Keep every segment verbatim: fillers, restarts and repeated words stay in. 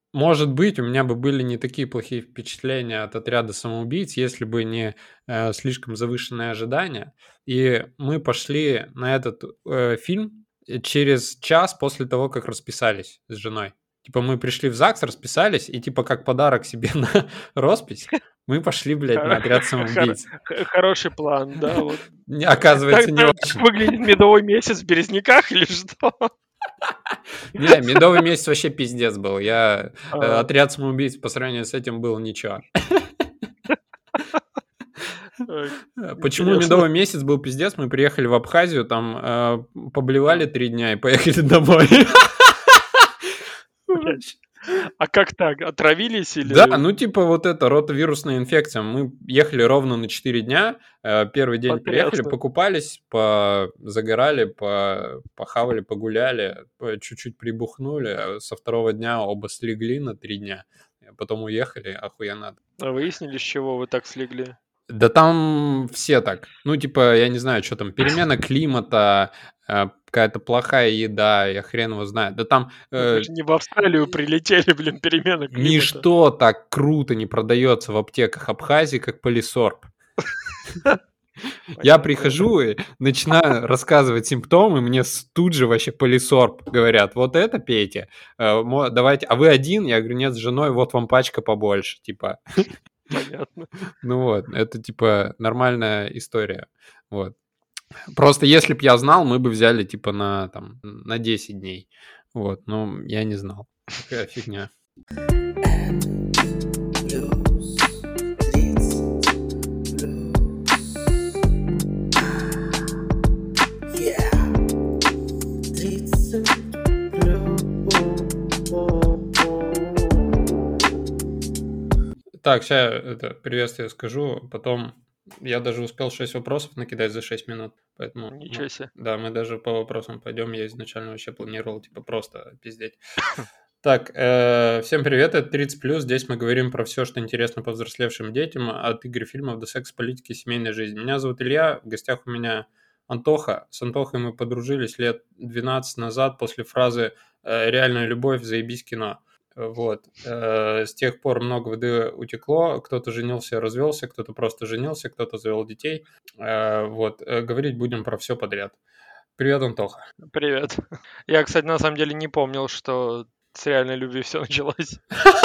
Может быть, у меня бы были не такие плохие впечатления от "Отряда самоубийц", если бы не, э, слишком завышенные ожидания. И мы пошли на этот, э, фильм, э, через час после того, как расписались с женой. Типа мы пришли в ЗАГС, расписались, и типа как подарок себе на роспись мы пошли, блядь, на Хоро "Отряд хоро самоубийц". хо хороший план, да, вот. Не, Так оказывается, не так так очень. выглядит медовый месяц в Березниках или что? Не, "Медовый месяц" вообще пиздец был. Я э, А. "Отряд самоубийц" по сравнению с этим был ничего. Ой, Э, почему интересно. "Медовый месяц" был пиздец? Мы приехали в Абхазию, там, э, поблевали три дня и поехали домой. Блядь, Вообще. а как так? Отравились Да, или ну типа вот это ротавирусная инфекция. Мы ехали ровно на четыре дня. Э, первый день приехали, Потрясно. покупались, позагорали, по похавали, погуляли, по чуть-чуть прибухнули. Со второго дня оба слегли на три дня, а потом уехали. Охуенно. А выяснили, с чего вы так слегли? Да там все так. Ну, типа, я не знаю, что там, перемена климата, э, какая-то плохая еда, я хрен его знает. Да там, Ну вы э, же не в Австралию прилетели, блин, перемена климата. ничто так круто не продается в аптеках Абхазии, как Полисорб. Я Понятно. прихожу и начинаю рассказывать симптомы, мне с тут же вообще Полисорб говорят: "Вот это пейте, э, мо давайте, а вы один?" Я говорю: "Нет, с женой, вот вам пачка побольше", типа. Понятно. Ну вот, это типа нормальная история. Вот. Просто если б я знал, мы бы взяли типа на там на десять дней. Вот, но я не знал. Такая фигня. Так, ща это приветствие скажу, потом я даже успел шесть вопросов накидать за шесть минут, поэтому Ничего мы се. да, мы даже по вопросам пойдем. Я изначально вообще планировал типа просто пиздеть. Так, э, всем привет, это тридцать плюс. Здесь мы говорим про все, что интересно повзрослевшим детям, от игр и фильмов до секса, политики, семейной жизни. Меня зовут Илья, в гостях у меня Антоха. С Антохой мы подружились лет двенадцать назад после фразы э, "реальная любовь, заебись кино". Вот. Э, С тех пор много воды утекло. Кто-то женился, развелся, кто-то просто женился, кто-то завел детей. Э, Вот. Э, Говорить будем про все подряд. Привет, Антоха. Привет. Я, кстати, на самом деле не помнил, что с реальной любви все началось.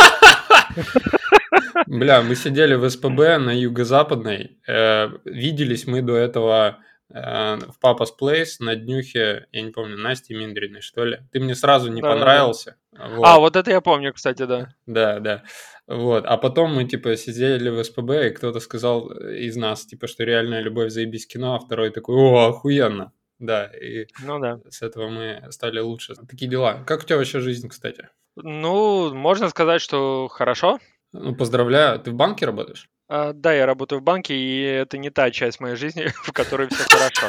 Бля, мы сидели в СПБ на Юго-Западной. э, Виделись мы до этого э, в Papa's Place на днюхе, я не помню, Насти Миндриной, что ли. Ты мне сразу не Да-да-да. понравился. А, Вот. вот это я помню, кстати, да. Да, да. Вот. А потом мы, типа, сидели в СПБ, и кто-то сказал э, из нас, типа, что реальная любовь заебись кино, а второй такой: "О, охуенно". Да, и Ну да. с этого мы стали лучше. Такие дела. Как у тебя вообще жизнь, кстати? Ну, можно сказать, что хорошо. Ну, поздравляю. Ты в банке работаешь? А, да, я работаю в банке, и это не та часть моей жизни, в которой все хорошо.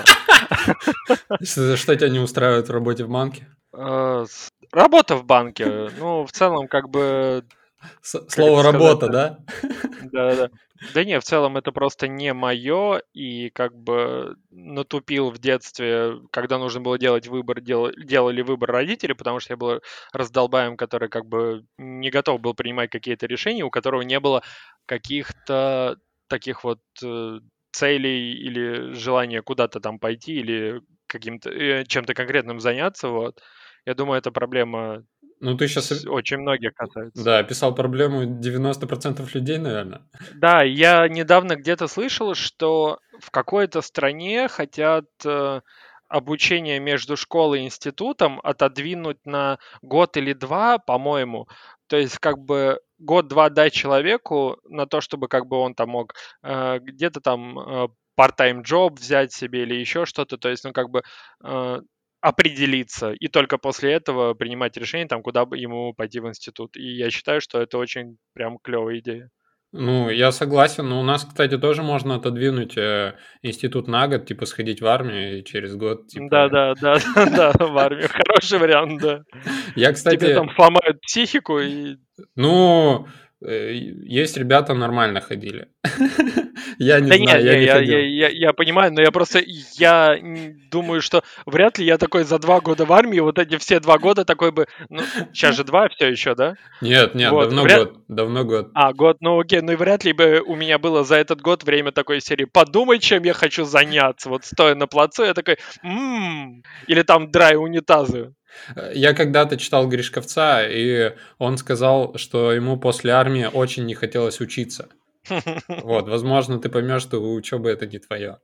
Что что тебя не устраивает в работе в банке? А, с Работа в банке, ну, в целом, как бы, С как это слово "работа", сказать-то? да? Да-да-да. Да не, в целом это просто не мое, и как бы натупил в детстве, когда нужно было делать выбор, дел делали выбор родители, потому что я был раздолбаем, который как бы не готов был принимать какие-то решения, у которого не было каких-то таких вот, э, целей или желания куда-то там пойти или каким-то, э, чем-то конкретным заняться, вот. Я думаю, эта проблема Ну, ты сейчас, с очень многих касается. да, описал проблему девяносто процентов людей, наверное. Да, я недавно где-то слышал, что в какой-то стране хотят э, обучение между школой и институтом отодвинуть на год или два, по-моему. То есть как бы год-два дать человеку на то, чтобы как бы он там мог э, где-то там э, part-time job взять себе или еще что-то. То есть, ну как бы э, определиться и только после этого принимать решение, там, куда бы ему пойти в институт. И я считаю, что это очень прям клевая идея. Ну, я согласен. Но у нас, кстати, тоже можно отодвинуть, э, институт на год, типа сходить в армию и через год, типа. Да-да, да-да, в армию. Хороший вариант, да. Я, Тебе там кстати, сломают психику и ну, Э, Есть ребята нормально ходили. Я не Да не, знаю, я не, не я, я, ходил. я, я понимаю, но я просто, я м, думаю, что вряд ли я такой за два года в армии, вот эти все два года такой бы, ну, сейчас же два все еще, да? Нет, нет, Вот, давно вряд, год, давно год. а, год, ну окей, ну и вряд ли бы у меня было за этот год время такой серии «Подумай, чем я хочу заняться». Вот стоя на плацу, я такой «Ммм». Или там драй унитазы. Э, Я когда-то читал Гришковца, и он сказал, что ему после армии очень не хотелось учиться. Вот, возможно, ты поймешь, что учеба это не твое.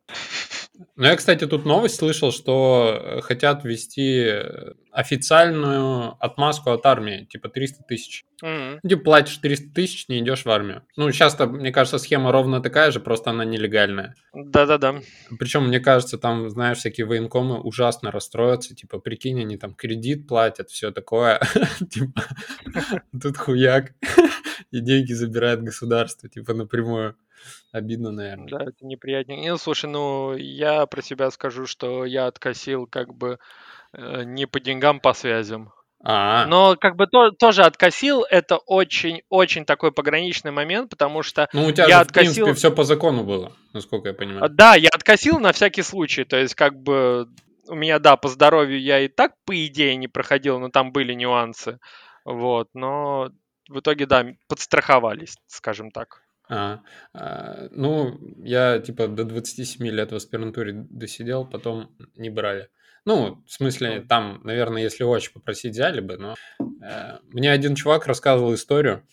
Ну, я, кстати, тут новость слышал, что э, хотят ввести э, официальную отмазку от армии, типа триста тысяч. Мгм. Ну, типа платишь триста тысяч, не идешь в армию. Ну, часто, мне кажется, схема ровно такая же, просто она нелегальная. Да-да-да. Причем, мне кажется, там, знаешь, всякие военкомы ужасно расстроятся. Типа, прикинь, они там кредит платят, все такое. Типа, тут хуяк. И деньги забирает государство, типа, напрямую. Обидно, наверное. Да, это неприятнее. Ну, слушай, ну, я про себя скажу, что я откосил как бы э, не по деньгам, по связям. А, Но как бы то, тоже откосил, это очень-очень такой пограничный момент, потому что ну у тебя я же, в принципе, откосил, все по закону было, насколько я а, понимаю. да, я откосил на всякий случай, то есть как бы у меня, да, по здоровью я и так, по идее, не проходил, но там были нюансы, вот, но в итоге, да, подстраховались, скажем так. А, а, ну, я типа до двадцати семи лет в аспирантуре досидел, потом не брали. Ну, в смысле, М. там, наверное, если очень попросить, взяли бы, но э, мне один чувак рассказывал историю,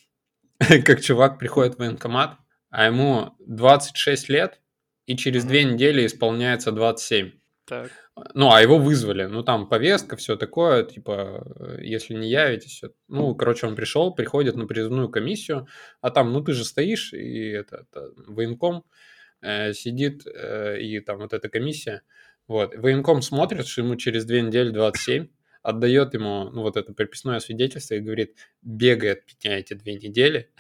как чувак приходит в военкомат, а ему двадцать шесть лет, и через Мгм. две недели исполняется двадцать семь. Так. Ну, а его вызвали. Ну, там повестка, все такое, типа, э, если не явитесь, всё. Ну, короче, он пришел, приходит на призывную комиссию, а там, ну, ты же стоишь, и это, это военком э, сидит, э, и там вот эта комиссия. Вот. Военком смотрит, что ему через две недели двадцать семь, отдает ему, ну, вот это приписное свидетельство и говорит, бегай от меня эти две недели,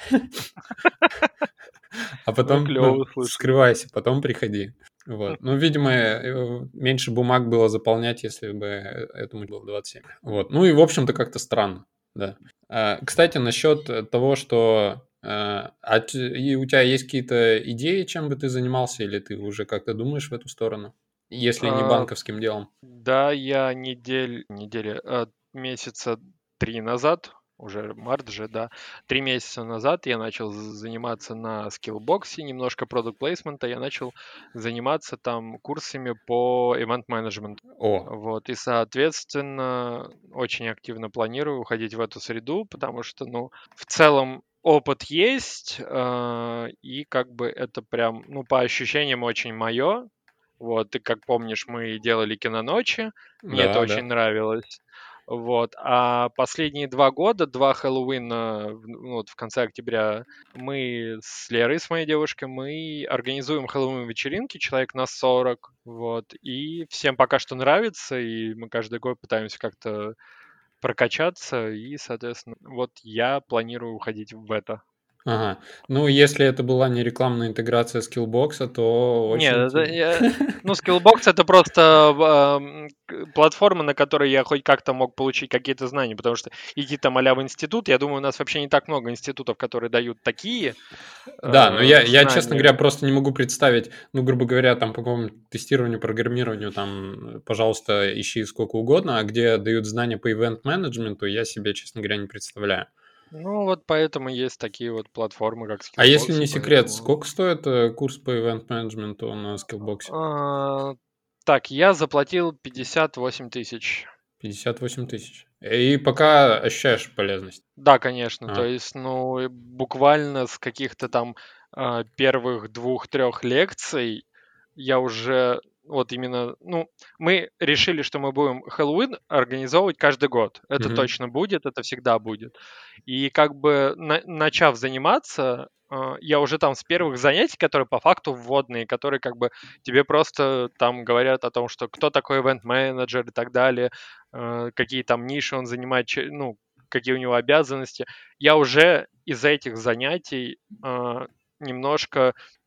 а Ну, потом, ну, клево, слушай. скрывайся, потом приходи. Вот. Ну, видимо, э, меньше бумаг было заполнять, если бы э, этому было двадцать семь. Вот. Ну и, в общем-то, как-то странно, да. А, Кстати, насчет э, того, что... э, А т- и у тебя есть какие-то идеи, чем бы ты занимался, или ты уже как-то думаешь в эту сторону, если не А, банковским делом? Да, я недель, недели, а, месяца три назад, уже март же, да, три месяца назад я начал з- заниматься на скиллбоксе, немножко продукт плейсмента, я начал заниматься там курсами по event management. О, Вот, и, соответственно, очень активно планирую уходить в эту среду, потому что, ну, в целом опыт есть, а, и как бы это прям, ну, по ощущениям очень мое. Вот, и как помнишь, мы делали киноночи, мне это да, очень да. нравилось. Вот, а последние два года, два Хэллоуина, в- ну, вот в конце октября, мы с Лерой, с моей девушкой, мы организуем Хэллоуин-вечеринки, человек на сорок, вот, и всем пока что нравится, и мы каждый год пытаемся как-то прокачаться, и, соответственно, вот я планирую уходить в это. Ага. Ну, если это была не рекламная интеграция скиллбокса, то Нет, очень... это те- я ну, Skillbox — это просто, ам, к платформа, на которой я хоть как-то мог получить какие-то знания, потому что идти там а-ля в институт, я думаю, у нас вообще не так много институтов, которые дают такие, Да, но э, я, я, честно говоря, знания. просто не могу представить, ну, грубо говоря, там по какому тестированию, программированию, там, э, пожалуйста, ищи сколько угодно, а где дают знания по ивент-менеджменту, я себе, честно говоря, не представляю. Ну, вот поэтому есть такие вот платформы, как А если Skillbox, и не секрет, поэтому сколько стоит э, курс по ивент-менеджменту на скиллбоксе? А, так, я заплатил пятьдесят восемь тысяч. пятьдесят восемь тысяч. И пока ощущаешь полезность. Да, конечно. То А, есть, ну, и буквально с каких-то там а, первых двух-трех лекций я уже вот именно, ну, мы решили, что мы будем Хэллоуин организовывать каждый год. Это мгм. точно будет, это всегда будет. И как бы на- начав заниматься, а, я уже там с первых занятий, которые по факту вводные, которые как бы тебе просто там говорят о том, что кто такой ивент-менеджер и так далее, э, какие там ниши он занимает, че- ну, какие у него обязанности. Я уже из этих занятий а, немножко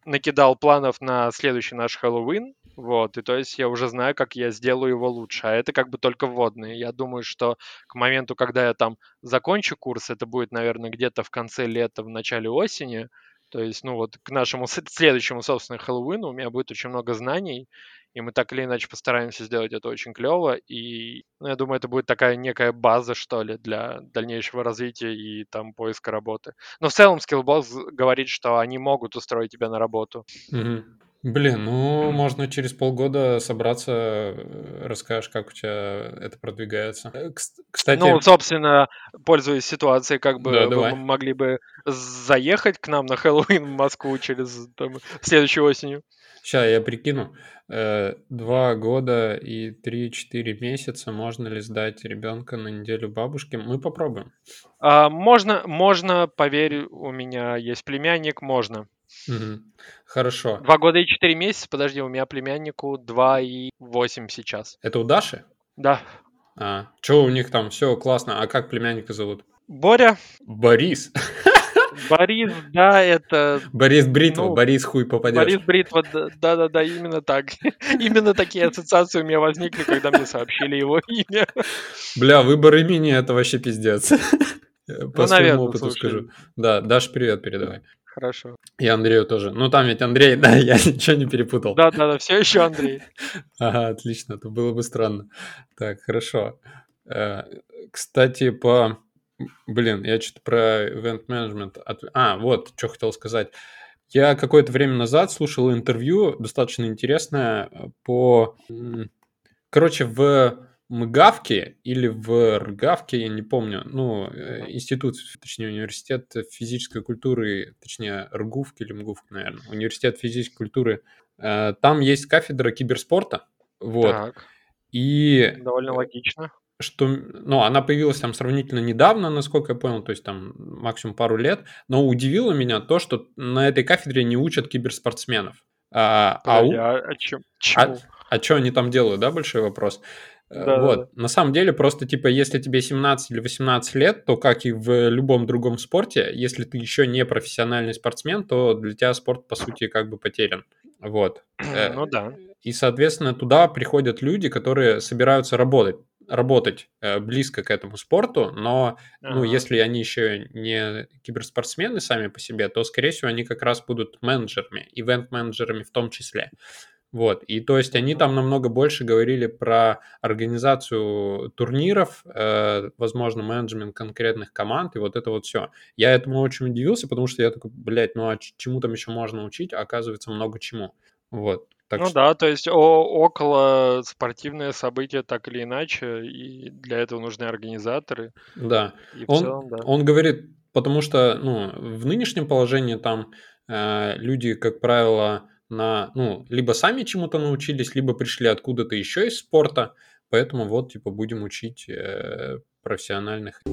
накидал планов на следующий наш Хэллоуин, вот, и то есть я уже знаю, как я сделаю его лучше, а это как бы только вводные. Я думаю, что к моменту, когда я там закончу курс, это будет, наверное, где-то в конце лета, в начале осени, то есть, ну вот к нашему с- следующему, собственно, Хэллоуину у меня будет очень много знаний, и мы так или иначе постараемся сделать это очень клево, и ну, я думаю, это будет такая некая база, что ли, для дальнейшего развития и там поиска работы. Но в целом Skillbox говорит, что они могут устроить тебя на работу. Мгм. Блин, ну, можно через полгода собраться, э, расскажешь, как у тебя это продвигается. Э, кс- Ну, Кстати, собственно, пользуясь ситуацией, как да, бы вы м- давай. могли бы заехать к нам на Хэллоуин в Москву через там, следующей осенью. Сейчас я прикину. Э, Два года и три-четыре месяца можно ли сдать ребенка на неделю бабушки? Мы попробуем. А, можно, можно, поверь, у меня есть племянник, можно. Мгм. Хорошо. Два года и четыре месяца, подожди, у меня племяннику два и восемь сейчас. Это у Даши? Да. А, что у них там? Все классно. А как племянника зовут? Боря, Борис. Борис, да, это, Борис Бритва, ну, Борис хуй попадешь. Борис Бритва, д- да-да-да, именно так. Именно такие ассоциации у меня возникли, когда мне сообщили его имя. Бля, выбор имени это вообще пиздец. По Ну, своему наверное, опыту скажу. слушай, Да, Даш, привет передавай. хорошо. И Андрею тоже. Ну, там ведь Андрей, да, я ничего не перепутал. Да-да-да, все еще Андрей. Ага, отлично, это было бы странно. Так, хорошо. Э, Кстати, по... Блин, я что-то про event management... от- А, вот, что хотел сказать. Я какое-то время назад слушал интервью, достаточно интересное, э, по... м, Короче, в МГАВке или в РГАВке, я не помню, ну, э, Мгм. институт, точнее, университет физической культуры, точнее, РГУФ или МГУФ, наверное, университет физической культуры, э, там есть кафедра киберспорта, вот, Так, и довольно э, логично. что, ну, она появилась там сравнительно недавно, насколько я понял, то есть там максимум пару лет, но удивило меня то, что на этой кафедре не учат киберспортсменов. А, а, Подожди, у- а, а чё- а, чему? а что они там делают, да, большой вопрос. Э, Да-да-да. Вот, на самом деле, просто, типа, если тебе семнадцать или восемнадцать лет, то, как и в любом другом спорте, если ты еще не профессиональный спортсмен, то для тебя спорт, по сути, как бы потерян. Вот. Э, Ну да. И, соответственно, туда приходят люди, которые собираются работать, работать э, близко к этому спорту, но, ну, Ага. если они еще не киберспортсмены сами по себе, то, скорее всего, они как раз будут менеджерами, ивент-менеджерами в том числе. Вот, и то есть они Мгм. там намного больше говорили про организацию турниров, э, возможно, менеджмент конкретных команд и вот это вот все. Я этому очень удивился, потому что я такой, блядь, ну а ч- чему там еще можно учить, а оказывается много чему. Вот, так Ну что, да, то есть о- около спортивное событие так или иначе, и для этого нужны организаторы, да, и в он, целом, да. он говорит, потому что, ну, в нынешнем положении там э, люди, как правило, на, ну, либо сами чему-то научились, либо пришли откуда-то еще из спорта, поэтому вот, типа, будем учить э, профессиональных.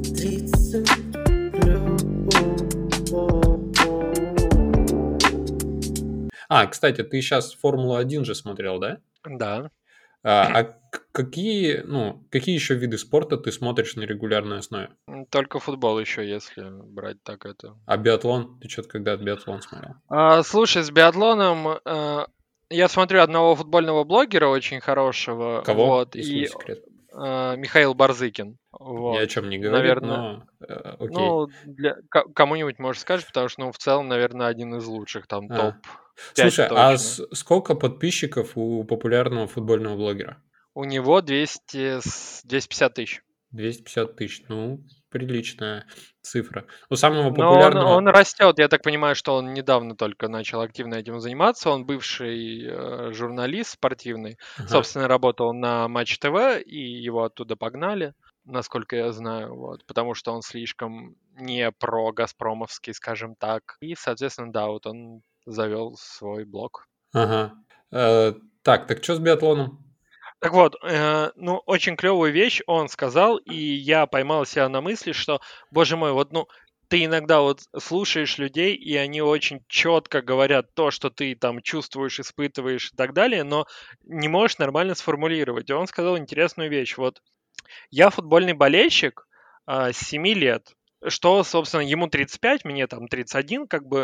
А, кстати, ты сейчас Формулу один же смотрел, да? Да. А, а к- какие, ну, какие еще виды спорта ты смотришь на регулярной основе? М, Только футбол еще, если брать так это. А биатлон? Ты что-то когда биатлон смотрел? А, слушай, с биатлоном э, я смотрю одного футбольного блогера очень хорошего, Кого, вот, если не и секрет? э, Михаил Барзыкин, Ни о вот, чем не говорит, наверное, но э, окей. ну, для ко- кому-нибудь, может, скажешь, потому что, ну, в целом, наверное, один из лучших, там, А. топ пять Слушай, а точно. с- сколько подписчиков у популярного футбольного блогера? У него двести, с- двести пятьдесят тысяч. двести пятьдесят тысяч. Ну, приличная цифра. У самого Но он, он популярного... растет. Я так понимаю, что он недавно только начал активно этим заниматься. Он бывший э, журналист спортивный. Ага, Собственно, работал на Матч ТВ, и его оттуда погнали, насколько я знаю, вот, потому что он слишком не про газпромовский, скажем так. И, соответственно, да, вот он завел свой блог. ага. Э, так, так что с биатлоном? Так вот, э, ну, очень клевую вещь он сказал, и я поймал себя на мысли, что, боже мой, вот, ну, ты иногда вот слушаешь людей, и они очень четко говорят то, что ты там чувствуешь, испытываешь и так далее, но не можешь нормально сформулировать. И он сказал интересную вещь. Вот я футбольный болельщик а, с семи лет, что, собственно, ему тридцать пять, мне там тридцать один, как бы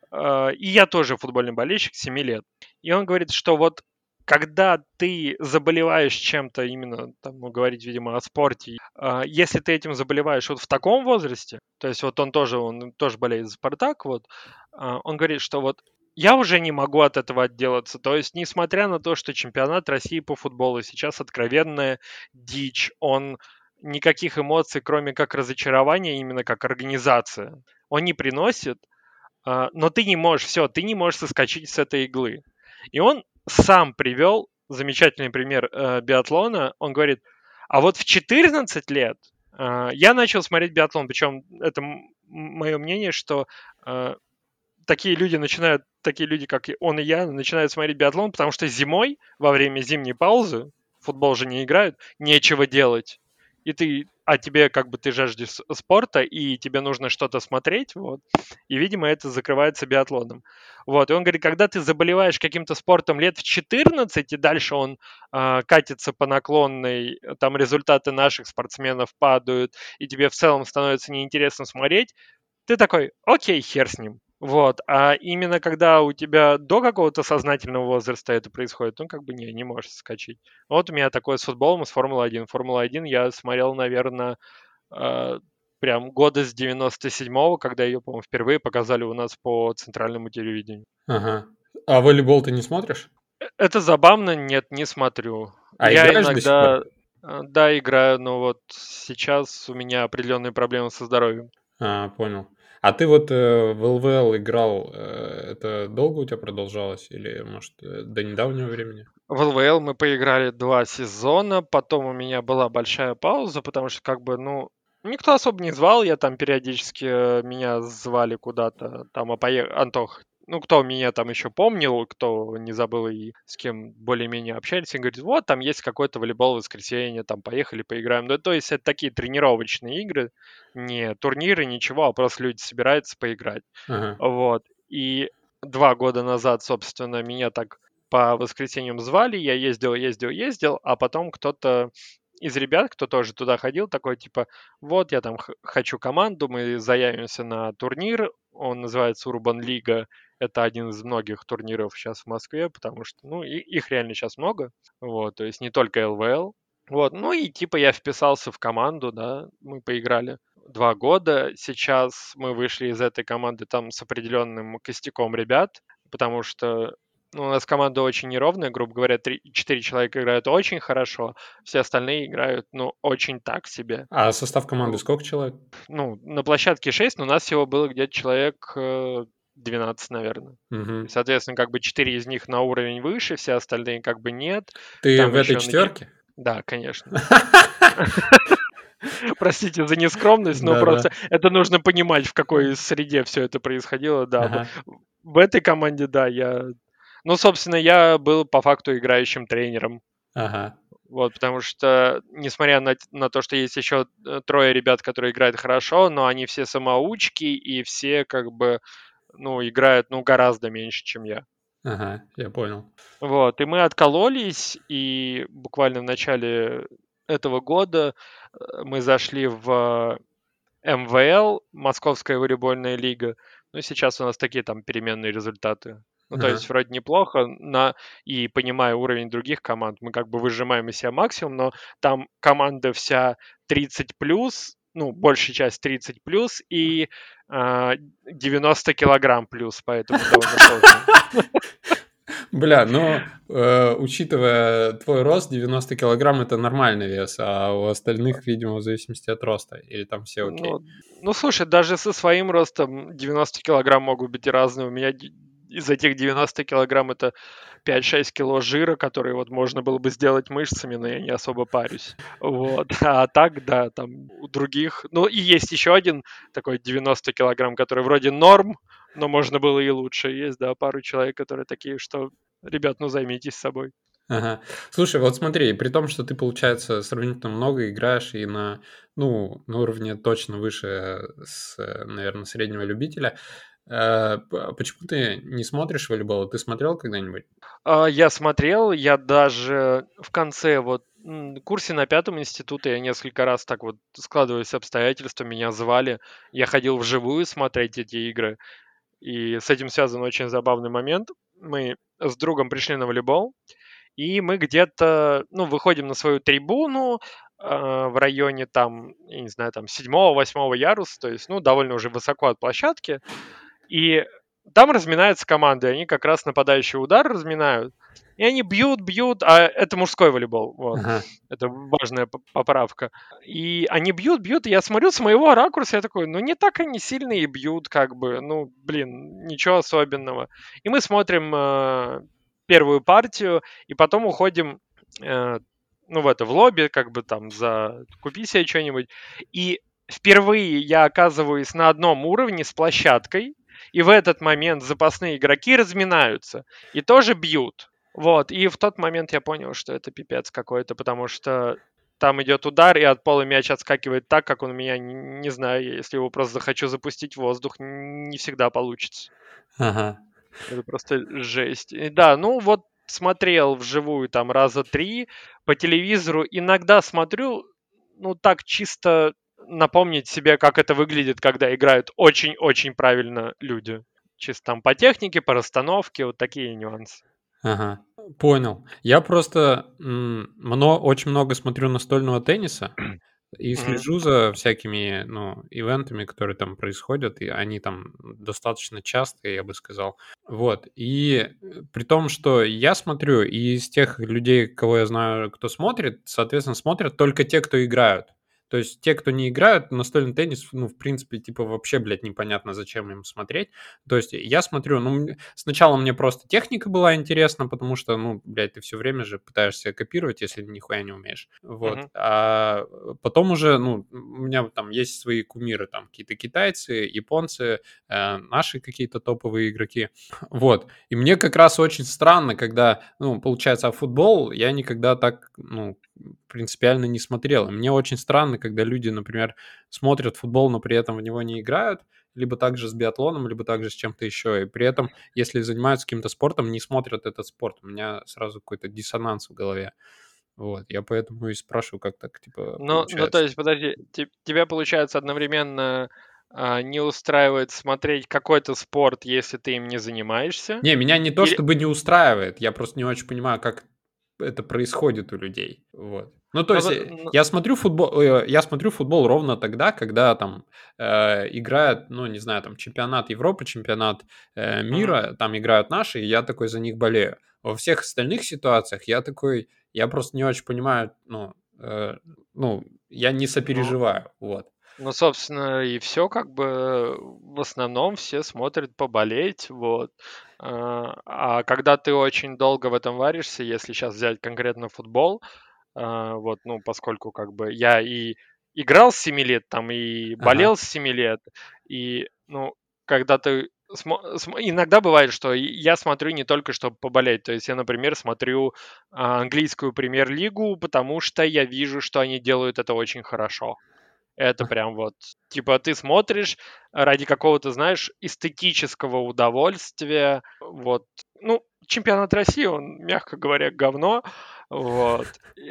э, и я тоже футбольный болельщик семи лет. И он говорит, что вот когда ты заболеваешь чем-то, именно, там, ну, говорить, видимо, о спорте, э, если ты этим заболеваешь вот в таком возрасте, то есть вот он тоже, он тоже болеет за «Спартак», вот, э, он говорит, что вот я уже не могу от этого отделаться. То есть, несмотря на то, что чемпионат России по футболу сейчас откровенная дичь, он никаких эмоций, кроме как разочарования, именно как организация, он не приносит, а, но ты не можешь, все, ты не можешь соскочить с этой иглы. И он сам привел замечательный пример э, биатлона. Он говорит, а вот в четырнадцать лет э, я начал смотреть биатлон, причем это мое мнение, что э, такие люди начинают, такие люди, как и он и я, начинают смотреть биатлон, потому что зимой, во время зимней паузы, футбол же не играют, нечего делать. И ты, а тебе как бы ты жаждешь спорта, и тебе нужно что-то смотреть, вот. И, видимо, это закрывается биатлоном. Вот. И он говорит, когда ты заболеваешь каким-то спортом лет в четырнадцать, и дальше он э, катится по наклонной, там результаты наших спортсменов падают, и тебе в целом становится неинтересно смотреть, ты такой, окей, хер с ним. Вот. А именно когда у тебя до какого-то сознательного возраста это происходит, ну, как бы не, не можешь скачать. Вот у меня такое с футболом и с Формулой один. Формула один я смотрел, наверное, э, прям года с девяносто седьмого, когда ее, по-моему, впервые показали у нас по центральному телевидению. Ага. А волейбол ты не смотришь? Э, Это забавно, нет, не смотрю. А Я играешь до сих пор? иногда, э, да, играю, но вот сейчас у меня определенные проблемы со здоровьем. А, понял. А ты вот э, в эл вэ эл играл, э, это долго у тебя продолжалось или, может, э, до недавнего времени? В эл вэ эл мы поиграли два сезона, потом у меня была большая пауза, потому что как бы, ну, никто особо не звал, я там периодически э, меня звали куда-то, там, а пое... Антох, ну, кто меня там еще помнил, кто не забыл и с кем более-менее общались, и говорит, вот, там есть какой-то волейбол в воскресенье, там, поехали, поиграем. Ну, то есть это такие тренировочные игры, не турниры, ничего, а просто люди собираются поиграть. Ага. Вот. И два года назад, собственно, меня так по воскресеньям звали, я ездил, ездил, ездил, а потом кто-то из ребят, кто тоже туда ходил, такой типа, вот я там х- хочу команду, мы заявимся на турнир, он называется Урбан Лига, это один из многих турниров сейчас в Москве, потому что, ну, и- их реально сейчас много, вот, то есть не только эл вэ эл, вот, ну и типа я вписался в команду, да, мы поиграли два года, сейчас мы вышли из этой команды там с определенным костяком ребят, потому что ну, у нас команда очень неровная, грубо говоря, три, четыре человека играют очень хорошо, все остальные играют, ну, очень так себе. А состав команды Ну, сколько человек? ну, на площадке шесть, но у нас всего было где-то человек э, двенадцать, наверное. И, Мгм. соответственно, как бы четыре из них на уровень выше, все остальные как бы нет. Ты Там в этой еще... начи- четверке? Да, конечно. Простите за нескромность, но Да-да. просто это нужно понимать, в какой среде все это происходило. Да, в, Ага. в этой команде, да, я... Ну, собственно, я был по факту играющим тренером. Ага. Вот, потому что, несмотря на, на то, что есть еще э, трое ребят, которые играют хорошо, но они все самоучки, и все как бы, ну, играют, ну, гораздо меньше, чем я. Ага. Я понял. Вот, и мы откололись, и буквально в начале этого года э, мы зашли в эм вэ эл, Московская волейбольная лига. Ну, сейчас у нас такие там переменные результаты. Ну, то Ага. есть вроде неплохо, на... и понимая уровень других команд, мы как бы выжимаем из себя максимум, но там команда вся тридцать плюс, ну, большая часть тридцать плюс и а, девяносто килограмм плюс, поэтому довольно сложно. Бля, ну, э, учитывая твой рост, девяносто килограмм это нормальный вес, а у остальных, видимо, в зависимости от роста. Или там все окей. Ну, ну, слушай, даже со своим ростом девяносто килограмм могут быть разные. У меня д- из этих девяноста килограмм это пять-шесть кило жира, которые вот можно было бы сделать мышцами, но я не особо парюсь. Вот. А так, да, там у других... Ну, и есть еще один такой девяносто килограмм, который вроде норм, но можно было и лучше. Есть, да, пару человек, которые такие, что, ребят, ну займитесь собой. Ага. Слушай, вот смотри, при том, что ты, получается, сравнительно много играешь и на, ну, на уровне точно выше, э, с, наверное, среднего любителя, э, п- почему ты не смотришь волейбол? Ты смотрел когда-нибудь? А, Я смотрел, я даже в конце вот м, курсе на пятом институте я несколько раз так вот складывались обстоятельства, меня звали, я ходил вживую смотреть эти игры, И с этим связан очень забавный момент. Мы с другом пришли на волейбол, и мы где-то, ну, выходим на свою трибуну э, в районе там, я не знаю, там седьмого-восьмого яруса, то есть, ну, довольно уже высоко от площадки. И там разминаются команды, они как раз нападающий удар разминают. И они бьют, бьют, а это мужской волейбол, вот. Ага. Это важная п- поправка. И они бьют, бьют, и я смотрю с моего ракурса, я такой, ну не так они сильно и бьют, как бы, ну, блин, ничего особенного. И мы смотрим э, первую партию, и потом уходим, э, ну, в это, в лобби, как бы там, за купи себе что-нибудь. И впервые я оказываюсь на одном уровне с площадкой, и в этот момент запасные игроки разминаются и тоже бьют. Вот, и в тот момент я понял, что это пипец какой-то, потому что там идет удар, и от пола мяч отскакивает так, как он у меня, не, не знаю, если его просто захочу запустить в воздух, не всегда получится. Ага. Это просто жесть. И да, ну вот смотрел вживую там раза три, по телевизору иногда смотрю, ну так чисто напомнить себе, как это выглядит, когда играют очень-очень правильно люди. Чисто там по технике, по расстановке, вот такие нюансы. Ага, понял. Я просто м, мно- очень много смотрю настольного тенниса и Мгм. слежу за всякими, ну, ивентами, которые там происходят, и они там достаточно частые, я бы сказал. Вот. И э, при том, что я смотрю, и из тех людей, кого я знаю, кто смотрит, соответственно, смотрят только те, кто играют. То есть те, кто не играют, настольный теннис, ну, в принципе, типа вообще, блядь, непонятно, зачем им смотреть. То есть я смотрю, ну, мне- сначала мне просто техника была интересна, потому что, ну, блядь, ты все время же пытаешься копировать, если нихуя не умеешь. Вот. Мгм. А потом уже, ну, у меня там есть свои кумиры, там какие-то китайцы, японцы, э, наши какие-то топовые игроки. Вот. И мне как раз очень странно, когда, ну, получается, а футбол я никогда так, ну, принципиально не смотрел. И мне очень странно, когда люди, например, смотрят футбол, но при этом в него не играют, либо также с биатлоном, либо также с чем-то еще. И при этом, если занимаются каким-то спортом, не смотрят этот спорт. У меня сразу какой-то диссонанс в голове. Вот, я поэтому и спрашиваю, как так, типа, Ну, ну, то получается. есть, подожди, те- тебя, получается, одновременно а, не устраивает смотреть какой-то спорт, если ты им не занимаешься? Не, меня не то Или... чтобы не устраивает, я просто не очень понимаю, как это происходит у людей. Вот. Ну, то Ну, есть, по- э, ну, я смотрю футбол, э, я смотрю футбол ровно тогда, когда там э, играют, ну, не знаю, там чемпионат Европы, чемпионат э, мгм. мира, там играют наши, и я такой за них болею. Во всех остальных ситуациях я такой, я просто не очень понимаю, ну, э, ну, я не Ну, сопереживаю, вот. ну, собственно, и все, как бы, в основном все смотрят поболеть, вот. А а когда ты очень долго в этом варишься, если сейчас взять конкретно футбол, а, вот, ну, поскольку как бы я и играл с семи лет там, и Ага, болел с семи лет, и, ну, когда ты смо- см- иногда бывает, что и я смотрю не только чтобы поболеть, то есть я, например, смотрю а, английскую премьер-лигу, потому что я вижу, что они делают это очень хорошо. Это прям вот, типа, ты смотришь ради какого-то, знаешь, эстетического удовольствия. Вот. Ну, чемпионат России, он, мягко говоря, говно. Вот.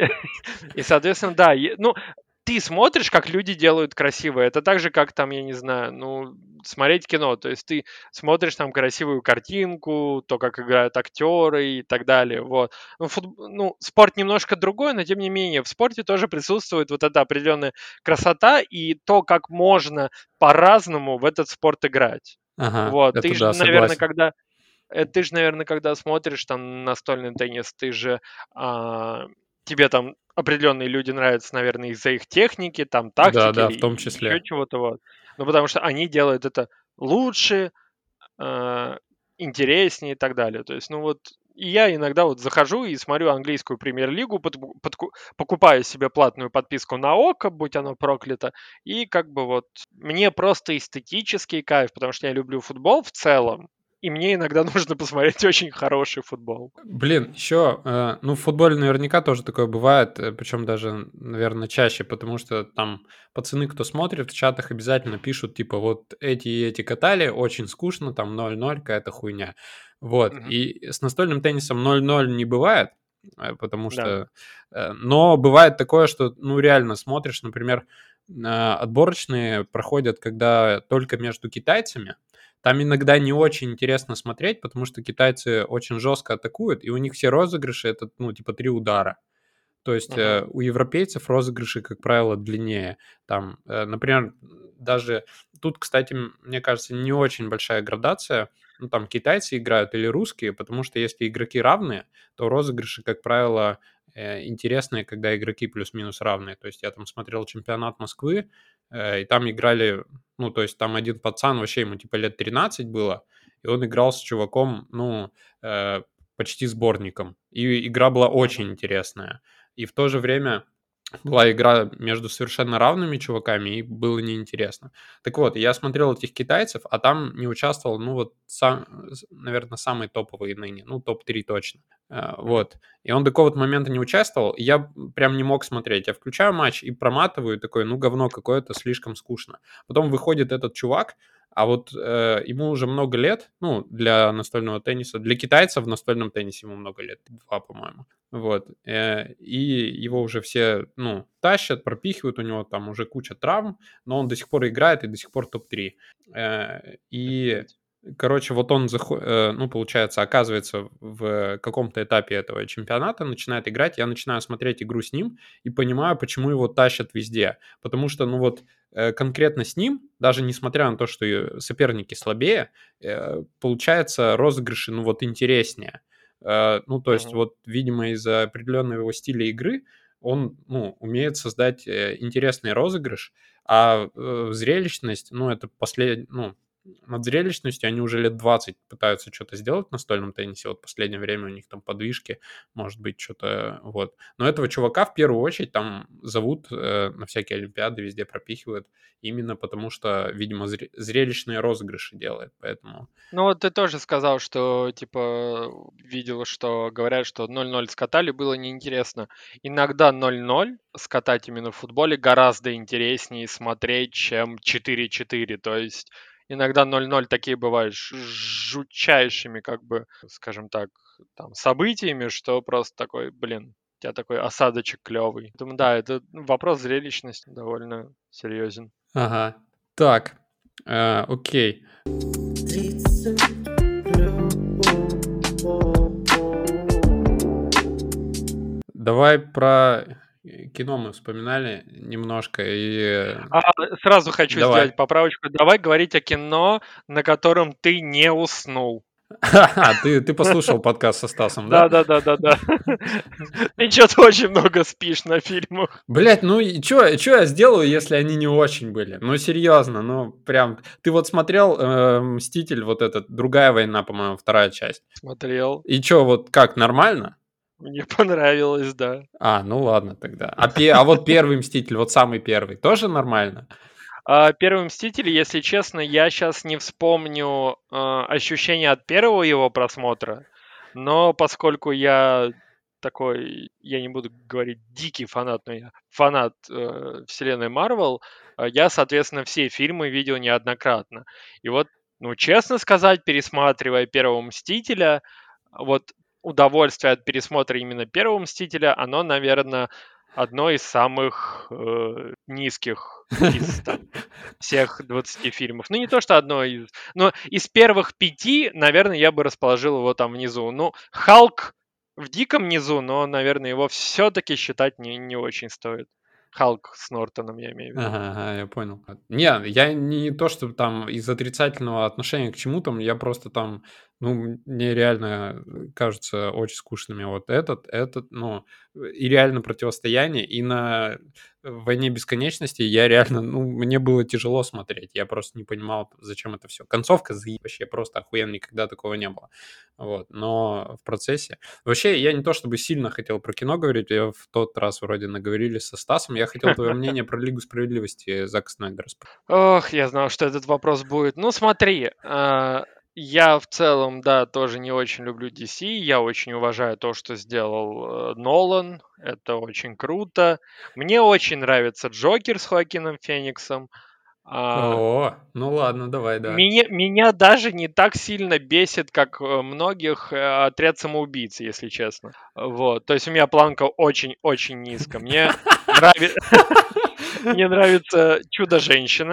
И, соответственно, да, е- ну, ты смотришь, как люди делают красиво. Это так же, как там, я не знаю, ну, смотреть кино. То есть ты смотришь там красивую картинку, то, как играют актеры и так далее. Вот. Ну, фут- ну, спорт немножко другой, но тем не менее, в спорте тоже присутствует вот эта определенная красота и то, как можно по-разному в этот спорт играть. ага, Вот. Ты это же, да, наверное, согласен. когда э, ты же, наверное, когда смотришь там настольный теннис, ты же а, тебе там определенные люди нравятся, наверное, из-за их техники, там Да, тактики да, или в том еще числе. чего-то вот. Ну, потому что они делают это лучше, а, интереснее и так далее. То есть, ну вот, и я иногда вот захожу и смотрю английскую премьер-лигу, подку- подку- покупаю себе платную подписку на Око, будь оно проклято, и как бы вот мне просто эстетический кайф, потому что я люблю футбол в целом, и мне иногда нужно посмотреть очень хороший футбол. Блин, еще, э, ну, в футболе наверняка тоже такое бывает, э, причем даже, наверное, чаще, потому что там пацаны, кто смотрит, в чатах обязательно пишут, типа, вот эти и эти катали, очень скучно, там ноль ноль, какая-то хуйня. Вот, Мгм. и с настольным теннисом ноль ноль не бывает, э, потому Да. что... э, Но бывает такое, что, ну, реально смотришь, например, э, отборочные проходят, когда только между китайцами, там иногда не очень интересно смотреть, потому что китайцы очень жестко атакуют, и у них все розыгрыши это, ну, типа три удара. То есть Мгм. э, у европейцев розыгрыши, как правило, длиннее. Там, э, например, даже тут, кстати, м, мне кажется, не очень большая градация. Ну, там китайцы играют или русские, потому что если игроки равные, то розыгрыши, как правило, э, интересные, когда игроки плюс-минус равные. То есть я там смотрел чемпионат Москвы, э, и там играли, ну, то есть там один пацан, вообще ему типа лет тринадцать было, и он играл с чуваком, ну, э, почти сборником. И игра была Мгм. очень интересная. И в то же время была игра между совершенно равными чуваками, и было неинтересно. Так вот, я смотрел этих китайцев, а там не участвовал, ну вот, сам, наверное, самый топовый ныне, ну, топ три точно. Э, Мгм. Вот. И он до какого-то момента не участвовал, и я прям не мог смотреть. Я включаю матч и проматываю, и такой, ну, говно какое-то, слишком скучно. Потом выходит этот чувак, а вот э, ему уже много лет, ну, для настольного тенниса, для китайцев в настольном теннисе ему много лет, два, по-моему. Вот. э, И его уже все, ну, тащат, пропихивают, у него там уже куча травм, но он до сих пор играет и до сих пор топ три. Э, И, Офигеть. короче, вот он, захо- э, ну, получается, оказывается в каком-то этапе этого чемпионата, начинает играть, я начинаю смотреть игру с ним и понимаю, почему его тащат везде. Потому что, ну, вот э, конкретно с ним, даже несмотря на то, что и соперники слабее, э, получается розыгрыши, ну, вот интереснее. Э, Ну, то есть Мгм. вот, видимо, из-за определенного его стиля игры он, ну, умеет создать э, интересный розыгрыш, а э, зрелищность, ну, это послед... ну, над зрелищностью они уже лет двадцать пытаются что-то сделать в настольном теннисе. Вот в последнее время у них там подвижки, может быть, что-то вот. Но этого чувака в первую очередь там зовут э, на всякие олимпиады, везде пропихивают, именно потому что, видимо, зре- зрелищные розыгрыши делает, поэтому... Ну вот ты тоже сказал, что типа видел, что говорят, что ноль ноль скатали, было неинтересно. Иногда ноль ноль скатать именно в футболе гораздо интереснее смотреть, чем четыре четыре. То есть иногда ноль ноль такие бывают ж- жутчайшими, как бы, скажем так, там, событиями, что просто такой, блин, у тебя такой осадочек клевый. Поэтому да, это вопрос зрелищности довольно серьезен. Ага. Так, э, окей. Давай про э, кино мы вспоминали немножко, и э, А, сразу хочу давай. сделать поправочку. Давай говорить о кино, на котором ты не уснул. Ха-ха, ты, ты послушал подкаст со Стасом, да? Да-да-да-да-да. Ты что-то очень много спишь на фильмах. Блять, ну и чё, чё я сделаю, если они не очень были? Ну, серьезно, ну, прям... Ты вот смотрел э, «Мститель», вот этот, «Другая война», по-моему, вторая часть. Смотрел. И чё, вот как, нормально? Мне понравилось, да. А, ну ладно тогда. А, пе- а вот первый «Мститель», вот самый первый, тоже нормально? А «Первый мститель», если честно, я сейчас не вспомню а, ощущения от первого его просмотра, но поскольку я такой, я не буду говорить дикий фанат, но я фанат э, вселенной Марвел, э, я, соответственно, все фильмы видел неоднократно. И вот, ну, честно сказать, пересматривая «Первого мстителя», вот удовольствие от пересмотра именно «Первого мстителя», оно, наверное, одно из самых э, низких из там всех двадцати фильмов. Ну, не то, что одно из... Но из первых пяти, наверное, я бы расположил его там внизу. Ну, Халк в диком низу, но, наверное, его все-таки считать не, не очень стоит. Халк с Нортоном, я имею в виду. Ага, ага, я понял. Не, я не то, что там из отрицательного отношения к чему-то, я просто там, ну, мне реально э, кажется очень скучными вот этот, этот, ну, и реально противостояние, и на «Войне бесконечности» я реально, ну, мне было тяжело смотреть, я просто не понимал, зачем это все. Концовка заеб- вообще просто охуенно, никогда такого не было. Вот, но в процессе... Вообще, я не то чтобы сильно хотел про кино говорить, я в тот раз вроде наговорили со Стасом, я хотел твое мнение про Лигу справедливости Зака Снайдера спросить. Ох, я знал, что этот вопрос будет. Ну, смотри, а, я в целом, да, тоже не очень люблю ди си. Я очень уважаю то, что сделал э, Нолан. Это очень круто. Мне очень нравится Джокер с Хоакином Фениксом. А, О, ну ладно, давай, да. меня, меня даже не так сильно бесит, как э, многих э, отряд самоубийц, если честно. Вот. То есть у меня планка очень-очень низко. Мне нрави- мне нравится Чудо-женщина.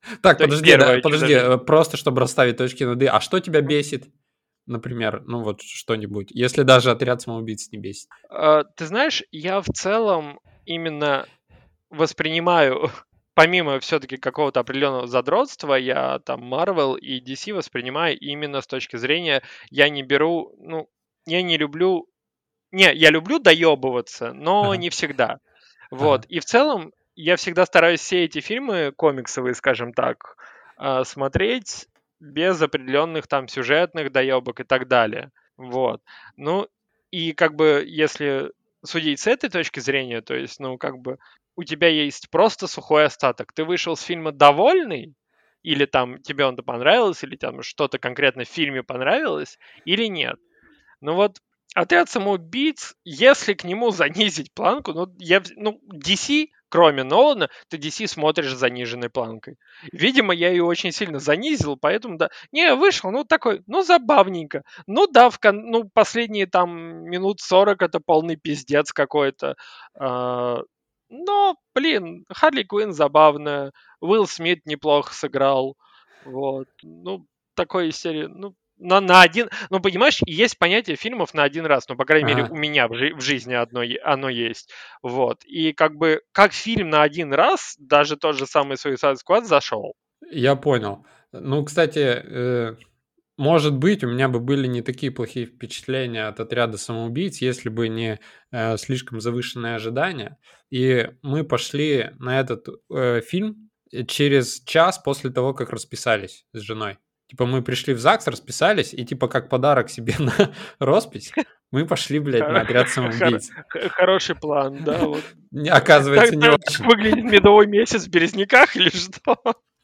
Так, То есть подожди, да, первое подожди, «Чудо-женщина». э, просто чтобы расставить точки над «и». А что тебя Мгм. бесит, например? Ну вот что-нибудь, если даже «Отряд самоубийц» не бесит. А, ты знаешь, я в целом именно воспринимаю, помимо все-таки какого-то определенного задротства, я там Marvel и ди си воспринимаю именно с точки зрения, я не беру, ну, я не люблю, не, я люблю доебываться, но Ага, не всегда. Вот. ага, И в целом я всегда стараюсь все эти фильмы комиксовые, скажем так, а, смотреть без определенных там сюжетных доебок и так далее. Вот. Ну, и как бы если судить с этой точки зрения, то есть, ну, как бы у тебя есть просто сухой остаток. Ты вышел с фильма довольный, или там тебе он-то понравился, или там что-то конкретно в фильме понравилось, или нет. Ну вот «Отряд самоубийц», если к нему занизить планку, ну, я, вз- ну, ди си, кроме Нолана, ты ди си смотришь с заниженной планкой. Видимо, я ее очень сильно занизил, поэтому, да, не, вышел, ну, такой, ну, забавненько. Ну, да, в кон- ну, последние там минут сорок это полный пиздец какой-то. А, Но, блин, Харли Квинн забавная, Уилл Смит неплохо сыграл, вот, ну, такой из серии, ну, на, на один, ну, понимаешь, есть понятие фильмов на один раз, ну, по крайней мере, у ага. меня в, жи- в жизни одно, е- оно есть, вот, и как бы, как фильм на один раз, даже тот же самый Suicide Squad зашел. Я понял. Ну, кстати, э, может быть, у меня бы были не такие плохие впечатления от «Отряда самоубийц», если бы не э, слишком завышенные ожидания. И мы пошли на этот э, фильм э, через час после того, как расписались с женой. Типа мы пришли в ЗАГС, расписались, и типа как подарок себе на роспись мы пошли, блядь, на Хор- «Отряд хор- самоубийц». х- Хороший план, да, вот. Не, Так, оказывается, не так, так очень. выглядит медовый месяц в Березняках или что?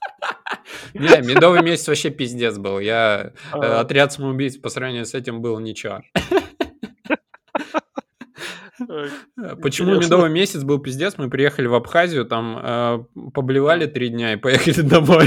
Не, медовый месяц вообще пиздец был. Я э, А, «Отряд самоубийц» по сравнению с этим был ничего. ой, Э, Почему интересно. медовый месяц был пиздец? Мы приехали в Абхазию, там э, поблевали три дня и поехали домой.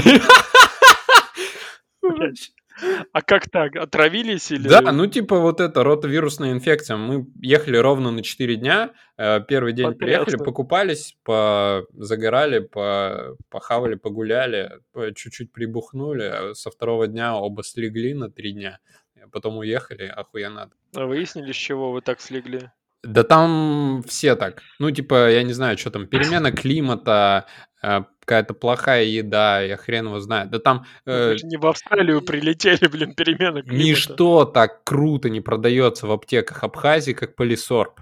Блядь. А как так? Отравились Да, или ну типа вот это ротовирусная инфекция. Мы ехали ровно на четыре дня. Э, Первый день приехали, потрясно? покупались, по... загорали, по... похавали, погуляли, по- чуть-чуть прибухнули. а Со второго дня оба слегли на три дня. Потом уехали, охуенно. А выяснили, с чего вы так слегли? Да там все так. Ну, типа, я не знаю, что там, перемена климата, э, какая-то плохая еда, я хрен его знает. Да там Ну, вы э, же не в Австралию прилетели, блин, перемена климата. ничто так круто не продается в аптеках Абхазии, как полисорб.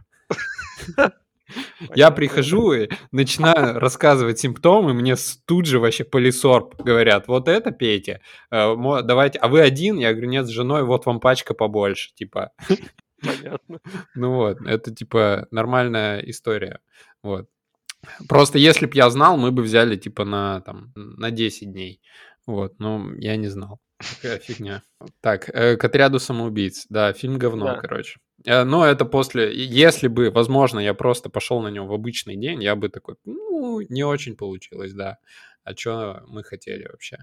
Я Понятно. прихожу и начинаю рассказывать симптомы, мне с- тут же вообще полисорб говорят, вот это пейте, э, мо- давайте, а вы один? Я говорю, нет, с женой, вот вам пачка побольше, типа. Понятно. Ну вот, это типа нормальная история. Вот. Просто если б я знал, мы бы взяли типа на там на десять дней. Вот, но я не знал. Такая фигня. Так, э, к «Отряду самоубийц». Да, фильм говно, Да. короче. Э, но это после... Если бы, возможно, я просто пошел на него в обычный день, я бы такой, ну, не очень получилось, да. А что мы хотели вообще?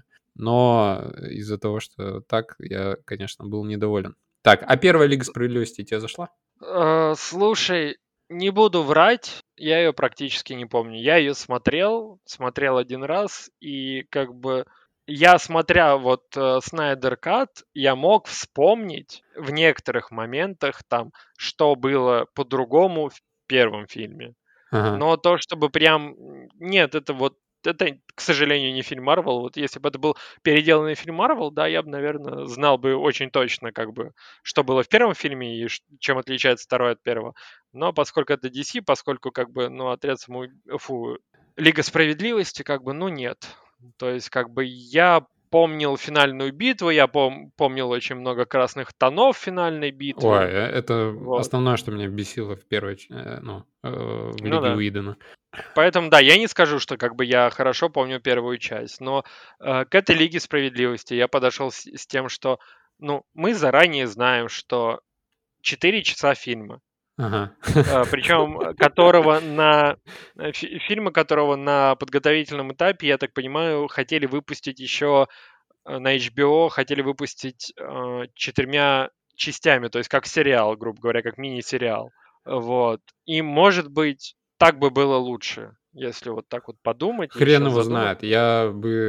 Но из-за того, что так, я, конечно, был недоволен. Так, а первая «Лига справедливости» тебе зашла? Э, слушай, не буду врать, я ее практически не помню. Я ее смотрел, смотрел один раз, и как бы я, смотря вот э, Снайдер Кат, я мог вспомнить в некоторых моментах там, что было по-другому в первом фильме. Ага. Но то, чтобы прям... Нет, это вот... Это, к сожалению, не фильм Марвел. Вот если бы это был переделанный фильм Марвел, да, я бы, наверное, знал бы очень точно, как бы, что было в первом фильме и ш- чем отличается второй от первого. Но поскольку это ди си, поскольку, как бы, ну, отряд саму... Фу, Лига Справедливости, как бы, ну, нет. То есть, как бы, я помнил финальную битву, я пом- помнил очень много красных тонов финальной Ой, битвы. э, это Вот. основное, что меня бесило в первой, ч- э, ну, э, в Ну Лиге да. Уидона. Поэтому, да, я не скажу, что как бы я хорошо помню первую часть, но э, к этой Лиге Справедливости я подошел с, с тем, что, ну, мы заранее знаем, что четыре часа фильма, Ага. э, причем э, которого на э, фи- фильма, которого на подготовительном этапе, я так понимаю, хотели выпустить еще э, на эйч би о, хотели выпустить э, четырьмя частями, то есть как сериал, грубо говоря, как мини-сериал. Вот. И, может быть, так бы было лучше, если вот так вот подумать и Хрен сейчас его задуматься. знает. Я бы...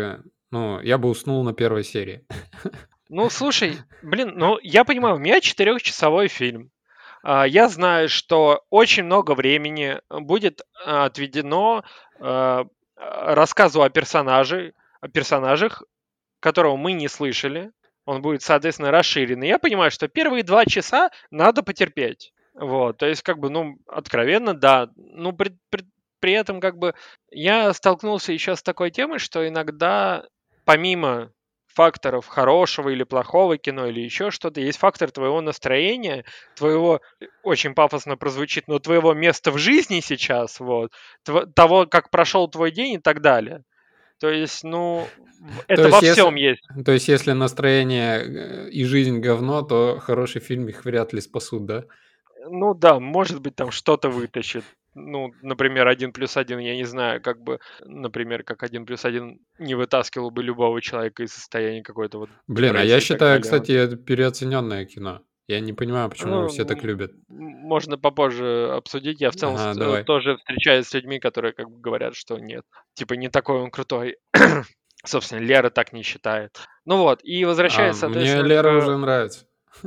Ну, я бы уснул на первой серии. Ну, слушай, блин, ну, я понимаю, у меня четырехчасовой фильм. А, Я знаю, что очень много времени будет а, отведено а, а, рассказу о персонаже, о персонажах, которого мы не слышали. Он будет, соответственно, расширенный. Я понимаю, что первые два часа надо потерпеть. Вот, то есть, как бы, ну, откровенно, да. Ну, при, при- при этом, как бы, я столкнулся еще с такой темой, что иногда, помимо факторов хорошего или плохого кино или еще что-то, есть фактор твоего настроения, твоего, э, очень пафосно прозвучит, но твоего места в жизни сейчас, вот, тво- того, как прошел твой день и так далее. То есть, ну, в- То это во есть, если, всем есть. то есть, если настроение э, и жизнь говно, то хороший фильм их вряд ли спасут, да? Ну да, может быть, там что-то вытащит. Ну, например, один плюс один, я не знаю, как бы, например, как один плюс один не вытаскивал бы любого человека из состояния какой-то вот Блин, а я депрессии и так считаю, далее. Вот. кстати, это переоцененное кино. Я не понимаю, почему его Ну, все так м, любят. можно попозже обсудить. Я в целом Ага, с- э, давай. тоже встречаюсь с людьми, которые как бы говорят, что нет, типа не такой он крутой. Собственно, Лера так не считает. Ну вот, и А возвращаясь, мне соответственно, Лера к уже нравится.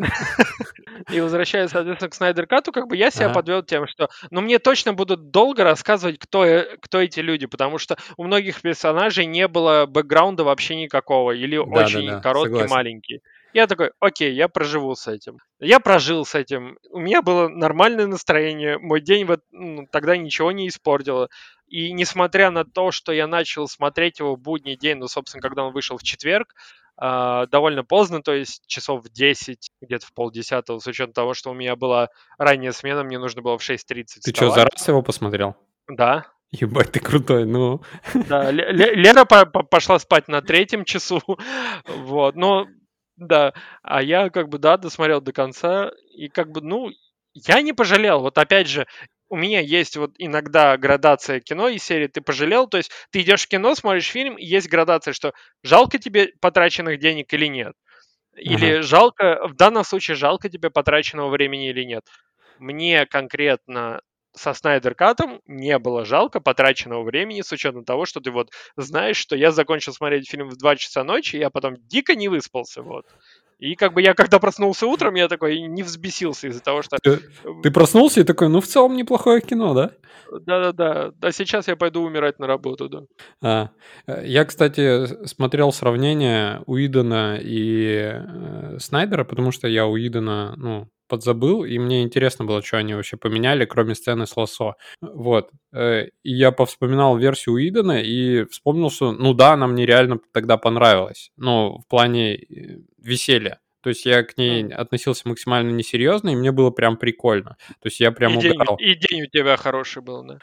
И возвращаясь, соответственно, к Снайдер Кату, как бы я себя Ага. подвел тем, что, ну, мне точно будут долго рассказывать, кто, э- кто эти люди, потому что у многих персонажей не было бэкграунда вообще никакого, или очень Да-да-да, короткий, согласен. маленький. Я такой, окей, я проживу с этим. Я прожил с этим. У меня было нормальное настроение. Мой день вот, ну, тогда ничего не испортило. И несмотря на то, что я начал смотреть его в будний день, ну, собственно, когда он вышел в четверг, а, довольно поздно, то есть часов в десять, где-то в полдесятого, с учетом того, что у меня была ранняя смена, мне нужно было в шесть тридцать Ты что, за вставать. раз его посмотрел? Да, Ебать, ты крутой, ну. да, Ле- Ле- Лера по- по- пошла спать на третьем часу, вот, но, да, а я как бы, да, досмотрел до конца, и как бы, ну, я не пожалел, вот опять же, у меня есть вот иногда градация кино из серии «ты пожалел», то есть ты идешь в кино, смотришь фильм, и есть градация, что жалко тебе потраченных денег или нет. Ага. Или жалко, в данном случае жалко тебе потраченного времени или нет. Мне конкретно со Снайдер Катом не было жалко потраченного времени, с учетом того, что ты вот знаешь, что я закончил смотреть фильм в два часа ночи, я потом дико не выспался, вот. И как бы я когда проснулся утром, я такой не взбесился из-за того, что Ты, э, ты проснулся и такой, ну, в целом неплохое кино, да? да-да-да, да сейчас я пойду умирать на работу, да. А, э, я, кстати, с- смотрел сравнение Уидона и э, Снайдера, потому что я Уидона, ну, подзабыл, и мне интересно было, что они вообще поменяли, кроме сцены с Лассо. Вот. Э, И я повспоминал версию Уидона и вспомнил, что, ну да, она мне реально тогда понравилась. Ну, в плане э, веселья. То есть я к ней М. относился максимально несерьезно, и мне было прям прикольно. То есть я И прям день, у- угорал. и день у тебя хороший был, да.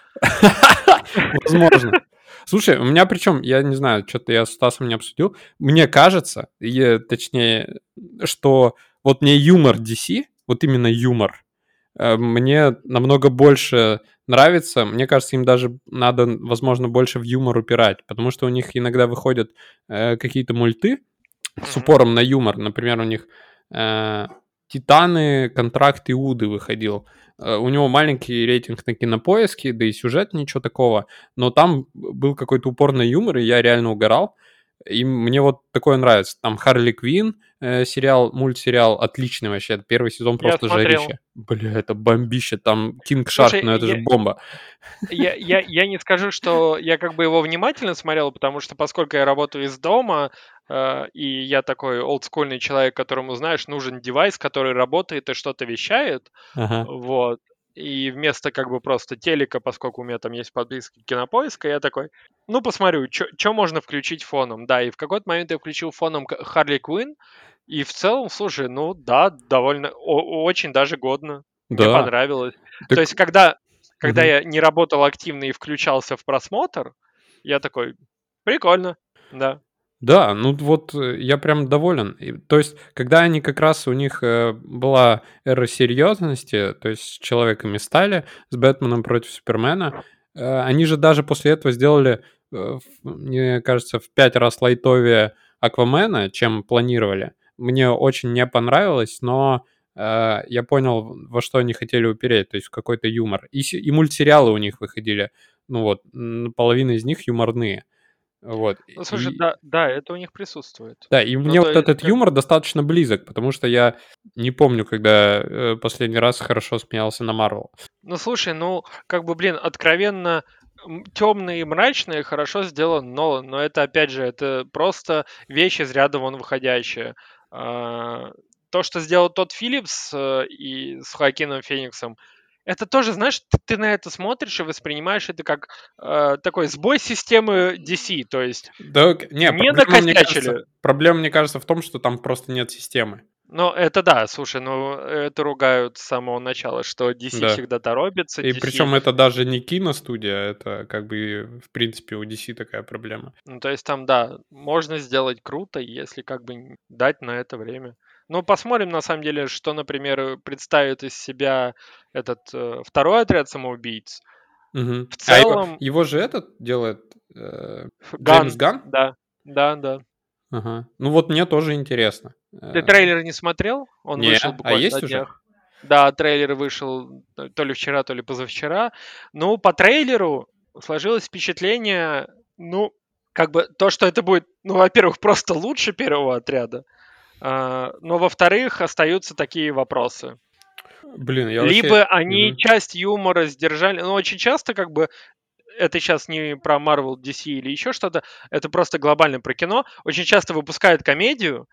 Возможно. Слушай, у меня причем, я не знаю, что-то я с Стасом не обсудил. Мне кажется, и, точнее, что вот мне юмор ди си, вот именно юмор, э, мне намного больше нравится. Мне кажется, им даже надо, возможно, больше в юмор упирать, потому что у них иногда выходят э, какие-то мульты с Мгм. упором на юмор. Например, у них э, «Титаны. Контракт Иуды» выходил. Э, У него маленький рейтинг на Кинопоиске, да и сюжет ничего такого, но там был какой-то упор на юмор, и я реально угорал. И мне вот такое нравится. Там Харли Квинн, э, сериал, мультсериал отличный вообще. Первый сезон Я просто смотрел. жарище. Бля, это бомбище. Там Кинг Шарк, Слушай, ну это же я, бомба. Я, я, я не скажу, что я как бы его внимательно смотрел, потому что поскольку я работаю из дома, э, и я такой олдскульный человек, которому, знаешь, нужен девайс, который работает и что-то вещает, Ага. вот, и вместо как бы просто телека, поскольку у меня там есть подписка Кинопоиска, я такой, ну, посмотрю, что можно включить фоном, да, и в какой-то момент я включил фоном к- Харли Квинн, и в целом, слушай, ну, да, довольно, о- очень даже годно, мне Да. понравилось. То Так... есть, когда когда Мгм. я не работал активно и включался в просмотр, я такой: "Прикольно". Да. Да, ну вот э, я прям доволен. И, то есть, когда они как раз у них э, была эра серьезности, то есть с Человеками стали, с Бэтменом против Супермена, э, они же даже после этого сделали, э, в- мне кажется, в пять раз лайтовее Аквамена, чем планировали. Мне очень не понравилось, но э, я понял, во что они хотели упереть, то есть в какой-то юмор. И, се- и мультсериалы у них выходили, ну вот, м, половина из них юморные. Вот. Ну, слушай, И, да, да, это у них присутствует. да, и Ну, мне то вот есть, этот как юмор достаточно близок, потому что я не помню, когда э, последний раз хорошо смеялся на Марвел. Ну, слушай, ну, как бы, блин, откровенно темное и мрачное хорошо сделан Нолан, но это, опять же, это просто вещь из ряда вон выходящая. А, То, что сделал тот Филлипс э, и с Хоакином Фениксом, это тоже, знаешь, ты, ты на это смотришь и воспринимаешь это как э, такой сбой системы ди си, то есть Да, к- не, не проблема, мне кажется, накосячили. проблема, мне кажется, в том, что там просто нет системы. Ну, это да, слушай, ну, это ругают с самого начала, что ди си Да. всегда торопится, И ди си. причем это даже не киностудия, это как бы, в принципе, у ди си такая проблема. Ну, то есть там, да, можно сделать круто, если как бы н- дать на это время. Ну, посмотрим, на самом деле, что, например, представит из себя этот э, второй отряд самоубийц. Мгм. В А его, целом, его же этот делает э, Джеймс Ган, Ганн? да, да, да. Ага. Ну вот мне тоже интересно. Ты Э, трейлер не смотрел? Он Не, вышел а буквально на есть уже? днях. Да, трейлер вышел то то ли вчера, то ли позавчера. Ну, по трейлеру сложилось впечатление, ну, как бы то, что это будет, ну, во-первых, просто лучше первого отряда, а, но, во-вторых, остаются такие вопросы. Блин, я вообще... Либо они Мгм. часть юмора сдержали, ну, очень часто, как бы, это сейчас не про Marvel, ди си или еще что-то, это просто глобально про кино, очень часто выпускают комедию,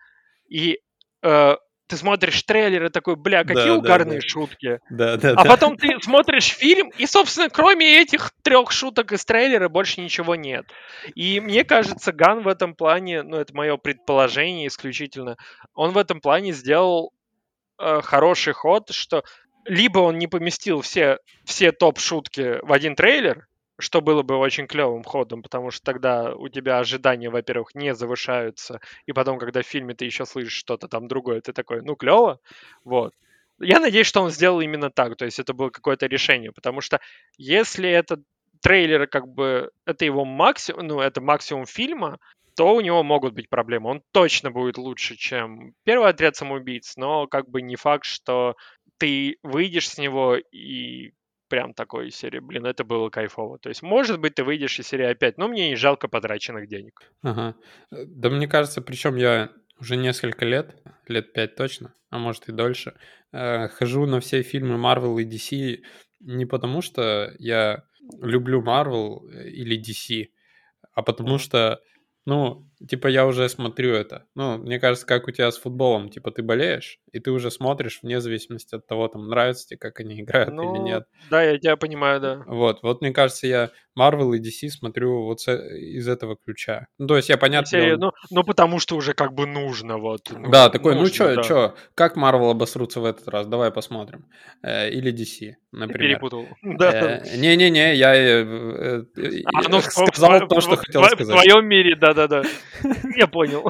и э, ты смотришь трейлер и такой, бля, какие Да, да, угарные да. шутки. Да, да, А да. потом ты смотришь фильм, и, собственно, кроме этих трех шуток из трейлера больше ничего нет. И мне кажется, Ган в этом плане, ну, это мое предположение исключительно, он в этом плане сделал э, хороший ход, что либо он не поместил все, все топ-шутки в один трейлер, что было бы очень клевым ходом, потому что тогда у тебя ожидания, во-первых, не завышаются, и потом, когда в фильме ты еще слышишь что-то там другое, ты такой, ну, клево, вот. Я надеюсь, что он сделал именно так, то есть это было какое-то решение, потому что если этот трейлер, как бы, это его максимум, ну, это максимум фильма, то у него могут быть проблемы. Он точно будет лучше, чем первый отряд самоубийц, но как бы не факт, что ты выйдешь с него и прям такой из серии, блин, это было кайфово. То есть, может быть, ты выйдешь из серии опять, но мне не жалко потраченных денег. Ага. Э, Да мне кажется, причем я уже несколько лет, лет пять точно, а может и дольше, э, хожу на все фильмы Marvel и ди си не потому, что я люблю Marvel э, или ди си, а потому Мгм. что, ну, типа, я уже смотрю это. Ну, мне кажется, как у тебя с футболом. Типа, ты болеешь, и ты уже смотришь вне зависимости от того, там, нравится тебе, как они играют или Ну, нет. да, я тебя понимаю, да. Вот, вот мне кажется, я Marvel и ди си смотрю вот с э из этого ключа. Ну, то есть я, Из понятное серии, дело, ну, ну, потому что уже как бы нужно, вот, да, ну, такой, ну нужно, чё, да. чё, как Marvel обосрутся в этот раз? Давай посмотрим. Э, или ди си, Ты например. перепутал. Да. Э, не-не-не, я э, э, А, ну, э, в, тво- в сказал тво- то, что в хотел тво- в сказать. твоем мире, да-да-да. Я понял.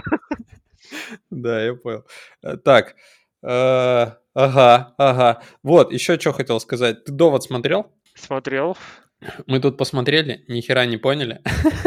Да, я понял. Э, Так, э, ага, ага. Вот, еще что хотел сказать. Ты «Довод» смотрел? Смотрел. Мы тут посмотрели, ни хера не поняли.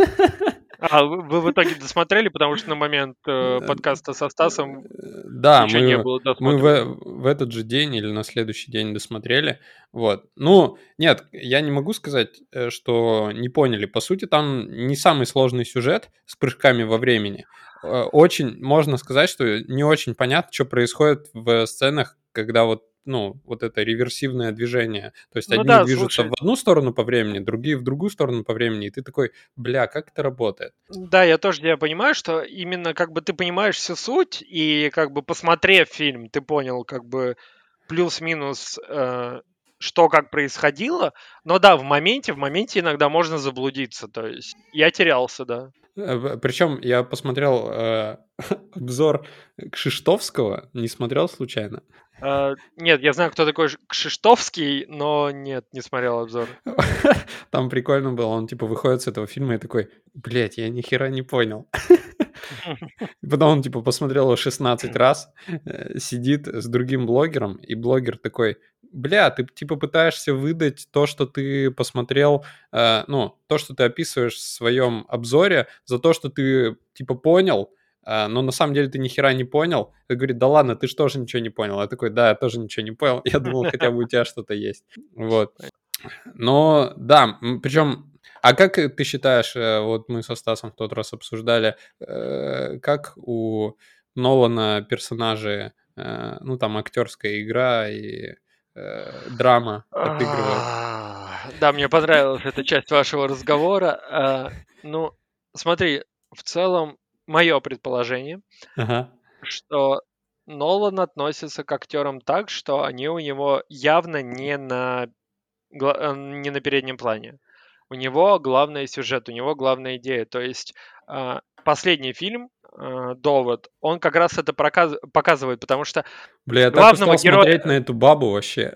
А, вы вы в итоге досмотрели, потому что на момент, э, Э, подкаста со Стасом Да, ничего не мы, было мы досмотрено. в, в этот же день или на следующий день досмотрели. Вот. Ну, нет, я не могу сказать, э, что не поняли. По сути, там не самый сложный сюжет с прыжками во времени. Э, Очень, можно сказать, что не очень понятно, что происходит в сценах, когда вот, ну, вот это реверсивное движение. То есть Ну одни да, движутся в слушай, одну сторону по времени, другие в другую сторону по времени, и ты такой, бля, как это работает? да, я тоже тебя понимаю, что именно как бы ты понимаешь всю суть, и как бы посмотрев фильм, ты понял как бы плюс-минус, э, что как происходило. Но да, в моменте в моменте иногда можно заблудиться. То есть я терялся, да. Причем я посмотрел э, обзор Кшиштовского, не смотрел случайно? Э, нет, я знаю, кто такой Ш Кшиштовский, но нет, не смотрел обзор. Там прикольно было, он типа выходит с этого фильма и такой, блядь, я ни хера не понял. И потом он типа посмотрел его шестнадцать раз, э, сидит с другим блогером, и блогер такой, бля, ты типа пытаешься выдать то, что ты посмотрел, э, ну, то, что ты описываешь в своем обзоре, за то, что ты типа понял, а, но на самом деле ты ни хера не понял. И говорит, да ладно, ты же тоже ничего не понял. Я такой, да, я тоже ничего не понял. Я думал, хотя бы у тебя что-то есть. Вот. Но да, причем А как э, ты считаешь, э, вот мы со Стасом в тот раз обсуждали, э, как у Нолана персонажи, э, ну там актерская игра и э, драма отыгрывают? А, Да, мне понравилась эта часть вашего разговора. А, Ну, смотри, в целом, мое предположение, Ага. что Нолан относится к актерам так, что они у него явно не на, гла- э, не на переднем плане. У него главный сюжет, у него главная идея. То есть а, последний фильм а, «Довод», он как раз это проказ- показывает, потому что Бля, я так главного устал героя, смотреть на эту бабу вообще.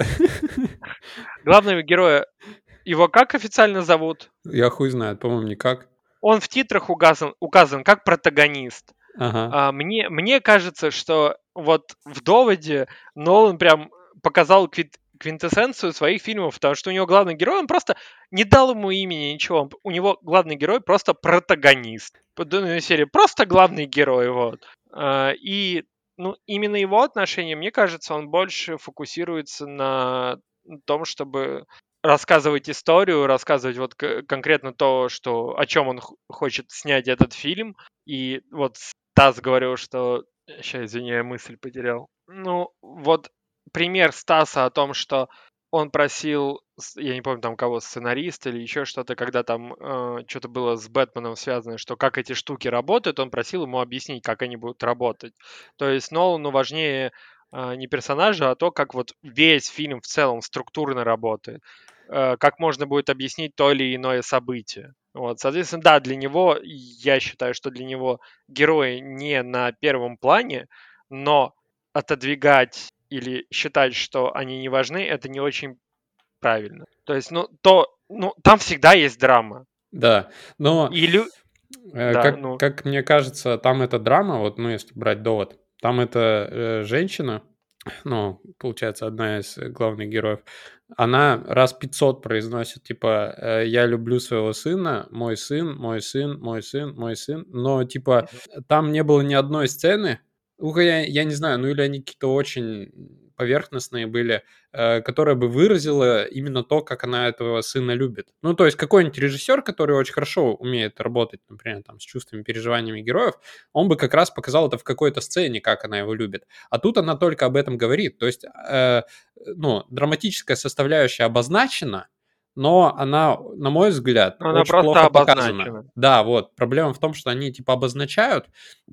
главного героя, его как официально зовут? Я хуй знает, по-моему, никак. Он в титрах указан, указан как протагонист. Ага. А, мне, мне кажется, что вот в «Доводе» Нолан прям показал квит- квинтэссенцию своих фильмов, потому что у него главный герой, он просто не дал ему имени, ничего. Он- У него главный герой просто протагонист. По данной серии просто главный герой, вот. А, И ну, именно его отношение, мне кажется, он больше фокусируется на том, чтобы рассказывать историю, рассказывать вот к- конкретно то, что, о чем он х- хочет снять этот фильм. И вот Стас говорил, что... Сейчас, извини, я мысль потерял. Ну, вот пример Стаса о том, что он просил, с- я не помню там кого, сценариста или еще что-то, когда там что-то было с Бэтменом связано, что как эти штуки работают, он просил ему объяснить, как они будут работать. То есть Нолану важнее а, не персонажа, а то, как вот весь фильм в целом структурно работает, э, как можно будет объяснить то или иное событие. Вот, соответственно, да, для него, я считаю, что для него герои не на первом плане, но отодвигать или считать, что они не важны, это не очень правильно. То есть, ну, то, ну, там всегда есть драма. Да, но И лю... э, Да, как, ну, как мне кажется, там эта драма, вот, ну, если брать довод, там эта э, женщина, ну, получается, одна из э, главных героев, она раз пятьсот произносит, типа, э, я люблю своего сына, мой сын, мой сын, мой сын, мой сын, но, типа, мгм. там не было ни одной сцены, ну, я, я не знаю, ну, или они какие-то очень поверхностные были, э, которая бы выразила именно то, как она этого сына любит. Ну, то есть какой-нибудь режиссер, который очень хорошо умеет работать, например, там, с чувствами, переживаниями героев, он бы как раз показал это в какой-то сцене, как она его любит. А тут она только об этом говорит. То есть, э, ну, драматическая составляющая обозначена, но она, на мой взгляд, Она очень просто плохо показана. обозначена. Да, вот. Проблема в том, что они типа обозначают,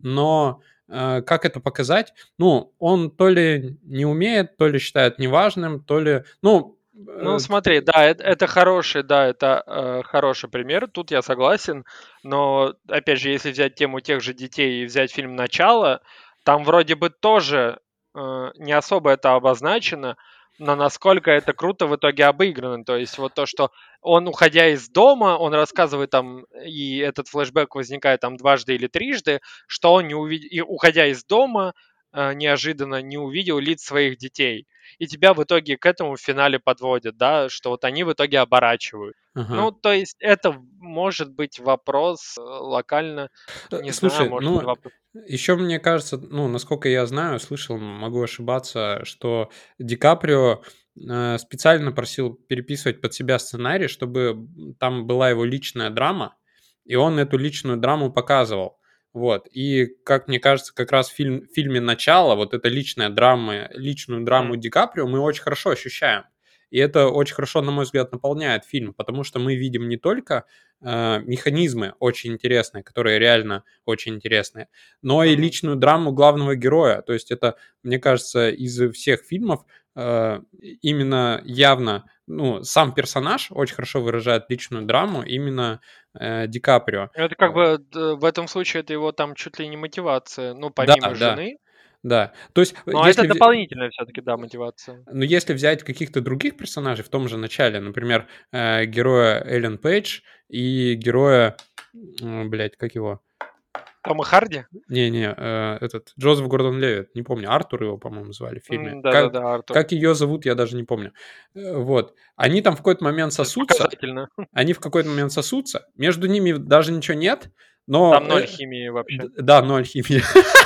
но э, как это показать? Ну, он то ли не умеет, то ли считает неважным, то ли... Ну, Ну, э, смотри, да, это, это хороший, да, это э, хороший пример, тут я согласен, но, опять же, если взять тему тех же детей и взять фильм «Начало», там вроде бы тоже э, не особо это обозначено, но насколько это круто в итоге обыграно, то есть вот то, что он, уходя из дома, он рассказывает там, и этот флешбэк возникает там дважды или трижды, что он, не увид... и, уходя из дома, э, неожиданно не увидел лиц своих детей, и тебя в итоге к этому в финале подводят, да, что вот они в итоге оборачивают. ага. Ну, то есть это может быть вопрос э, локально, Э, не знаю, Слушай, может это ну, вопрос. еще мне кажется, ну, насколько я знаю, слышал, могу ошибаться, что Ди Каприо э, специально просил переписывать под себя сценарий, чтобы там была его личная драма, и он эту личную драму показывал. Вот. И, как мне кажется, как раз в фильм, в фильме «Начало» вот эта личная драма, личную драму Мгм. Ди Каприо мы очень хорошо ощущаем. И это очень хорошо, на мой взгляд, наполняет фильм, потому что мы видим не только э, механизмы очень интересные, которые реально очень интересные, но и Мгм. личную драму главного героя. То есть это, мне кажется, из всех фильмов э, именно явно, ну, сам персонаж очень хорошо выражает личную драму именно э, Ди Каприо. Это как Э, бы д- в этом случае это его там чуть ли не мотивация, ну, Да, помимо да, жены, да. То есть, но это если, вз- дополнительная все-таки, да, мотивация. ну, если взять каких-то других персонажей в том же начале, например, э, героя Эллен Пейдж и героя, блядь, как его? Тома Харди? Не-не, э, этот Джозеф Гордон-Левитт, не помню, Артур его, по-моему, звали в фильме. М, Как, Да-да-да, Артур. как ее зовут, я даже не помню. Э, Вот. Они там в какой-то момент Это сосутся, показательно. они в какой-то момент сосутся, между ними даже ничего нет, но... Там ноль э, химии д- вообще. Да, ноль химии.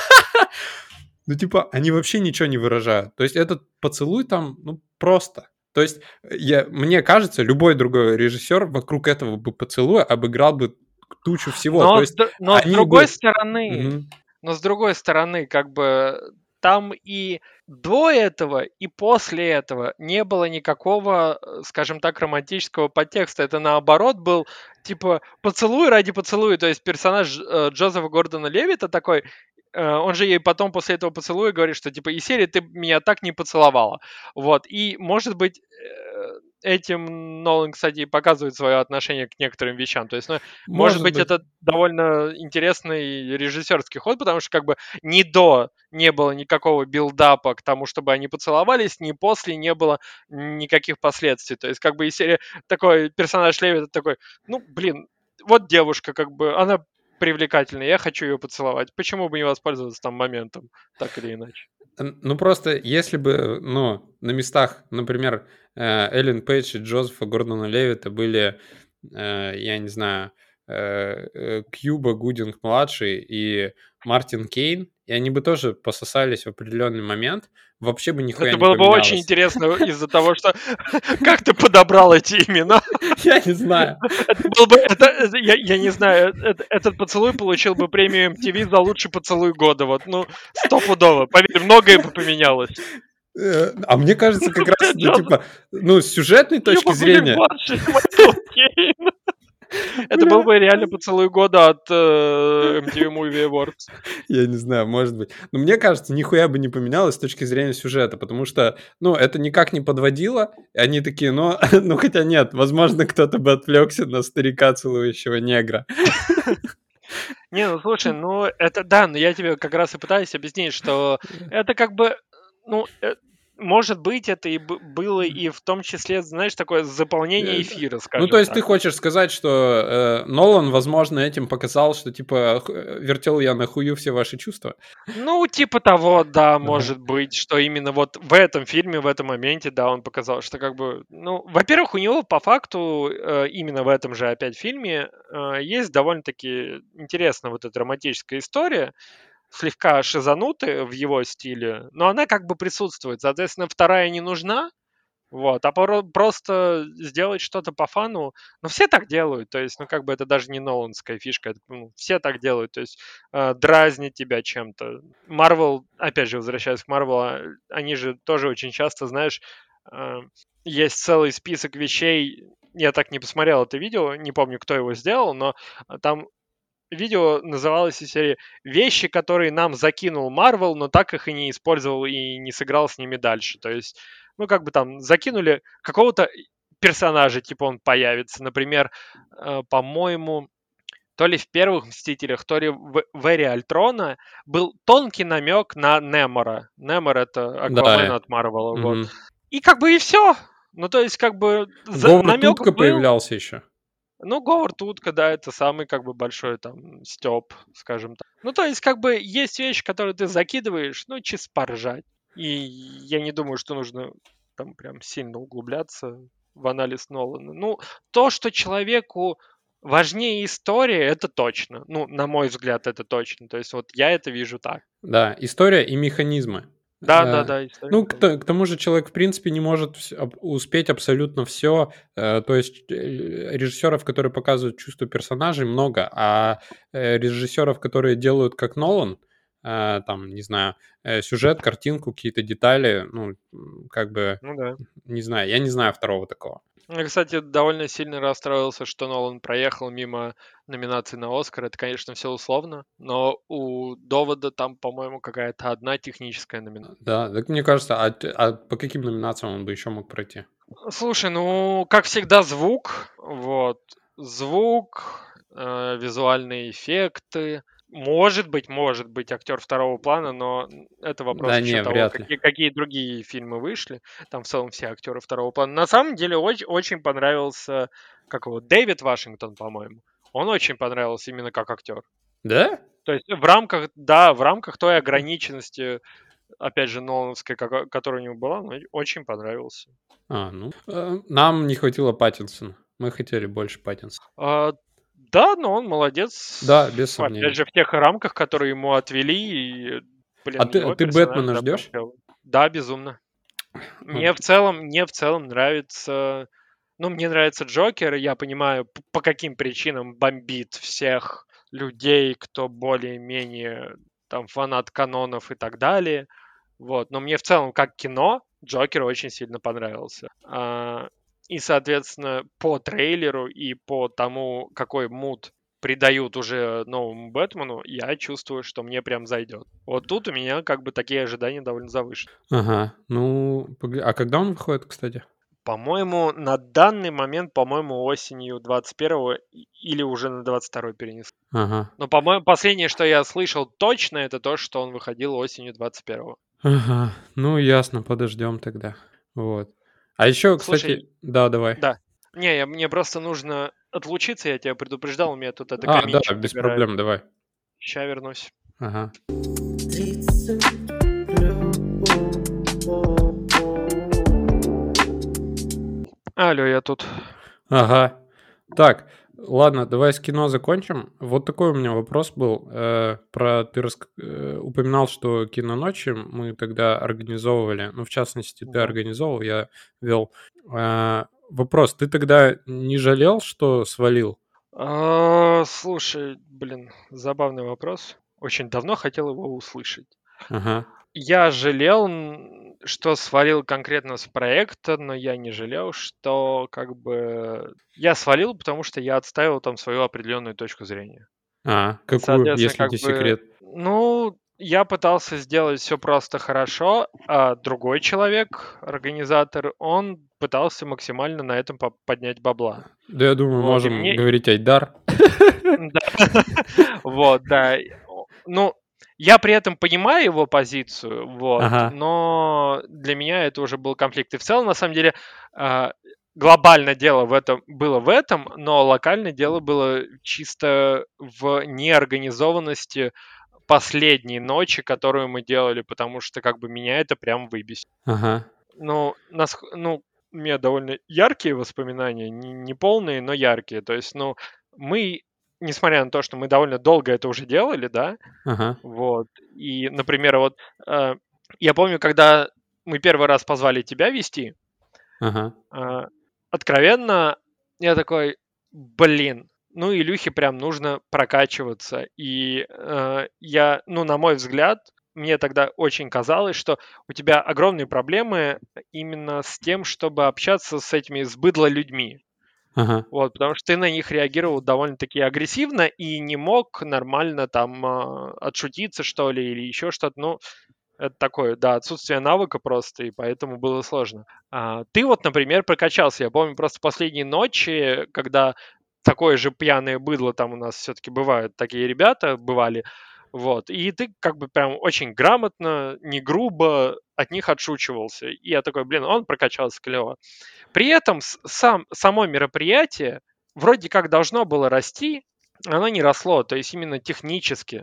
Ну, типа, они вообще ничего не выражают. То есть этот поцелуй там, ну, просто. То есть, я, мне кажется, любой другой режиссер вокруг этого бы поцелуя обыграл бы тучу всего. Но, То с, есть, д- но с они другой бы... стороны, Мгм. но с другой стороны, как бы там и до этого, и после этого не было никакого, э, скажем так, романтического подтекста. Это наоборот был типа поцелуй ради поцелуя. То есть персонаж э, Джозефа Гордона Левита такой, э, он же ей потом после этого поцелуя говорит, что типа из серии ты меня так не поцеловала. Вот. И может быть э, этим Нолан, кстати, и показывает свое отношение к некоторым вещам. То есть, ну, может Может быть, быть. это довольно интересный режиссерский ход, потому что как бы ни до не было никакого билдапа к тому, чтобы они поцеловались, ни после не было никаких последствий. То есть как бы из серии такой персонаж Левита такой, ну, блин, вот девушка, как бы, она привлекательная, я хочу ее поцеловать. Почему бы не воспользоваться там моментом, так или иначе? Н- Ну, просто если бы, ну, на местах, например, э, Эллен Пейдж и Джозефа Гордона Левита были, э, я не знаю, э, э, Кьюба Гудинг-младший и Мартин Кейн, и они бы тоже пососались в определенный момент, вообще бы нихуя Это не было бы очень поменялось. интересно из-за того, что как ты подобрал эти имена. Я не знаю. Это был бы, это, это- я, я не знаю, это- этот поцелуй получил бы премию эм ти ви за лучший поцелуй года. Вот, ну, стопудово. Поверь, многое бы поменялось. Э, А мне кажется, как раз, ну, Джозеф типа, ну, с сюжетной точки Кьюба Гудинг зрения, младший, Майкл Кейн. Это был бля, бы реально поцелуй года от э, эм ти ви Movie Awards. я не знаю, может быть. Но мне кажется, нихуя бы не поменялось с точки зрения сюжета, потому что, ну, это никак не подводило. И они такие, ну, ну, хотя нет, возможно, кто-то бы отвлекся на старика, целующего негра. Не, ну слушай, ну это да, но я тебе как раз и пытаюсь объяснить, что это как бы, ну, э, может быть, это и б- было и в том числе, знаешь, такое заполнение Э, эфира, Ну, то скажем есть ты так. хочешь сказать, что э, Нолан, возможно, этим показал, что, типа, ху- э, вертел я на хую все ваши чувства? Ну, типа того, да, Ага. может быть, что именно вот в этом фильме, в этом моменте, да, он показал, что как бы, ну, во-первых, у него по факту э, именно в этом же опять фильме э, есть довольно-таки интересная вот эта романтическая история, слегка шизанутая в его стиле, но она как бы присутствует. Соответственно, вторая не нужна, вот, а поро- просто сделать что-то по фану, ну, все так делают, то есть, ну, как бы это даже не ноланская фишка, это, ну, все так делают, то есть, э, дразнить тебя чем-то. Марвел, опять же, возвращаясь к Марвел, а, они же тоже очень часто, знаешь, э, есть целый список вещей, я так не посмотрел это видео, не помню, кто его сделал, но а, там видео называлось из серии «Вещи, которые нам закинул Марвел, но так их и не использовал и не сыграл с ними дальше». То есть, ну, как бы там закинули какого-то персонажа, типа он появится. Например, э, по-моему, то ли в первых «Мстителях», то ли в, в «Эре Альтрона» был тонкий намек на Немора. Немор — это Аквамен Да. от Марвела, вот. Мгм. И как бы и все. Ну, то есть, как бы Говард намек Утка был, появлялся еще. ну, Говард Утка, да, это самый как бы большой там стёб, скажем так. Ну, то есть, как бы есть вещи, которые ты закидываешь, ну, чисто поржать. И я не думаю, что нужно там прям сильно углубляться в анализ Нолана. Ну, то, что человеку важнее история, это точно. Ну, на мой взгляд, это точно. То есть, вот я это вижу так. Да, история и механизмы. Да, да, Э, да, история. Ну, к, то- к тому же человек, в принципе, не может вс- об- успеть абсолютно все. То есть э, режиссеров, которые показывают чувство персонажей, много, а э, режиссеров, которые делают как Нолан, э, там, не знаю, э, сюжет, картинку, какие-то детали, ну, м, как бы, Ну да. не знаю, я не знаю второго такого. Я, кстати, довольно сильно расстроился, что Нолан проехал мимо номинаций на Оскар. Это, конечно, все условно, но у Довода там, по-моему, какая-то одна техническая номинация. Да, так мне кажется, а, т- а по каким номинациям он бы еще мог пройти? Слушай, ну, как всегда, звук, вот, звук, э, визуальные эффекты. Может быть, может быть, актер второго плана, но это вопрос Да, еще не, того, вряд ли. какие, какие другие фильмы вышли. Там в целом все актеры второго плана. На самом деле очень, очень понравился, как его, Дэвид Вашингтон, по-моему. Он очень понравился именно как актер. Да? То есть в рамках, да, в рамках той ограниченности, опять же, Нолановской, ка- которая у него была, он очень понравился. А, ну. Э, Нам не хватило Паттинсона. Мы хотели больше Паттинсона. А, да, но он Да, молодец. без Опять сомнений. же, в тех рамках, которые ему отвели. И, А блин, ты, его ты персонаж, Бэтмена да, прям ждешь? клёвый. Да, безумно. Мне в целом, мне в целом нравится... Ну, мне нравится Джокер, и я понимаю, п- по каким причинам бомбит всех людей, кто более-менее там фанат канонов и так далее. Вот. Но мне в целом, как кино, Джокер очень сильно понравился. А, и, соответственно, по трейлеру и по тому, какой муд придают уже новому Бэтмену, я чувствую, что мне прям зайдет. Вот тут у меня как бы такие ожидания довольно завышены. Ага, ну, пог- а когда он выходит, кстати? По-моему, на данный момент, по-моему, осенью двадцать первого и- или уже на двадцать второй перенес. Ага, Но, по-моему, последнее, что я слышал точно, это то, что он выходил осенью двадцать первого. ага, ну, ясно, подождем тогда. Вот. А еще, Слушай, кстати, да, давай. да. Не, я, мне просто нужно отлучиться, я тебя предупреждал, у меня тут это А, да, каминчик без догорает. проблем, давай. Ща вернусь. Ага. Алло, я тут. Ага. Так, ладно, давай с кино закончим. Вот такой у меня вопрос был. Э, про ты раск- э, упоминал, что киноночи мы тогда организовывали. Ну, в частности, ты Да. организовывал, я вел. Э, вопрос, ты тогда не жалел, что свалил? А, слушай, блин, забавный вопрос. Очень давно хотел его услышать. Ага. Я жалел, м, что свалил конкретно с проекта, но я не жалел, что как бы я свалил, потому что я отстаивал там свою определенную точку зрения. А, И, какую, соответственно, если как не бы, секрет? ну, я пытался сделать все просто хорошо, а другой человек, организатор, он пытался максимально на этом по- поднять бабла. Да, я думаю, Вот, и можем мне, говорить Айдар. да, вот, да. и, о, Ну, я при этом понимаю его позицию, вот, Ага, но для меня это уже был конфликт. И в целом, на самом деле, а, глобально дело в этом было в этом, но локально дело было чисто в неорганизованности последней ночи, которую мы делали, потому что как бы меня это прям выбесило. ага, Ну, нас, ну, у меня довольно яркие воспоминания, не, не полные, но яркие. То есть, ну, мы, несмотря на то, что мы довольно долго это уже делали, да, ага, вот, и, например, вот э, я помню, когда мы первый раз позвали тебя вести, ага, э, откровенно, я такой, блин, ну, Илюхе прям нужно прокачиваться. И э, я, ну, на мой взгляд, мне тогда очень казалось, что у тебя огромные проблемы именно с тем, чтобы общаться с этими сбыдло людьми. ага, Вот, потому что ты на них реагировал довольно-таки агрессивно и не мог нормально там а, отшутиться, что ли, или еще что-то. Ну, это такое, да, отсутствие навыка просто, и поэтому было сложно. А, ты вот, например, прокачался. Я помню просто последние ночи, когда такое же пьяное быдло там у нас все-таки бывают, такие ребята бывали, вот, и ты как бы прям очень грамотно, не грубо от них отшучивался. И я такой, блин, он прокачался клево. При этом с- сам, само мероприятие вроде как должно было расти, оно не росло, то есть именно технически.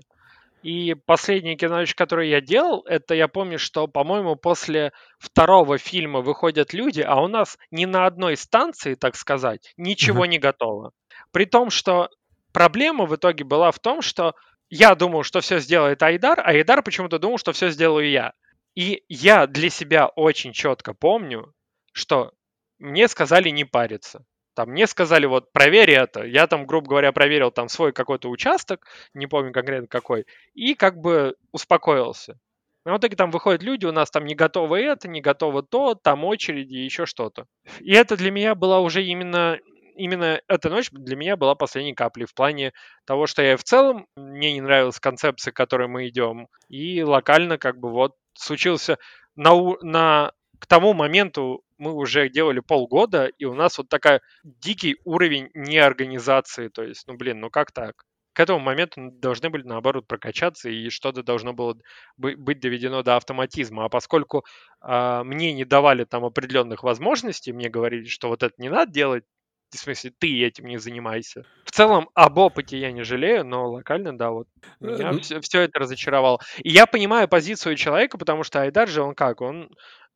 И последний кинонович, который я делал, это я помню, что, по-моему, после второго фильма выходят люди, а у нас ни на одной станции, так сказать, ага, ничего не готово. При том, что проблема в итоге была в том, что я думал, что все сделает Айдар, а Айдар почему-то думал, что все сделаю я. И я для себя очень четко помню, что мне сказали не париться. Там мне сказали, вот проверь это. Я там, грубо говоря, проверил там свой какой-то участок, не помню конкретно какой, и как бы успокоился. Но в итоге там выходят люди, у нас там не готово это, не готово то, там очереди, еще что-то. И это для меня была уже именно, именно эта ночь для меня была последней каплей в плане того, что я в целом, мне не нравилась концепция, к которой мы идем, и локально как бы вот случился на, у- на к тому моменту мы уже делали полгода, и у нас вот такая дикий уровень неорганизации. То есть, ну блин, ну как так? К этому моменту должны были, наоборот, прокачаться, и что-то должно было бы- быть доведено до автоматизма. А поскольку а, мне не давали там определенных возможностей, мне говорили, что вот это не надо делать, в смысле, ты этим не занимайся. В целом, об опыте я не жалею, но локально, да, вот Э, меня н- все, все это разочаровало. И я понимаю позицию человека, потому что Айдар же, он как, он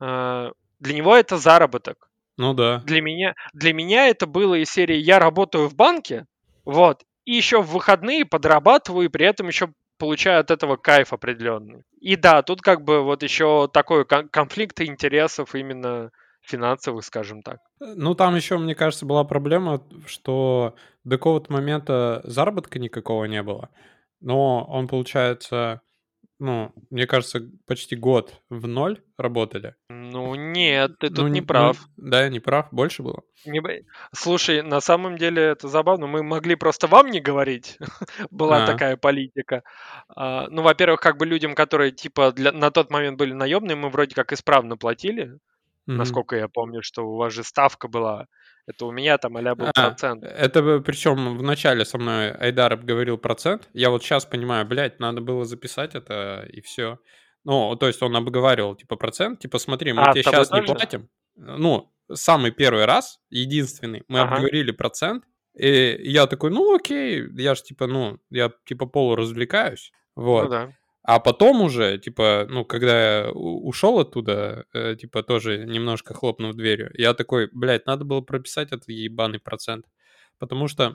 э, для него это заработок. ну да. Для меня, для меня это было из серии «Я работаю в банке, вот, и еще в выходные подрабатываю, и при этом еще получаю от этого кайф определенный. И да, тут как бы вот еще такой кон- конфликт интересов именно финансовых, скажем так. Э, Ну, там еще, мне кажется, была проблема, что до какого-то момента заработка никакого не было. Но он, получается, ну, мне кажется, почти год в ноль работали. Ну нет, ты Ну, тут не н- ну, прав. да, я не прав, больше было. Не бо- Слушай, на самом деле это забавно. Мы могли просто вам не говорить. Была А, такая политика. А, ну, во-первых, как бы людям, которые типа для, на тот момент были наемные, мы вроде как исправно платили. мгм. Насколько я помню, что у вас же ставка была. Это у меня там а был А, процент. это причем в начале со мной Айдар говорил процент. Я вот сейчас понимаю, блядь, надо было записать это и все. Ну, то есть он обговаривал, типа, процент, типа, смотри, мы А, тебе с тобой сейчас не тоже? платим. Ну, самый первый раз, единственный, мы Ага. обговорили процент, и я такой, ну, окей, я же, типа, ну, я, типа, полуразвлекаюсь, Ну вот. да. А потом уже, типа, ну, когда я у- ушел оттуда, э, типа, тоже немножко хлопнув дверью, я такой, блядь, надо было прописать этот ебаный процент. Потому что,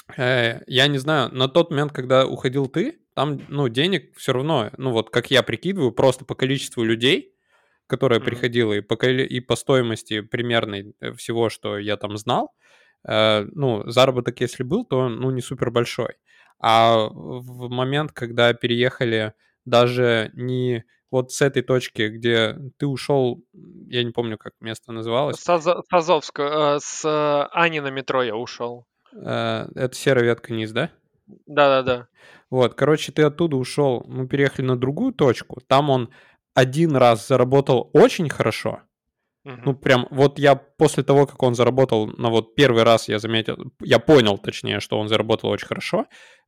э, я не знаю, на тот момент, когда уходил ты, там, ну, денег все равно, ну, вот как я прикидываю, просто по количеству людей, которое Мгм. приходило, и по, коли- и по стоимости примерной э, всего, что я там знал, э, ну, заработок, если был, то, он, ну, не супер большой. А в момент, когда переехали даже не вот с этой точки, где ты ушел, я не помню, как место называлось, С Азо- с Азовска, э, с э, Ани на метро я ушел. э, это серая ветка низ, да? Да-да-да. Вот, короче, ты оттуда ушел, мы переехали на другую точку, там он один раз заработал очень хорошо. Ну, Мгм. прям, вот я после того, как он заработал, на вот первый раз я заметил, я понял, точнее, что он заработал очень хорошо,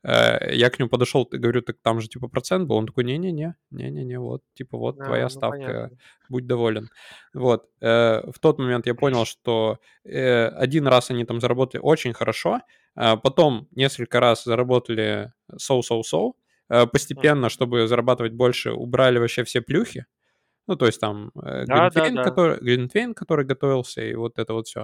э, я к нему подошел, ты говорю, так там же, типа, процент был, он такой, не-не-не, не-не-не, вот, типа, вот твоя А, ну ставка, понятно. будь доволен. Вот, э, в тот момент я понял, что э, один раз они там заработали очень хорошо, а потом несколько раз заработали соу-соу-соу, э, постепенно, Мгм. чтобы зарабатывать больше, убрали вообще все плюхи, ну, то есть там, э, глинтвейн, Да-да-да. который глинтвейн, который готовился, и вот это вот все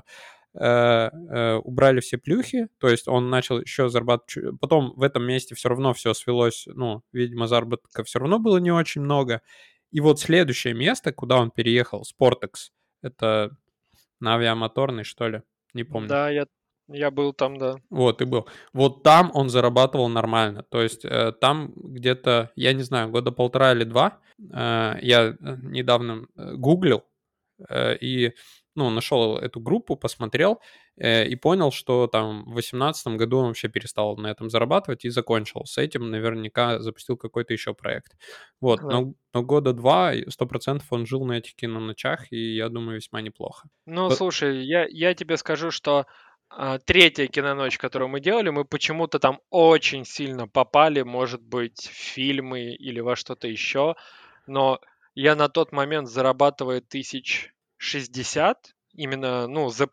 убрали все плюхи, то есть он начал еще зарабатывать чу потом в этом месте все равно все свелось, ну, видимо, заработка все равно было не очень много. И вот следующее место, куда он переехал, Sportex, это на Авиамоторной, что ли, не помню. Да, я я был там, да. Вот, и был. Вот там он зарабатывал нормально. То есть э, там где-то, я не знаю, года полтора или два, э, я э, недавно э, гуглил э, и, ну, нашел эту группу, посмотрел э, и понял, что там в восемнадцатом году он вообще перестал на этом зарабатывать и закончил. С этим наверняка запустил какой-то еще проект. Вот, Да. но, но года два, сто процентов он жил на этих киноночах, и я думаю, весьма неплохо. Ну, По- слушай, я я тебе скажу, что, а, третья киноночь, которую мы делали, мы почему-то там очень сильно попали, может быть, в фильмы или во что-то еще. Но я на тот момент зарабатывая тысяч шестьдесят, именно, ну, ЗП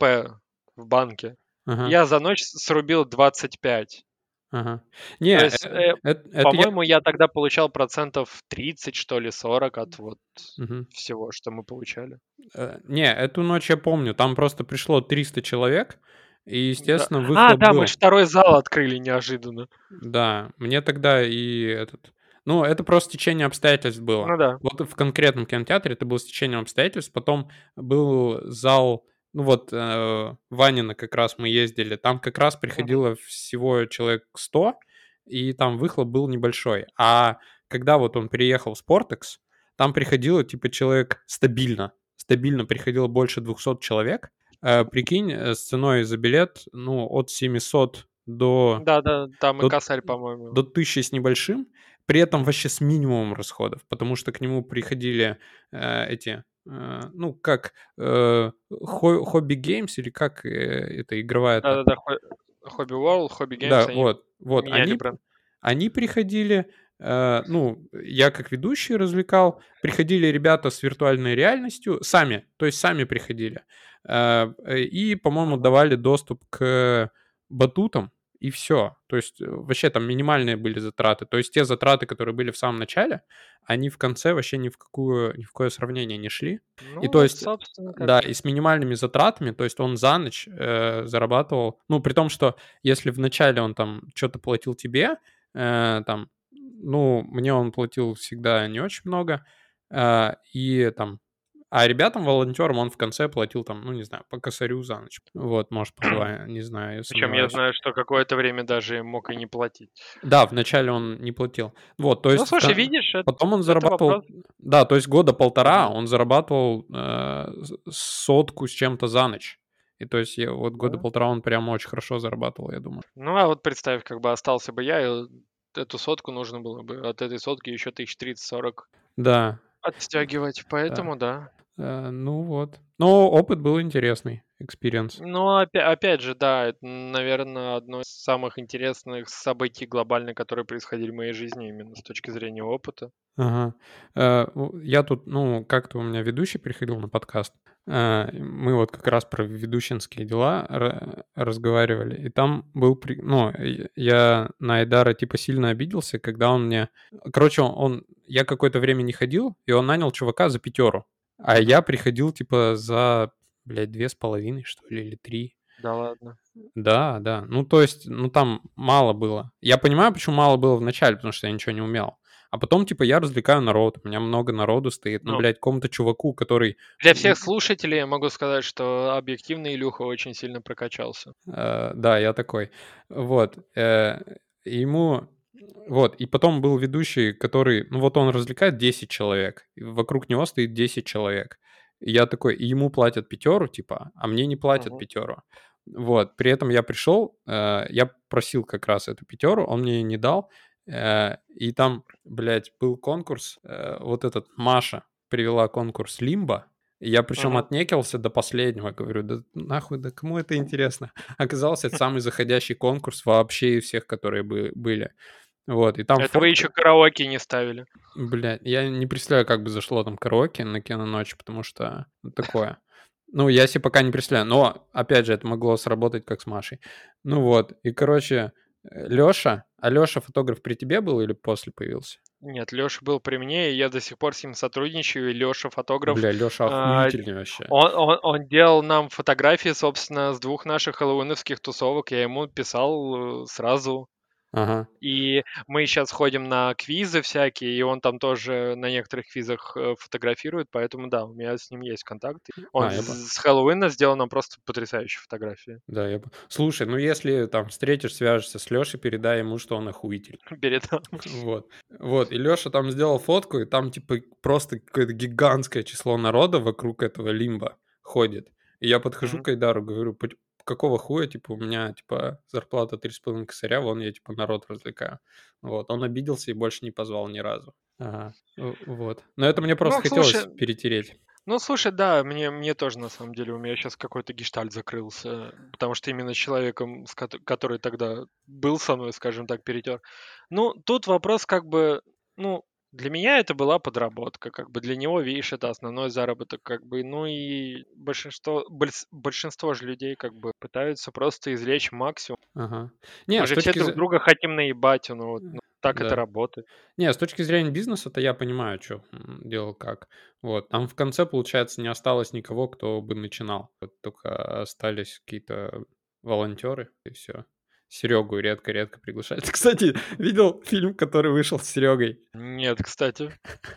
в банке, Ага. я за ночь с срубил двадцать пять. Ага. То Не, есть, э, э, эт это я по-моему, я тогда получал процентов тридцать, что ли, сорок от вот мгм. всего, что мы получали. Э, не, эту ночь я помню. Там просто пришло триста человек, и, Да. естественно, А, выхлоп да, мы ж был. второй зал открыли неожиданно. Да, мне тогда и этот ну, это просто течение обстоятельств было. Ну да. Вот в конкретном кинотеатре это было стечением обстоятельств. Потом был зал, ну вот, э, Ванина как раз мы ездили, там как раз Мгм. приходило всего человек сто, и там выхлоп был небольшой. А когда вот он переехал в Спортекс, там приходило типа человек стабильно, стабильно приходило больше двухсот человек. Э, прикинь, э, с ценой за билет, ну, от семисот до Да-да, там и до косарь, по-моему. до тысячи с небольшим, при этом вообще с минимумом расходов, потому что к нему приходили, э, эти, э, ну, как, э, хо Hobby Games или как, э, это игровая-то? Да-да-да, хо Hobby World, Hobby Games, Да, они вот, вот, меняли они п бренд. они приходили, э, ну, я как ведущий развлекал, приходили ребята с виртуальной реальностью, сами, то есть сами приходили, э, э, и, по-моему, Мгм. давали доступ к батутам, и все. То есть, э, вообще там минимальные были затраты. То есть те затраты, которые были в самом начале, они в конце вообще ни в какую ни в какое сравнение не шли. И Ну то вот, есть, собственно, как да, и бы. с минимальными затратами, то есть он за ночь, э, зарабатывал, ну, при том, что если вначале он там что то платил тебе, э, там, ну, мне он платил всегда не очень много, а, и там, а ребятам, волонтерам он в конце платил там, ну, не знаю, по косарю за ночь. Вот, может, по два, не знаю, я Причем я сомневаюсь. знаю, что какое-то время даже мог и не платить. Да, вначале он не платил. Вот, то Ну, есть в слушай, кон- видишь, это, потом он это вопрос. зарабатывал, да, то есть года полтора Мгм. он зарабатывал э, с- сотку с чем-то за ночь. И то есть я, вот года Да. полтора он прям очень хорошо зарабатывал, я думаю. Ну, а вот представь, как бы остался бы я, и эту сотку нужно было бы от этой сотки еще тысяч тридцать-сорок Да, отстегивать. да. Поэтому да. Э, ну вот. Но опыт был интересный, экспириенс. Но опя- опять же, да, это, наверное, одно из самых интересных событий глобально, которые происходили в моей жизни именно с точки зрения опыта. Ага. Э, у Я тут, ну, как-то у меня ведущий приходил на подкаст. Э, и Мы вот как раз про ведущинские дела ра- разговаривали. И там был, при- ну, и- я на Айдара типа сильно обиделся, когда он мне... Короче, он... Я какое-то время не ходил, и он нанял чувака за пятеру. А Мгм. я приходил типа за, блядь, две с половиной, что ли, или три. Да ладно. Да, да. Ну, то есть, ну, там мало было. Я понимаю, почему мало было в начале, потому что я ничего не умел. А потом, типа, я развлекаю народ, у меня много народу стоит. Ну, Ну, блядь, какому-то чуваку, который... для всех м, слушателей я могу сказать, что объективно Илюха очень сильно прокачался. э, да, я такой. Вот. э, Ему... Вот. И потом был ведущий, который... Ну, вот он развлекает десять человек. И вокруг него стоит десять человек. И я такой... И ему платят пятеру, типа, а мне не платят Мгм. пятеру. Вот. При этом я пришел, э, я просил как раз эту пятеру, он мне ее не дал. Э, и там, блядь, был конкурс. Э, вот этот Маша привела конкурс Лимба. Я причем Мгм. отнекился до последнего. Говорю, да нахуй, да кому это интересно? Оказалось, это самый заходящий конкурс вообще из всех, которые бы, были. Вот, и там Это вы фотка... еще караоке не ставили. Блядь, я не представляю, как бы зашло там караоке на киноночь, потому что ну, такое. Ну, я себе пока не представляю. Но, опять же, это могло сработать как с Машей. Ну вот, и, короче, Лёша... А Лёша фотограф при тебе был или после появился? Нет, Лёша был при мне, и я до сих пор с ним сотрудничаю. И Лёша фотограф, Бля, Лёша а, охуительный вообще. он, он, он делал нам фотографии, собственно, с двух наших хэллоуиновских тусовок. Я ему писал э, сразу. Ага. И мы сейчас ходим на квизы всякие, и он там тоже на некоторых квизах э, фотографирует, поэтому да, у меня с ним есть контакты. Он А, я понял. с с Хэллоуина сделал нам просто потрясающие фотографии. Да, я... по- Слушай, ну если там встретишь, свяжешься с Лёшей, передай ему, что он охуительный. Передам. Вот. Вот. И Лёша там сделал фотку, и там, типа, просто какое-то гигантское число народа вокруг этого лимба ходит. И я подхожу Мгм. к Айдару, говорю, «Пот- какого хуя, типа, у меня, типа, зарплата три с половиной косаря, вон я, типа, народ развлекаю. Вот. Он обиделся и больше не позвал ни разу. Ага. В- Вот. Но это мне просто Ну, слушай, хотелось перетереть. ну, слушай, да, мне, мне тоже, на самом деле, у меня сейчас какой-то гештальт закрылся, потому что именно с человеком, с кото- который тогда был со мной, скажем так, перетер. Ну, тут вопрос как бы, ну, для меня это была подработка, как бы для него, видишь, это основной заработок, как бы, ну и большинство, больс- большинство же людей как бы пытаются просто извлечь максимум. Ага. Мы Не, с же все точки друг зрения... друга хотим наебать, ну вот, ну, так это Да. работает. Не, с точки зрения бизнеса-то я понимаю, что делал как. Вот. Там в конце, получается, не осталось никого, кто бы начинал. Вот только остались какие-то волонтеры, и все. Серегу редко-редко приглашали. Ты, кстати, видел фильм, который вышел с Серегой? Нет, кстати,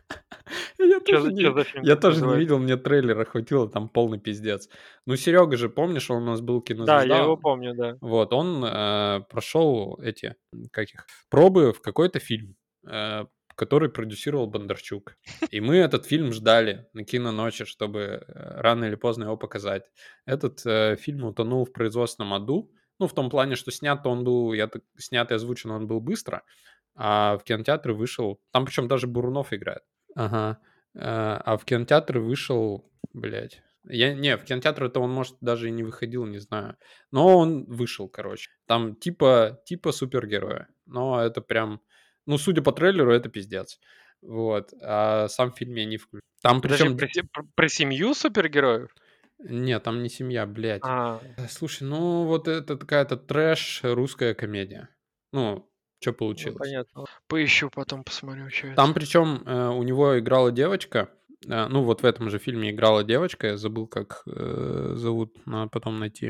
Я что тоже за, чё не, за фильм, я как тоже не называется? видел, мне трейлера хватило, там полный пиздец. Ну, Серега же, помнишь, он у нас был Да, я кинозвезда. его помню, да. Вот, он э, прошел эти, м, как их, пробы в какой-то фильм, э, который продюсировал Бондарчук. И мы этот фильм ждали на киноночи, чтобы э, рано или поздно его показать. Этот э, фильм утонул в производственном аду. Ну, в том плане, что снят он был, я так, снят и озвучен он был быстро, а в кинотеатры вышел... Там причем даже Бурунов играет. Ага. Э, А в кинотеатры вышел, блядь. Я, не, в кинотеатры-то он, может, даже и не выходил, не знаю. Но он вышел, короче. Там типа, типа супергероя. Но это прям... Ну, судя по трейлеру, это пиздец. Вот. А сам фильм я не включил. Там Подожди, причем... про, се- про- про семью супергероев? Нет, там не семья, блядь. А, Э, Слушай, ну вот это какая-то трэш русская комедия. Ну, что ну получилось. понятно. Поищу, потом посмотрю, что это. Там причем э, у него играла девочка, э, ну вот в этом же фильме играла девочка, я забыл, как э, зовут, надо потом найти.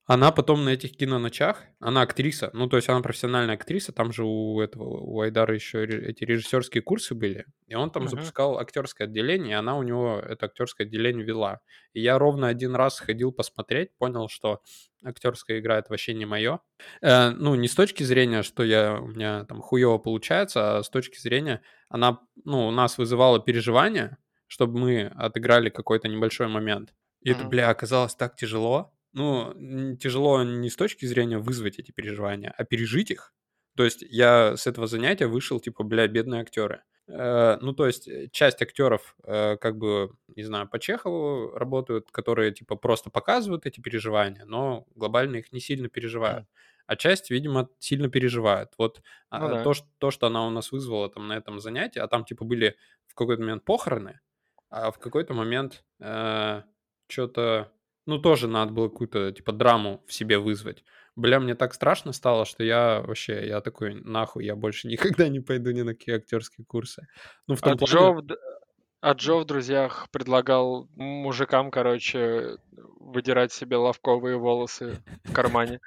Она потом на этих киноночах, она актриса, ну, то есть она профессиональная актриса, там же у этого, у Айдара еще ре- эти режиссерские курсы были, и он там Мгм. запускал актерское отделение, и она у него это актерское отделение вела. И я ровно один раз ходил посмотреть, понял, что актерская игра это вообще не мое. Э, ну, не с точки зрения, что я, у меня там хуево получается, а с точки зрения, она, ну, у нас вызывала переживания, чтобы мы отыграли какой-то небольшой момент. И это, Мгм. бля, оказалось так тяжело. Ну, н- тяжело не с точки зрения вызвать эти переживания, а пережить их. То есть я с этого занятия вышел, типа, бля, бедные актеры. Э, Ну, то есть э, часть актеров, э, как бы, не знаю, по Чехову работают, которые, типа, просто показывают эти переживания, но глобально их не сильно переживают. А часть, видимо, сильно переживает. Вот Ну а, да. то, что, то, что она у нас вызвала там на этом занятии, а там, типа, были в какой-то момент похороны, а в какой-то момент что-то, ну, тоже надо было какую-то, типа, драму в себе вызвать. Бля, мне так страшно стало, что я вообще, я такой, нахуй, я больше никогда не пойду ни на какие актерские курсы. Ну, в А том Джо плане, в д а Джо в "Друзьях" предлагал мужикам, короче, выдирать себе лавковые волосы в кармане.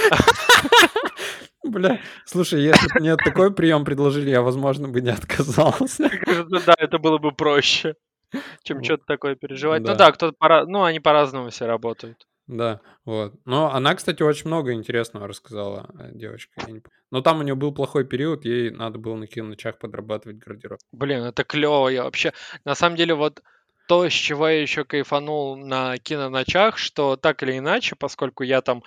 бля, слушай, если бы мне такой прием предложили, я, возможно, бы не отказался. Мне кажется, да, это было бы проще, чем В- что то такое переживать. Ну Да. да, кто-то пора ну, они по-разному все работают. Да, вот. Но она, кстати, очень много интересного рассказала, э, девочка. Я не п- Но там у нее был плохой период, ей надо было на киноночах подрабатывать гардероб. Блин, это клево. Я вообще на самом деле, вот то, с чего я еще кайфанул на киноночах, что так или иначе, поскольку я там,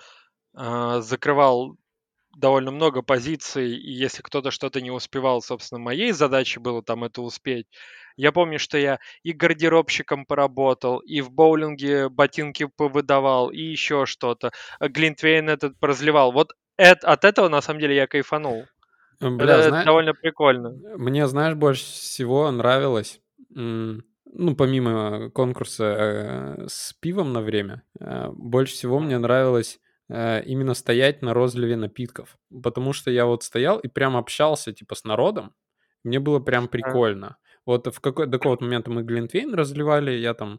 а, закрывал довольно много позиций, и если кто-то что-то не успевал, собственно, моей задачей было там это успеть. Я помню, что я и гардеробщиком поработал, и в боулинге ботинки повыдавал, и еще что-то. А Глинтвейн этот поразливал. Вот эт от этого, на самом деле, я кайфанул. Э, Это Бля, это зна... довольно прикольно. мне, знаешь, больше всего нравилось, м, ну, помимо конкурса э, с пивом на время, э, больше всего мне Мгм. нравилось э, именно стоять на розливе напитков. Потому что я вот стоял и прям общался, типа, с народом. Мне было прям А, прикольно. Вот в какой до какого-то момента мы глинтвейн разливали, я там,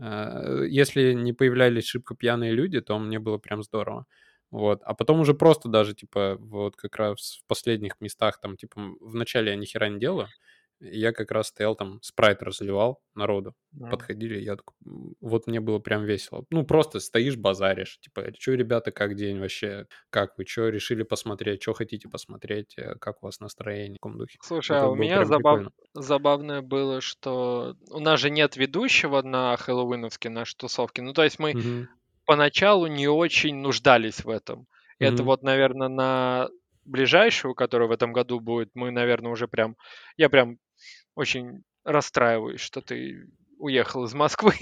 э, если не появлялись шибко пьяные люди, то мне было прям здорово. Вот. А потом уже просто даже, типа, вот как раз в последних местах, там, типа, м, вначале я ни хера не делаю, я как раз стоял там, спрайт разливал народу. мгм. Подходили, я такой, м, вот мне было прям весело. Ну, просто стоишь, базаришь. Типа, что, ребята, как день вообще? Как вы, что решили посмотреть? Что хотите посмотреть? Э, Как у вас настроение? В каком духе? Слушай, Это а вот у было меня прям забав прикольно. забавное было, что у нас же нет ведущего на хэллоуиновские наши тусовки. Ну, то есть мы Мгм. поначалу не очень нуждались в этом. Это Мгм. вот, наверное, на ближайшую, которая в этом году будет, мы, наверное, уже прям я прям очень расстраиваюсь, что ты уехал из Москвы.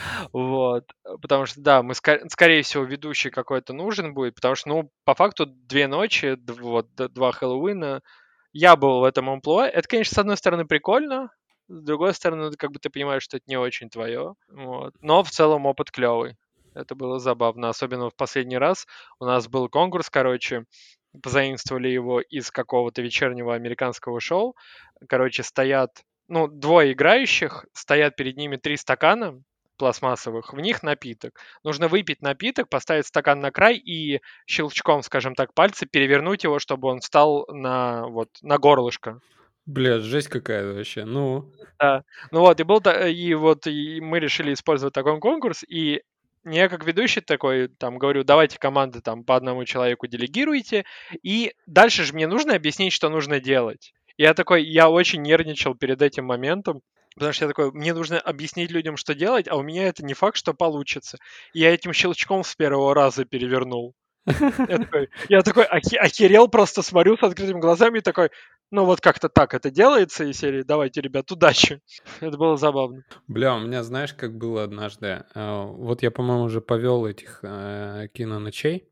Вот. Э, потому что, да, мы ска скорее всего, ведущий какой-то нужен будет, потому что, ну, по факту две ночи, дв вот д два Хэллоуина. Я был в этом амплуа. Это, конечно, с одной стороны, прикольно, с другой стороны, ну, как бы ты понимаешь, что это не очень твое. Вот. Но в целом опыт клевый. Это было забавно. Особенно в последний раз у нас был конкурс, короче, позаимствовали его из какого-то вечернего американского шоу. Короче, стоят, ну, двое играющих, стоят перед ними три стакана пластмассовых, в них напиток. Нужно выпить напиток, поставить стакан на край и щелчком, скажем так, пальца перевернуть его, чтобы он встал на, вот, на горлышко. Бля, жесть какая вообще. Ну. Да. Ну вот, и был, та- и вот и мы решили использовать такой конкурс, и я как ведущий такой, там, говорю, давайте команды там по одному человеку делегируйте, и дальше же мне нужно объяснить, что нужно делать. Я такой, я очень нервничал перед этим моментом, потому что я такой, мне нужно объяснить людям, что делать, а у меня это не факт, что получится. И я этим щелчком с первого раза перевернул. Я такой я такой охе охерел, просто смотрю с открытыми глазами и такой: "Ну, вот как-то так это делается", из серии "Давайте, ребят, удачи". Это было забавно. Бля, у меня, знаешь, как было однажды? Э, Вот я, по-моему, уже повел этих э, киноночей,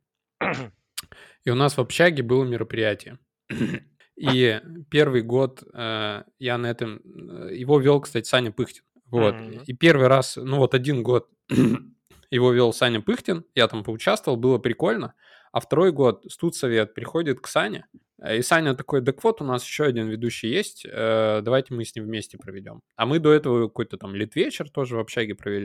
и у нас в общаге было мероприятие. И первый год э, я на этом... э, Его вел, кстати, Саня Пыхтин. Вот. Мгм. И первый раз, ну вот один год его вел Саня Пыхтин, я там поучаствовал, было прикольно. А второй год студсовет приходит к Сане, э, и Саня такой, так вот, у нас еще один ведущий есть, э, давайте мы с ним вместе проведем. А мы до этого какой-то там литвечер тоже в общаге провели.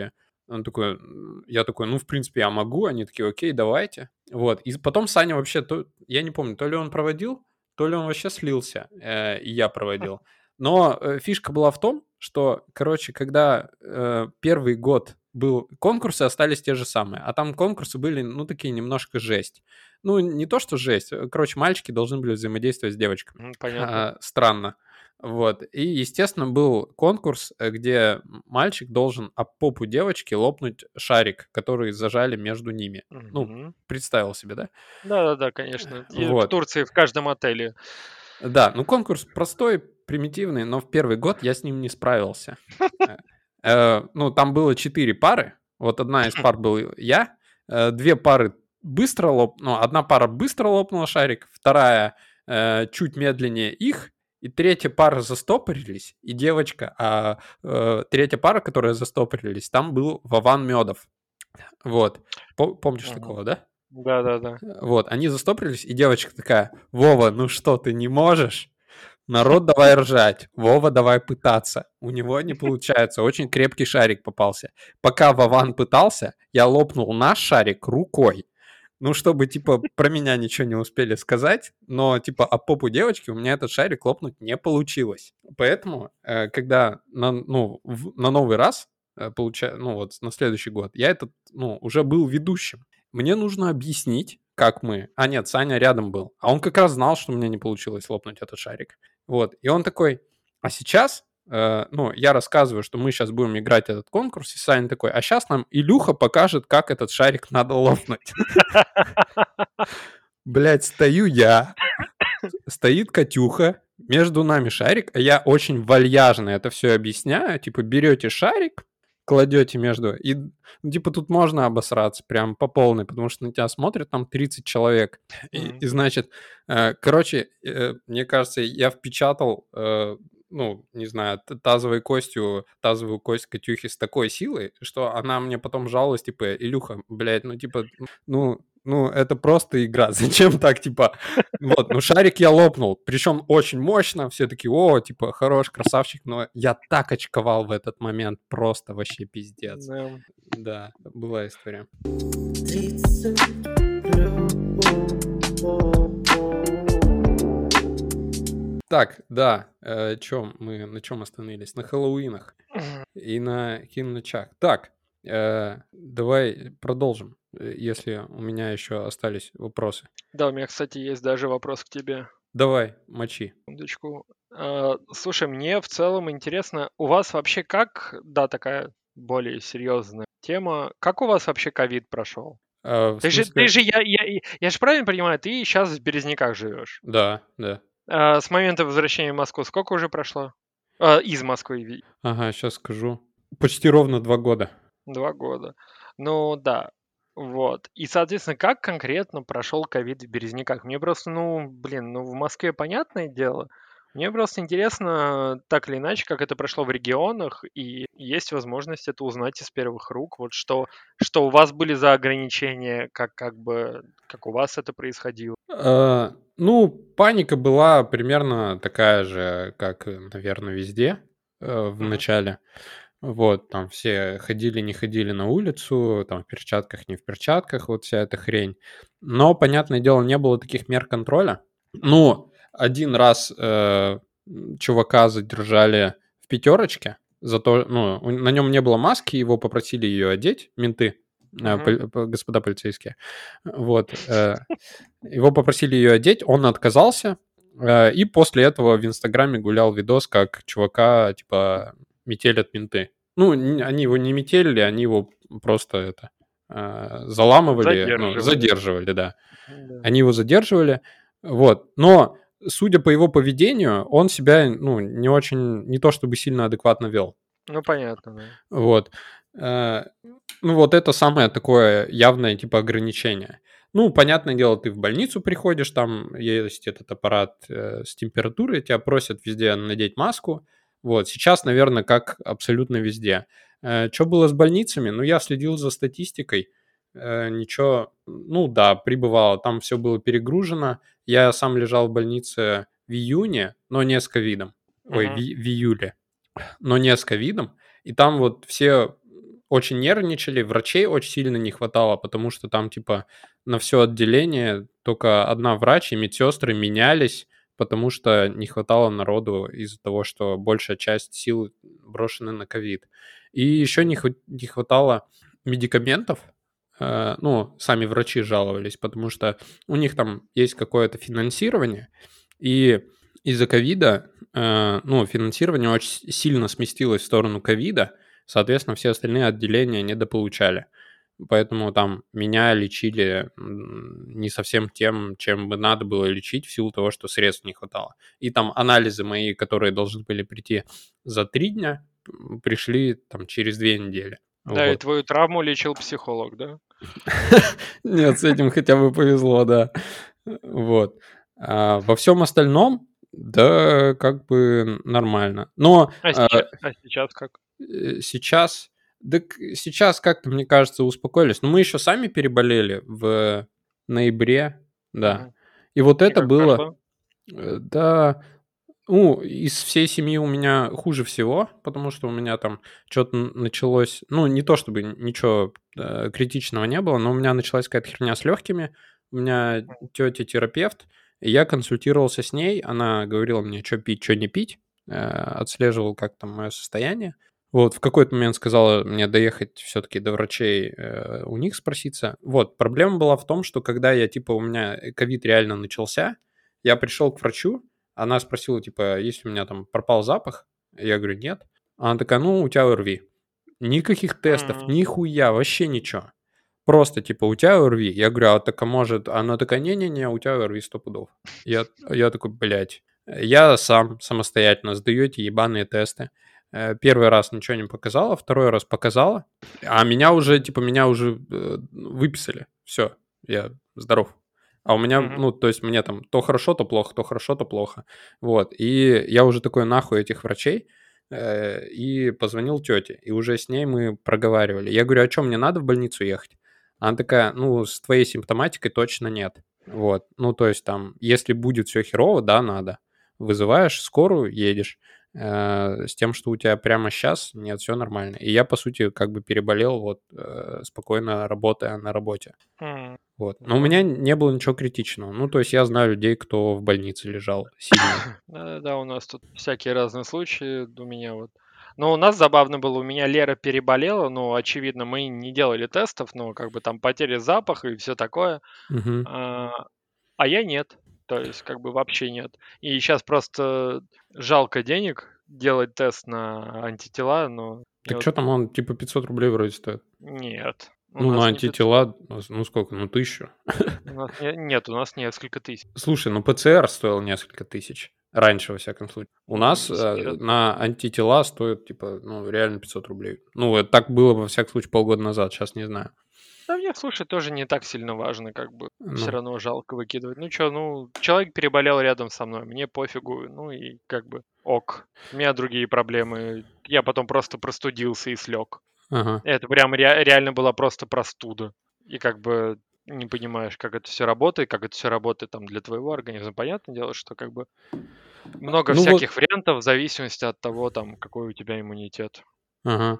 Он такой, я такой, ну, в принципе, я могу. Они такие, окей, давайте. Вот. И потом Саня вообще, то, я не помню, то ли он проводил, то ли он вообще слился, э, и я проводил. Но э, фишка была в том, что, короче, когда э, первый год был, конкурсы остались те же самые, а там конкурсы были, ну, такие немножко жесть. Ну, не то, что жесть. Короче, мальчики должны были взаимодействовать с девочками. Понятно. А, странно. Вот. И, естественно, был конкурс, где мальчик должен об попу девочки лопнуть шарик, который зажали между ними. Ну, Мгм. представил себе, да? Да-да-да, конечно. И в Вот. Турции в каждом отеле. Да, ну конкурс простой, примитивный, но в первый год я с ним не справился. Э, э, Ну, там было четыре пары. Вот одна из пар был я, э, две пары быстро лоп... ну, одна пара быстро лопнула шарик, вторая э, чуть медленнее их, и третья пара застопорились, и девочка, а э, третья пара, которая застопорились, там был Вован Медов. Вот. По- Помнишь Мгм. такого, да? Да-да-да. Вот, они застопорились, и девочка такая, Вова, ну что, ты не можешь? Народ, давай ржать. Вова, давай пытаться. У него не получается. Очень крепкий шарик попался. Пока Вован пытался, я лопнул наш шарик рукой. Ну, чтобы, типа, про меня ничего не успели сказать, но, типа, о попу девочки у меня этот шарик лопнуть не получилось. Поэтому, э, когда на, ну, в- на новый раз, э, получа- ну, вот на следующий год, я этот, ну, уже был ведущим. Мне нужно объяснить, как мы... А нет, Саня рядом был. А он как раз знал, что у меня не получилось лопнуть этот шарик. Вот. И он такой, а сейчас, э, ну, я рассказываю, что мы сейчас будем играть этот конкурс, и Саня такой, а сейчас нам Илюха покажет, как этот шарик надо лопнуть. Блять, стою я, стоит Катюха, между нами шарик, а я очень вальяжно это все объясняю. Типа, берете шарик, кладете между... И, ну, типа, тут можно обосраться прям по полной, потому что на тебя смотрят там тридцать человек. И, Мгм. и значит, э, короче, э, мне кажется, я впечатал, э, ну, не знаю, т- тазовой костью, тазовую кость Катюхи с такой силой, что она мне потом жаловалась, типа, Илюха, блядь, ну, типа, ну, ну, это просто игра. Зачем так, типа, вот, ну шарик я лопнул, причем очень мощно, все таки о, типа, хорош, красавчик, но я так очковал в этот момент, просто вообще пиздец. Да. Да, была история. Так, да, э, чё мы, на чем остановились? На Хэллоуинах и на киноночах. Так, э, давай продолжим, э, если у меня еще остались вопросы. Да, у меня, кстати, есть даже вопрос к тебе. Давай, мочи. Секундочку. А, слушай, мне в целом интересно, у вас вообще как, да, такая более серьезная тема, как у вас вообще ковид прошел? А, в Ты же, ты смысле, же, я, я, я же правильно понимаю, ты сейчас в Березниках живешь. да, да. А, с момента возвращения в Москву сколько уже прошло? А, из Москвы, ви- Ага, сейчас скажу. Почти ровно два года. два года. Ну да, вот. И, соответственно, как конкретно прошел ковид в Березниках? Мне просто, ну, блин, ну в Москве понятное дело. Мне просто интересно, так или иначе, как это прошло в регионах, и есть возможность это узнать из первых рук. Вот что, что у вас были за ограничения, как, как бы, как у вас это происходило. Э, ну, паника была примерно такая же, как, наверное, везде э, в Мгм. начале. Вот, там все ходили, не ходили на улицу, там в перчатках, не в перчатках, вот вся эта хрень. Но, понятное дело, не было таких мер контроля. Ну, один раз э, м, чувака задержали в пятерочке за то, ну, у- на нем не было маски, его попросили ее одеть, менты, э, Мгм. пол- п- господа полицейские. Вот. э, Его попросили ее одеть, он отказался, э, и после этого в Инстаграме гулял видос, как чувака, типа, метелят менты. Ну, н- они его не метелили, они его просто это э, заламывали, ну, Задерживали. задерживали, да. Да. Они его задерживали, вот. Но, судя по его поведению, он себя, ну, не очень, не то чтобы сильно адекватно вел. Ну, понятно, да. Вот. Э, Ну, вот это самое такое явное, типа, ограничение. Ну, понятное дело, ты в больницу приходишь, там есть этот аппарат э, с температурой, тебя просят везде надеть маску. Вот, сейчас, наверное, как абсолютно везде. Что было с больницами? Ну, я следил за статистикой. Э, ничего, ну да, прибывало, там все было перегружено. Я сам лежал в больнице в июне, но не с ковидом. Ой, в, Мгм. и- в июле, но не с ковидом. И там вот все, очень нервничали, врачей очень сильно не хватало, потому что там, типа, на все отделение только одна врач и медсестры менялись, потому что не хватало народу из-за того, что большая часть сил брошены на ковид. И еще не, хва- не хватало медикаментов. Э, ну, сами врачи жаловались, потому что у них там есть какое-то финансирование, и из-за ковида, э, ну, финансирование очень с- сильно сместилось в сторону ковида, соответственно, все остальные отделения недополучали. Поэтому там меня лечили м, не совсем тем, чем бы надо было лечить, в силу того, что средств не хватало. И там анализы мои, которые должны были прийти за три дня, м, пришли там через две недели. Да, и Вот. твою травму лечил психолог, да? Нет, с этим хотя бы повезло, да. Вот. А во всем остальном, да, как бы нормально. Но, А а, сейчас, а сейчас как? э, сейчас дак сейчас как-то, мне кажется, успокоились. Но мы еще сами переболели в ноябре, да. Мгм. И вот И это как было, прошло? э, да, ну, из всей семьи у меня хуже всего, потому что у меня там что-то началось, ну, не то чтобы ничего э, критичного не было, но у меня началась какая-то херня с легкими. У меня тетя терапевт, и я консультировался с ней, она говорила мне, что пить, что не пить, э, отслеживал как там мое состояние. Вот, в какой-то момент сказала мне доехать все-таки до врачей, э, у них спроситься. Вот, проблема была в том, что когда я, типа, у меня ковид реально начался, я пришел к врачу, она спросила, типа, если у меня там пропал запах. Я говорю, нет. Она такая, ну, у тебя ОРВИ. Никаких тестов, М. нихуя, вообще ничего. Просто, типа, у тебя ОРВИ. Я говорю, а так, а может... Она такая, не-не-не, у тебя ОРВИ сто пудов. Я, я такой, блядь. Я сам самостоятельно сдаю эти ебаные тесты. Э, Первый раз ничего не показала, второй раз показала, а меня уже, типа, меня уже э, выписали. Все, я здоров. А у меня, Мгм. ну, то есть мне там то хорошо, то плохо, то хорошо, то плохо. Вот. И я уже такой нахуй этих врачей, э, и позвонил тете. И уже с ней мы проговаривали. Я говорю, а что, мне надо в больницу ехать? Она такая, ну, с твоей симптоматикой точно нет. Вот. Ну, то есть там, если будет все херово, да, надо. Вызываешь скорую, едешь. Э, с тем, что у тебя прямо сейчас нет, все нормально. И я, по сути, как бы переболел, вот, э, спокойно работая на работе. М. Вот. Но у Ну, меня не было ничего критичного. Ну, то есть я знаю людей, кто в больнице лежал сильно. да-да-да, у нас тут всякие разные случаи. У меня вот. Но у нас забавно было, у меня Лера переболела, ну, очевидно, мы не делали тестов, но как бы там потеря запаха и все такое. Мгм. А, а я нет. То есть как бы вообще нет. И сейчас просто жалко денег делать тест на антитела, но мне Так вот что там он, типа пятьсот рублей вроде стоит? нет. У Ну, на нас не пятьсот. антитела, ну, сколько? Ну, тысячу. У нас не- нет, у нас несколько тысяч. Слушай, ну, ПЦР стоил несколько тысяч. Раньше, во всяком случае. У нас М, э, Сейчас на антитела стоит, типа, ну, реально пятьсот рублей. Ну, это так было, во всяком случае, полгода назад. Сейчас не знаю. да мне, слушай, тоже не так сильно важно, как бы. Все Ну, равно жалко выкидывать. Ну чё, ну, человек переболел рядом со мной, мне пофигу, ну и как бы ок. У меня другие проблемы. Я потом просто простудился и слег. ага. Это прям ре- реально была просто простуда. И как бы не понимаешь, как это все работает, как это все работает там для твоего организма. Понятное дело, что как бы много Ну, вот, всяких вариантов в зависимости от того, там, какой у тебя иммунитет. ага.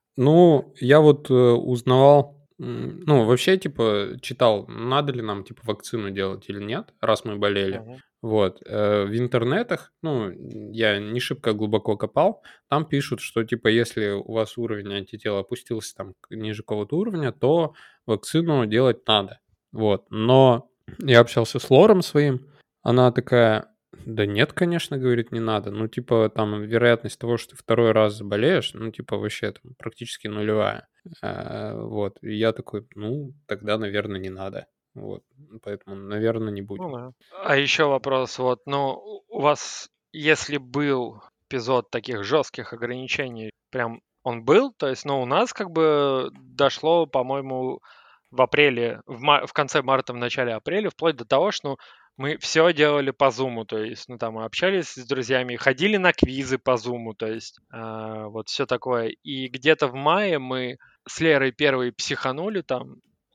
Ну, я вот, э, узнавал, м, ну, вообще, типа, читал, надо ли нам, типа, вакцину делать или нет, раз мы болели. Мгм. Вот, э, в интернетах, ну, н я не шибко глубоко копал, там пишут, что, типа, если у вас уровень антител опустился там к ниже какого-то уровня, то вакцину делать надо. Вот, но я общался с лором своим, она такая: "Да нет, конечно, говорит, не надо. Ну, типа, там вероятность того, что ты второй раз заболеешь, ну, типа, вообще там практически нулевая". А, вот. И я такой: "Ну, тогда, наверное, не надо". Вот. Поэтому, наверное, не Ну будем. да. А еще вопрос, вот, ну, у у вас, если был эпизод таких жестких ограничений, прям он был, то есть, ну, у нас как бы дошло, по-моему, в апреле, в, ма- в конце марта, в начале апреля, вплоть до того, что ну, мы все делали по зуму, то есть, ну, там, мы общались с друзьями, ходили на квизы по зуму, то есть, а, вот все такое. И где-то в мае мы с Лерой первые психанули там,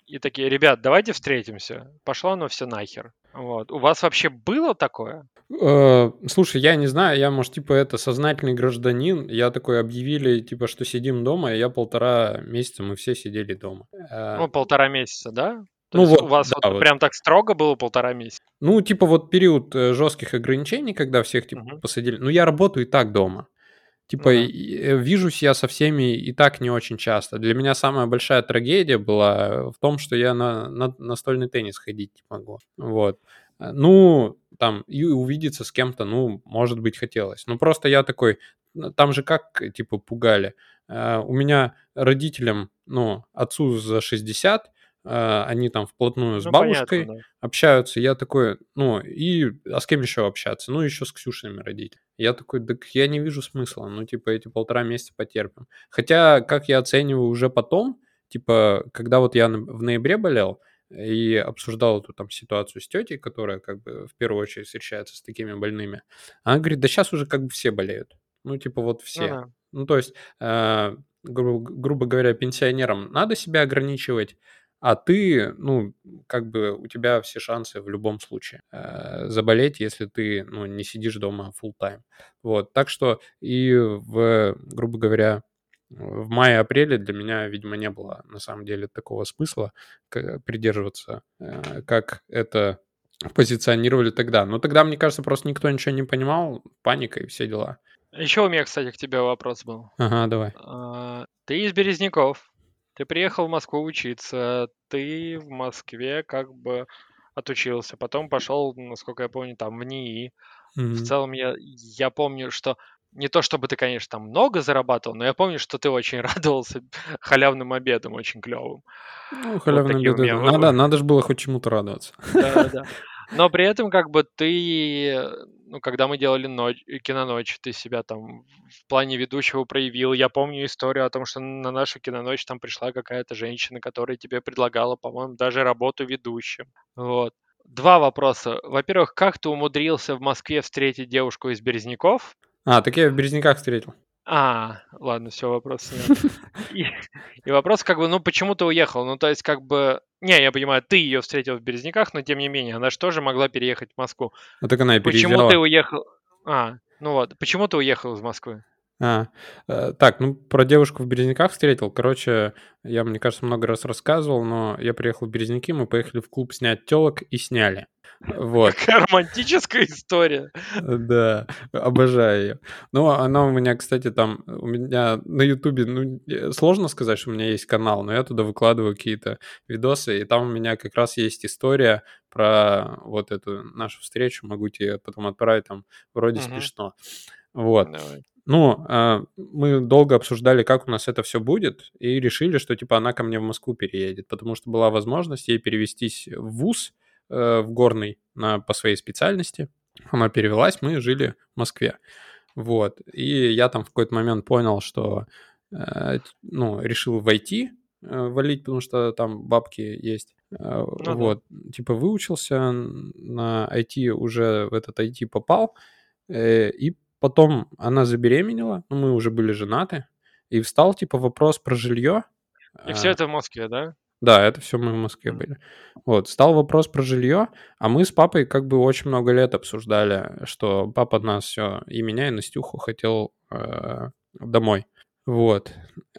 и такие: ребят, давайте встретимся. Пошло оно все нахер. Вот. У вас вообще было такое? Э, Слушай, я не знаю, я, может, типа, это сознательный гражданин. Я такой объявили, типа, что сидим дома, и я полтора месяца, мы все сидели дома. Э, Ну, полтора месяца, да? То Ну есть у вот, вас да, вот вот. прям так строго было полтора месяца? Ну, типа, вот период э, жестких ограничений, когда всех, типа, Мгм. посадили. Ну, я работаю и так дома. Типа, Ну и- да. и, э, вижусь я со всеми и так не очень часто. Для меня самая большая трагедия была в том, что я на, на настольный теннис ходить не могу. Вот. Э, Ну, там, и увидеться с кем-то, ну, может быть, хотелось. Ну, просто я такой, ну, там же как, э, типа, пугали. Э, У меня родителям, ну, отцу за шестьдесят, э, они там вплотную с Ну, понятно, бабушкой да. общаются. Я такой, ну, и, а с кем еще общаться? Ну, еще с Ксюшиными родителями. Я такой, так я не вижу смысла, ну, типа, эти полтора месяца потерпим. Хотя, как я оцениваю уже потом, типа, когда вот я на- в ноябре болел и обсуждал эту там ситуацию с тетей, которая как бы в первую очередь встречается с такими больными, она говорит, да сейчас уже как бы все болеют. Ну, типа, вот Ну все. да. Ну, то есть, э, гру- грубо говоря, пенсионерам надо себя ограничивать, а ты, ну, как бы у тебя все шансы в любом случае э, заболеть, если ты, ну, не сидишь дома full time. Вот, так что и в, грубо говоря, в мае-апреле для меня, видимо, не было на самом деле такого смысла к- придерживаться, э, как это позиционировали тогда. Но тогда, мне кажется, просто никто ничего не понимал, паника и все дела. Еще у меня, кстати, к тебе вопрос был. Ага, давай. А, Ты из Березников. Ты приехал в Москву учиться. Ты в Москве как бы отучился. Потом пошел, насколько я помню, там в НИИ. В Мгм. целом я, я помню, что не то чтобы ты, конечно, там много зарабатывал, но я помню, что ты очень радовался халявным обедом, очень клевым. Ну, Вот халявные такие у беды, меня. да. в- Надо, надо же было хоть чему-то радоваться. Да-да-да. Но при этом как бы ты, э, ну, когда мы делали ночь, э, киноночь, ты себя там в плане ведущего проявил. Я помню историю о том, что на нашу киноночь там пришла какая-то женщина, которая тебе предлагала, по-моему, даже работу ведущим. Вот. Два вопроса. Во-первых, как ты умудрился в Москве встретить девушку из Березняков? А, так я в Березняках встретил. А, ладно, все, вопрос снят. И, и вопрос как бы, ну почему ты уехал? Ну то есть как бы, не, я понимаю, ты ее встретил в Березниках, но тем не менее, она же тоже могла переехать в Москву. Ну, так она и Почему ты переезжала. уехал? А, ну вот, почему ты уехал из Москвы? А, э, так, ну, про девушку в Березниках встретил. Короче, я, мне кажется, много раз рассказывал, но я приехал в Березники, мы поехали в клуб снять телок и сняли. Вот. Какая романтическая история. Да, обожаю ее. Ну, она у меня, кстати, там, у меня на Ютубе, ну, э, сложно сказать, что у меня есть канал, но я туда выкладываю какие-то видосы, и там у меня как раз есть история про вот эту нашу встречу, могу тебе потом отправить, там вроде Мгм. смешно. Вот. Давай. Ну, а, мы долго обсуждали, как у нас это все будет, и решили, что, типа, она ко мне в Москву переедет, потому что была возможность ей перевестись в вуз, э, в горный на по своей специальности. Она перевелась, мы жили в Москве. Вот. И я там в какой-то момент понял, что, э, т ну, решил в ай ти, э, валить, потому что там бабки есть. Э, Ну да. вот. Типа выучился н на ай ти, уже в этот ай ти попал, э, и потом она забеременела, ну, мы уже были женаты, и встал, типа, вопрос про жилье. И все А, это в Москве, да? да, это все мы в Москве Мгм. были. Вот, стал вопрос про жилье, а мы с папой как бы очень много лет обсуждали, что папа нас все и меня, и Настюху хотел, э, домой. Вот.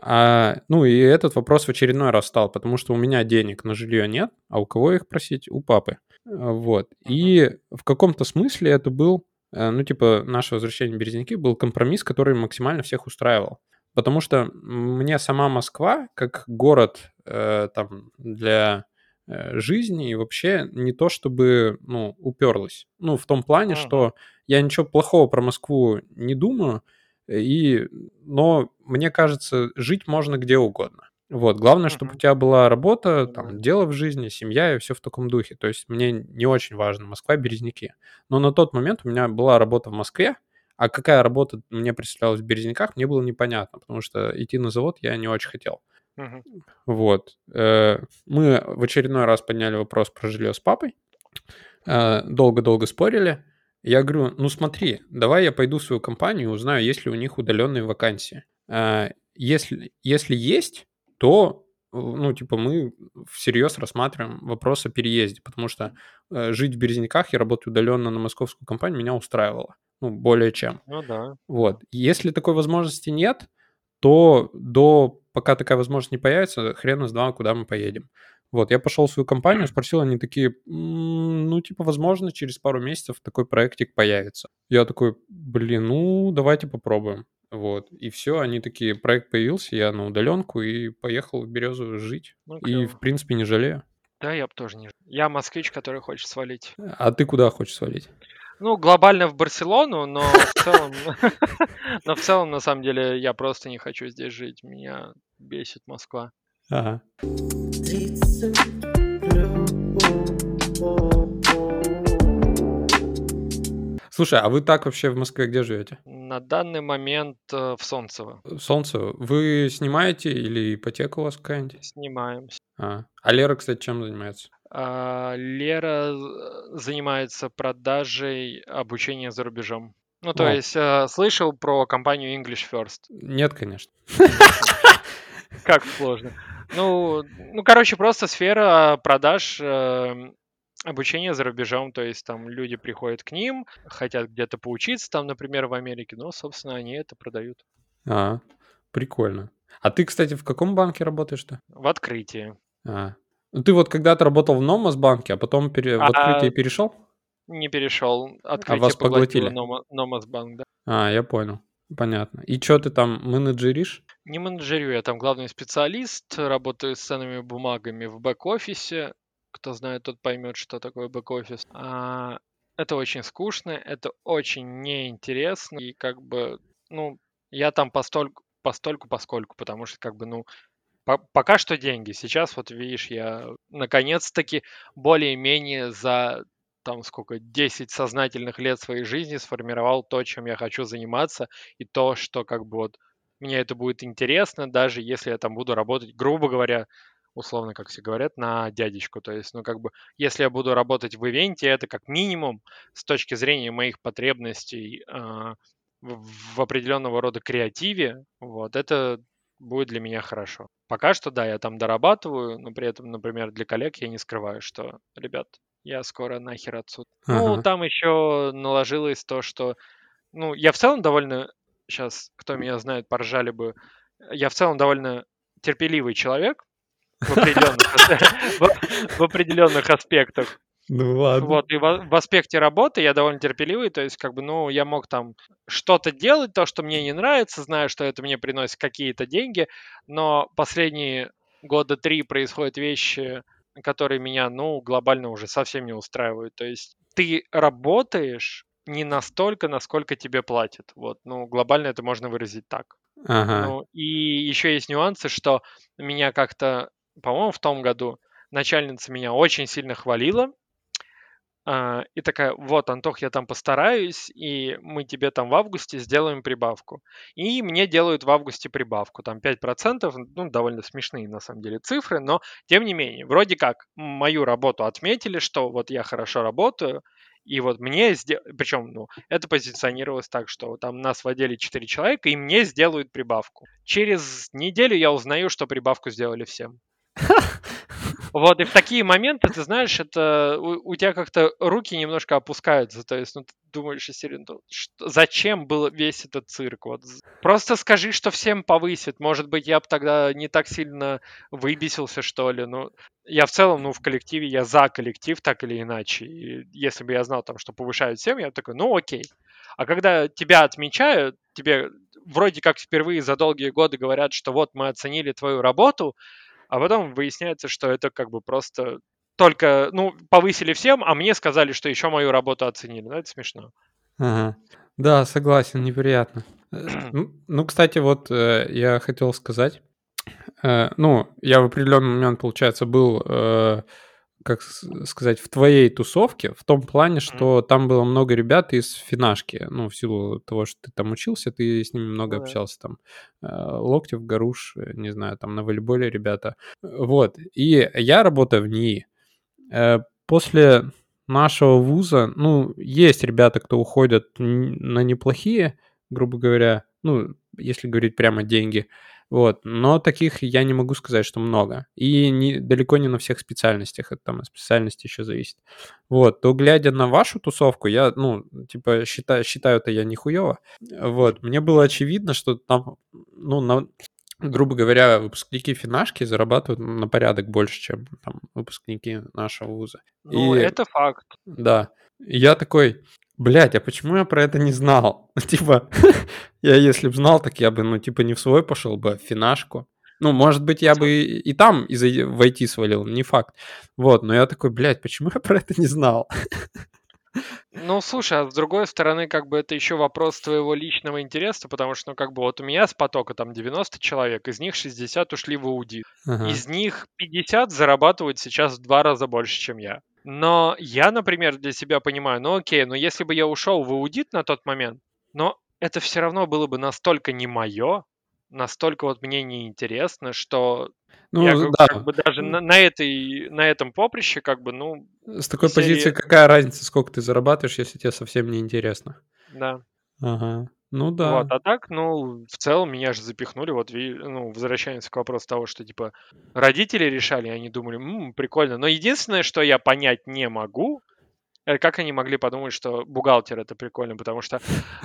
А, ну, и этот вопрос в очередной раз стал, потому что у меня денег на жилье нет, а у кого их просить? У папы. А, вот. Мгм. И в каком-то смысле это был, э, ну, типа, наше возвращение в Березники был компромисс, который максимально всех устраивал. Потому что мне сама Москва, как город, э, там, для, э, жизни и вообще не то чтобы, ну, уперлась. Ну, в том плане, Мгм. что я ничего плохого про Москву не думаю, и но мне кажется, жить можно где угодно. Вот. Главное, чтобы у Мгм. тебя была работа, Понимаю. там, дело в жизни, семья и все в таком духе. То есть мне не очень важно Москва, Березники. Но на тот момент у меня была работа в Москве, а какая работа мне представлялась в Березниках, мне было непонятно, потому что идти на завод я не очень хотел. Мгм. Вот. Э, Мы в очередной раз подняли вопрос про жилье с папой. Э, Долго-долго спорили. Я говорю, ну смотри, давай я пойду в свою компанию, узнаю, есть ли у них удаленные вакансии. Э, Если, если есть, то ну, типа, мы всерьез рассматриваем вопрос о переезде, потому что э, жить в Березниках, я работаю удаленно на московскую компанию, меня устраивало, ну, более чем. Ну да. Вот. Если такой возможности нет, то до пока такая возможность не появится, хрен знал, куда мы поедем. Вот, я пошел в свою компанию, спросил, они такие, «М, ну, типа, возможно, через пару месяцев такой проектик появится. Я такой, блин, ну, давайте попробуем. Вот, и все, они такие, проект появился, я на удаленку и поехал в Березу жить. Ну, И, в клево. принципе, не жалею. Да, я бы тоже не... Я москвич, который хочет свалить. А ты куда хочешь свалить? Ну, глобально в Барселону, но в целом... Но в целом, на самом деле, я просто не хочу здесь жить. Меня бесит Москва. Ага. Слушай, а вы так вообще в Москве где живете? На данный момент э, в Солнцево Солнце. Вы снимаете или ипотека у вас какая-нибудь? снимаем. А, а Лера, кстати, чем занимается? А, Лера э, занимается продажей обучения за рубежом. Ну, то О, есть, э, слышал про компанию English First? нет, конечно. Как сложно. Ну, ну, короче, просто сфера продаж э, обучения за рубежом. То есть там люди приходят к ним, хотят где-то поучиться, там, например, в Америке, но, собственно, они это продают А, прикольно. А ты, кстати, в каком банке работаешь-то? в открытии. А, ну ты вот когда-то работал в Номасбанке, а потом пере- в А открытие перешел? не перешел. А Открытие вас поглотило поглотили? Нома- Номасбанк, да. А, я понял. Понятно. И что ты там менеджеришь? Не менеджерю, я там главный специалист, работаю с ценными бумагами в бэк-офисе. Кто знает, тот поймет, что такое бэк-офис. А, это очень скучно, это очень неинтересно. И как бы, ну, я там постольку, постольку, поскольку, потому что как бы, ну, по- пока что деньги. Сейчас вот видишь, я наконец-таки более-менее за там сколько, десять сознательных лет своей жизни сформировал то, чем я хочу заниматься, и то, что как бы вот мне это будет интересно, даже если я там буду работать, грубо говоря, условно, как все говорят, на дядечку. То есть, ну, как бы, если я буду работать в ивенте, это как минимум с точки зрения моих потребностей а, в, в определенного рода креативе, вот, это будет для меня хорошо. Пока что, да, я там дорабатываю, но при этом, например, для коллег я не скрываю, что, ребят, я скоро нахер отсюда. Ну, Ага. там еще наложилось то, что, ну, я в целом довольно, сейчас, кто меня знает, поржали бы, я в целом довольно терпеливый человек в определенных, в в определенных аспектах. Ну ладно. Вот, и в, в аспекте работы я довольно терпеливый, то есть, как бы, ну, я мог там что-то делать, то, что мне не нравится, знаю, что это мне приносит какие-то деньги, но последние года три происходят вещи, которые меня, ну, глобально уже совсем не устраивают. То есть ты работаешь не настолько, насколько тебе платят. Вот, ну, глобально это можно выразить так. Ага. Ну, и еще есть нюансы, что меня как-то, по-моему, в том году начальница меня очень сильно хвалила, а, и такая: вот, Антох, я там постараюсь, и мы тебе там в августе сделаем прибавку. И мне делают в августе прибавку, там пять процентов, ну, довольно смешные на самом деле цифры, но тем не менее, вроде как мою работу отметили, что вот я хорошо работаю, и вот мне сделали, причем, ну, это позиционировалось так, что там нас в отделе четыре человека, и мне сделают прибавку. Через неделю я узнаю, что прибавку сделали всем. Вот, и в такие моменты, ты знаешь, это у, у тебя как-то руки немножко опускаются. То есть, ну, ты думаешь, из серии, ну, что- зачем был весь этот цирк? Вот, з- просто скажи, что всем повысит. Может быть, я бы тогда не так сильно выбесился, что ли. Ну, я в целом, ну, в коллективе, я за коллектив, так или иначе. И если бы я знал, там, что повышают всем, я такой, ну, окей. А когда тебя отмечают, тебе вроде как впервые за долгие годы говорят, что вот мы оценили твою работу, а потом выясняется, что это как бы просто только, ну, повысили всем, а мне сказали, что еще мою работу оценили. Ну, это смешно. Ага. Да, согласен, неприятно. Э, Ну, ну, кстати, вот э, я хотел сказать, э, ну, я в определенный момент, получается, был, э, как с- сказать, в твоей тусовке, в том плане, Мгм. что там было много ребят из финашки, ну, в силу того, что ты там учился, ты с ними много Ну да. общался, там, э, Локтев, Гаруш, э, не знаю, там на волейболе ребята. Вот, и я работаю в НИИ. Э, После нашего вуза, ну, есть ребята, кто уходят н- на неплохие, грубо говоря, ну, если говорить прямо деньги. Вот, но таких я не могу сказать, что много. И не, далеко не на всех специальностях, это там от специальности еще зависит. Вот, то глядя на вашу тусовку, я, ну, типа, считаю, считаю-то я нихуево. Вот, мне было очевидно, что там, ну, на, грубо говоря, выпускники финашки зарабатывают на порядок больше, чем там выпускники нашего вуза. Ну, И это факт. да, и я такой, блядь, а почему я про это не знал? Типа, я если бы знал, так я бы, ну, типа, не в свой пошел бы, а в финашку. Ну, может быть, я бы и, и там из в ай ти свалил, не факт. Вот, но я такой, блядь, почему я про это не знал? Ну, слушай, а с другой стороны, как бы это еще вопрос твоего личного интереса, потому что, ну, как бы вот у меня с потока там девяносто человек, из них шестьдесят ушли в аудит. Ага. Из них пятьдесят зарабатывают сейчас в два раза больше, чем я. Но я, например, для себя понимаю, ну окей, но если бы я ушел в аудит на тот момент, но это все равно было бы настолько не мое, настолько вот мне неинтересно, что я Ну, говорю, как да, бы даже на, на этой, на этом поприще, как бы, ну, с такой из позиции серии, какая разница, сколько ты зарабатываешь, если тебе совсем не интересно? да. Ага, ну Вот, да. а так, ну, в целом меня же запихнули, вот, ви- ну, возвращаемся к вопросу того, что, типа, родители решали, и они думали, «М, прикольно». Но единственное, что я понять не могу, это как они могли подумать, что бухгалтер это прикольно, потому что,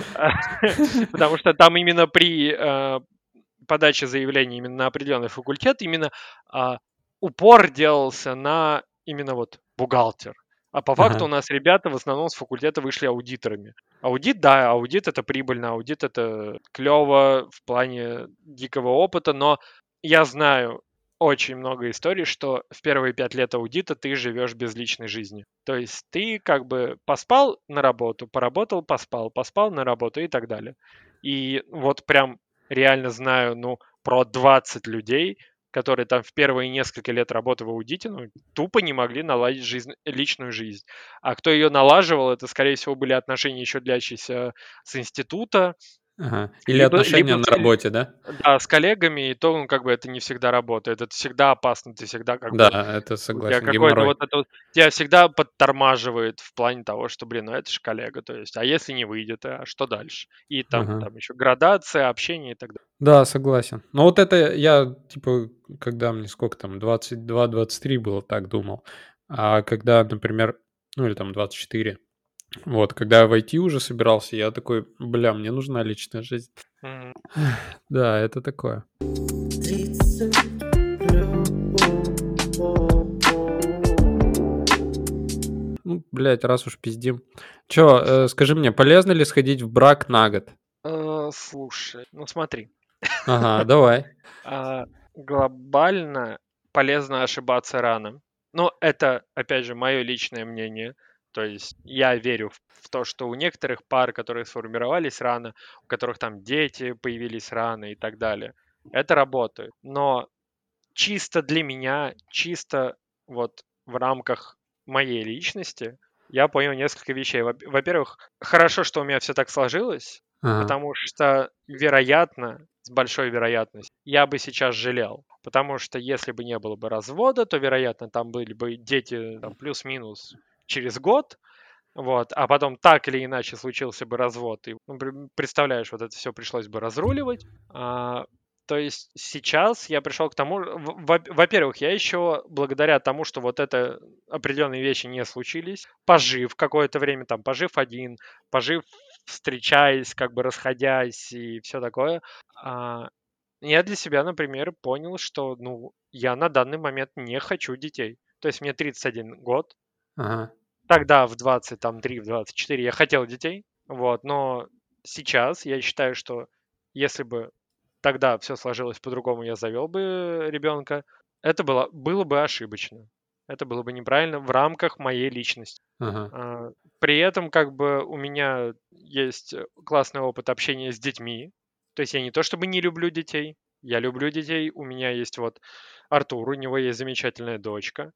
потому что там именно при э, подаче заявления именно на определенный факультет именно а, упор делался на именно вот бухгалтер. А по факту у Ага, нас ребята в основном с факультета вышли аудиторами. Аудит, да, аудит это прибыльно, аудит это клево в плане дикого опыта, но я знаю очень много историй, что в первые пять лет аудита ты живешь без личной жизни. То есть ты как бы поспал на работу, поработал, поспал, поспал на работу и так далее. И вот прям реально знаю, ну, про двадцать людей, которые там в первые несколько лет работы в аудите, ну, тупо не могли наладить жизнь, личную жизнь. А кто ее налаживал, это, скорее всего, были отношения еще длящиеся с института, ага. Или либо, отношения либо на с, л- работе, да? да, с коллегами, и то, ну, как бы это не всегда работает. Это всегда опасно, ты всегда как Да, бы это у тебя согласен, какой-то геморрой. вот это вот, тебя всегда подтормаживает в плане того, что, блин, ну это же коллега, то есть, а если не выйдет, а что дальше? И там, Ага. там еще градация, общение и так далее. Да, согласен. Но вот это я, типа, когда мне сколько там, двадцать два двадцать три было, так думал. А когда, например, ну или там двадцать четыре, вот, когда я в ай ти уже собирался, я такой, бля, мне нужна личная жизнь. Мгм. Да, это такое. Ну, блядь, раз уж пиздим. Чё, э, скажи мне, полезно ли сходить в брак на год? Э, слушай, ну смотри, Ага, давай. а, глобально полезно ошибаться рано. Но это, опять же, мое личное мнение. То есть я верю в, в то, что у некоторых пар, которые сформировались рано, у которых там дети появились рано и так далее, это работает. Но чисто для меня, чисто вот в рамках моей личности, я понял несколько вещей. Во- Во-первых, хорошо, что у меня все так сложилось, Ага, потому что, вероятно, с большой вероятностью, я бы сейчас жалел. Потому что если бы не было бы развода, то, вероятно, там были бы дети там, плюс-минус через год, вот, а потом так или иначе случился бы развод, и ну, пр- представляешь, вот это все пришлось бы разруливать. А, то есть сейчас я пришел к тому, в- во- во-первых, я еще благодаря тому, что вот это определенные вещи не случились, пожив какое-то время, там, пожив один, пожив, встречаясь, как бы расходясь и все такое, а, я для себя, например, понял, что, ну, я на данный момент не хочу детей. То есть мне тридцать один год, ага, тогда в двадцать три, в двадцать четыре я хотел детей, вот, но сейчас я считаю, что если бы тогда все сложилось по-другому, я завел бы ребенка, это было, было бы ошибочно. Это было бы неправильно в рамках моей личности. ага, А, При этом как бы у меня есть э, классный опыт общения с детьми. То есть я не то чтобы не люблю детей, я люблю детей. У меня есть вот Артур, у него есть замечательная дочка.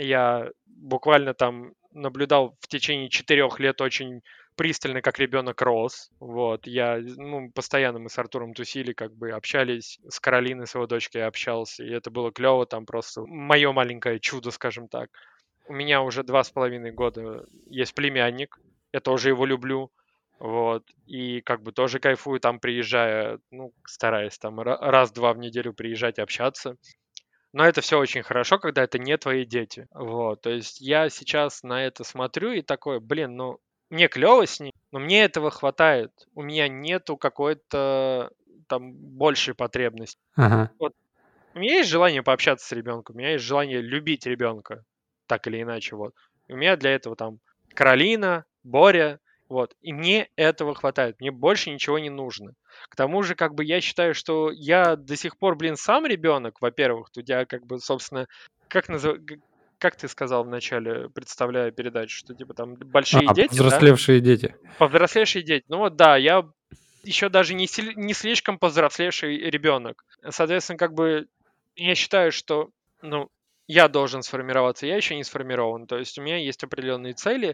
Я буквально там наблюдал в течение четырех лет очень пристально, как ребенок рос. Вот, я, ну, постоянно мы с Артуром тусили, как бы общались, с Каролиной, с его дочкой я общался, и это было клево, там просто мое маленькое чудо, скажем так. У меня уже два с половиной года есть племянник, я тоже его люблю. Вот, и как бы тоже кайфую там, приезжая, ну, стараюсь там ра- раз-два в неделю приезжать, общаться. Но это все очень хорошо, когда это не твои дети. Вот, то есть я сейчас на это смотрю и такой, блин, ну, мне клево с ним, но мне этого хватает. У меня нету какой-то там большей потребности. Ага. Вот у меня есть желание пообщаться с ребенком, у меня есть желание любить ребенка, так или иначе, вот. У меня для этого там Каролина, Боря, вот. И мне этого хватает, мне больше ничего не нужно. К тому же, как бы я считаю, что я до сих пор, блин, сам ребенок, во-первых, тут я как бы, собственно, как назов... г- как ты сказал в начале, представляя передачу, что типа там большие А, дети, да, повзрослевшие дети. повзрослевшие дети. Ну вот да, я еще даже не, сили- не слишком повзрослевший ребенок. Соответственно, как бы я считаю, что ну, я должен сформироваться, я еще не сформирован. То есть у меня есть определенные цели,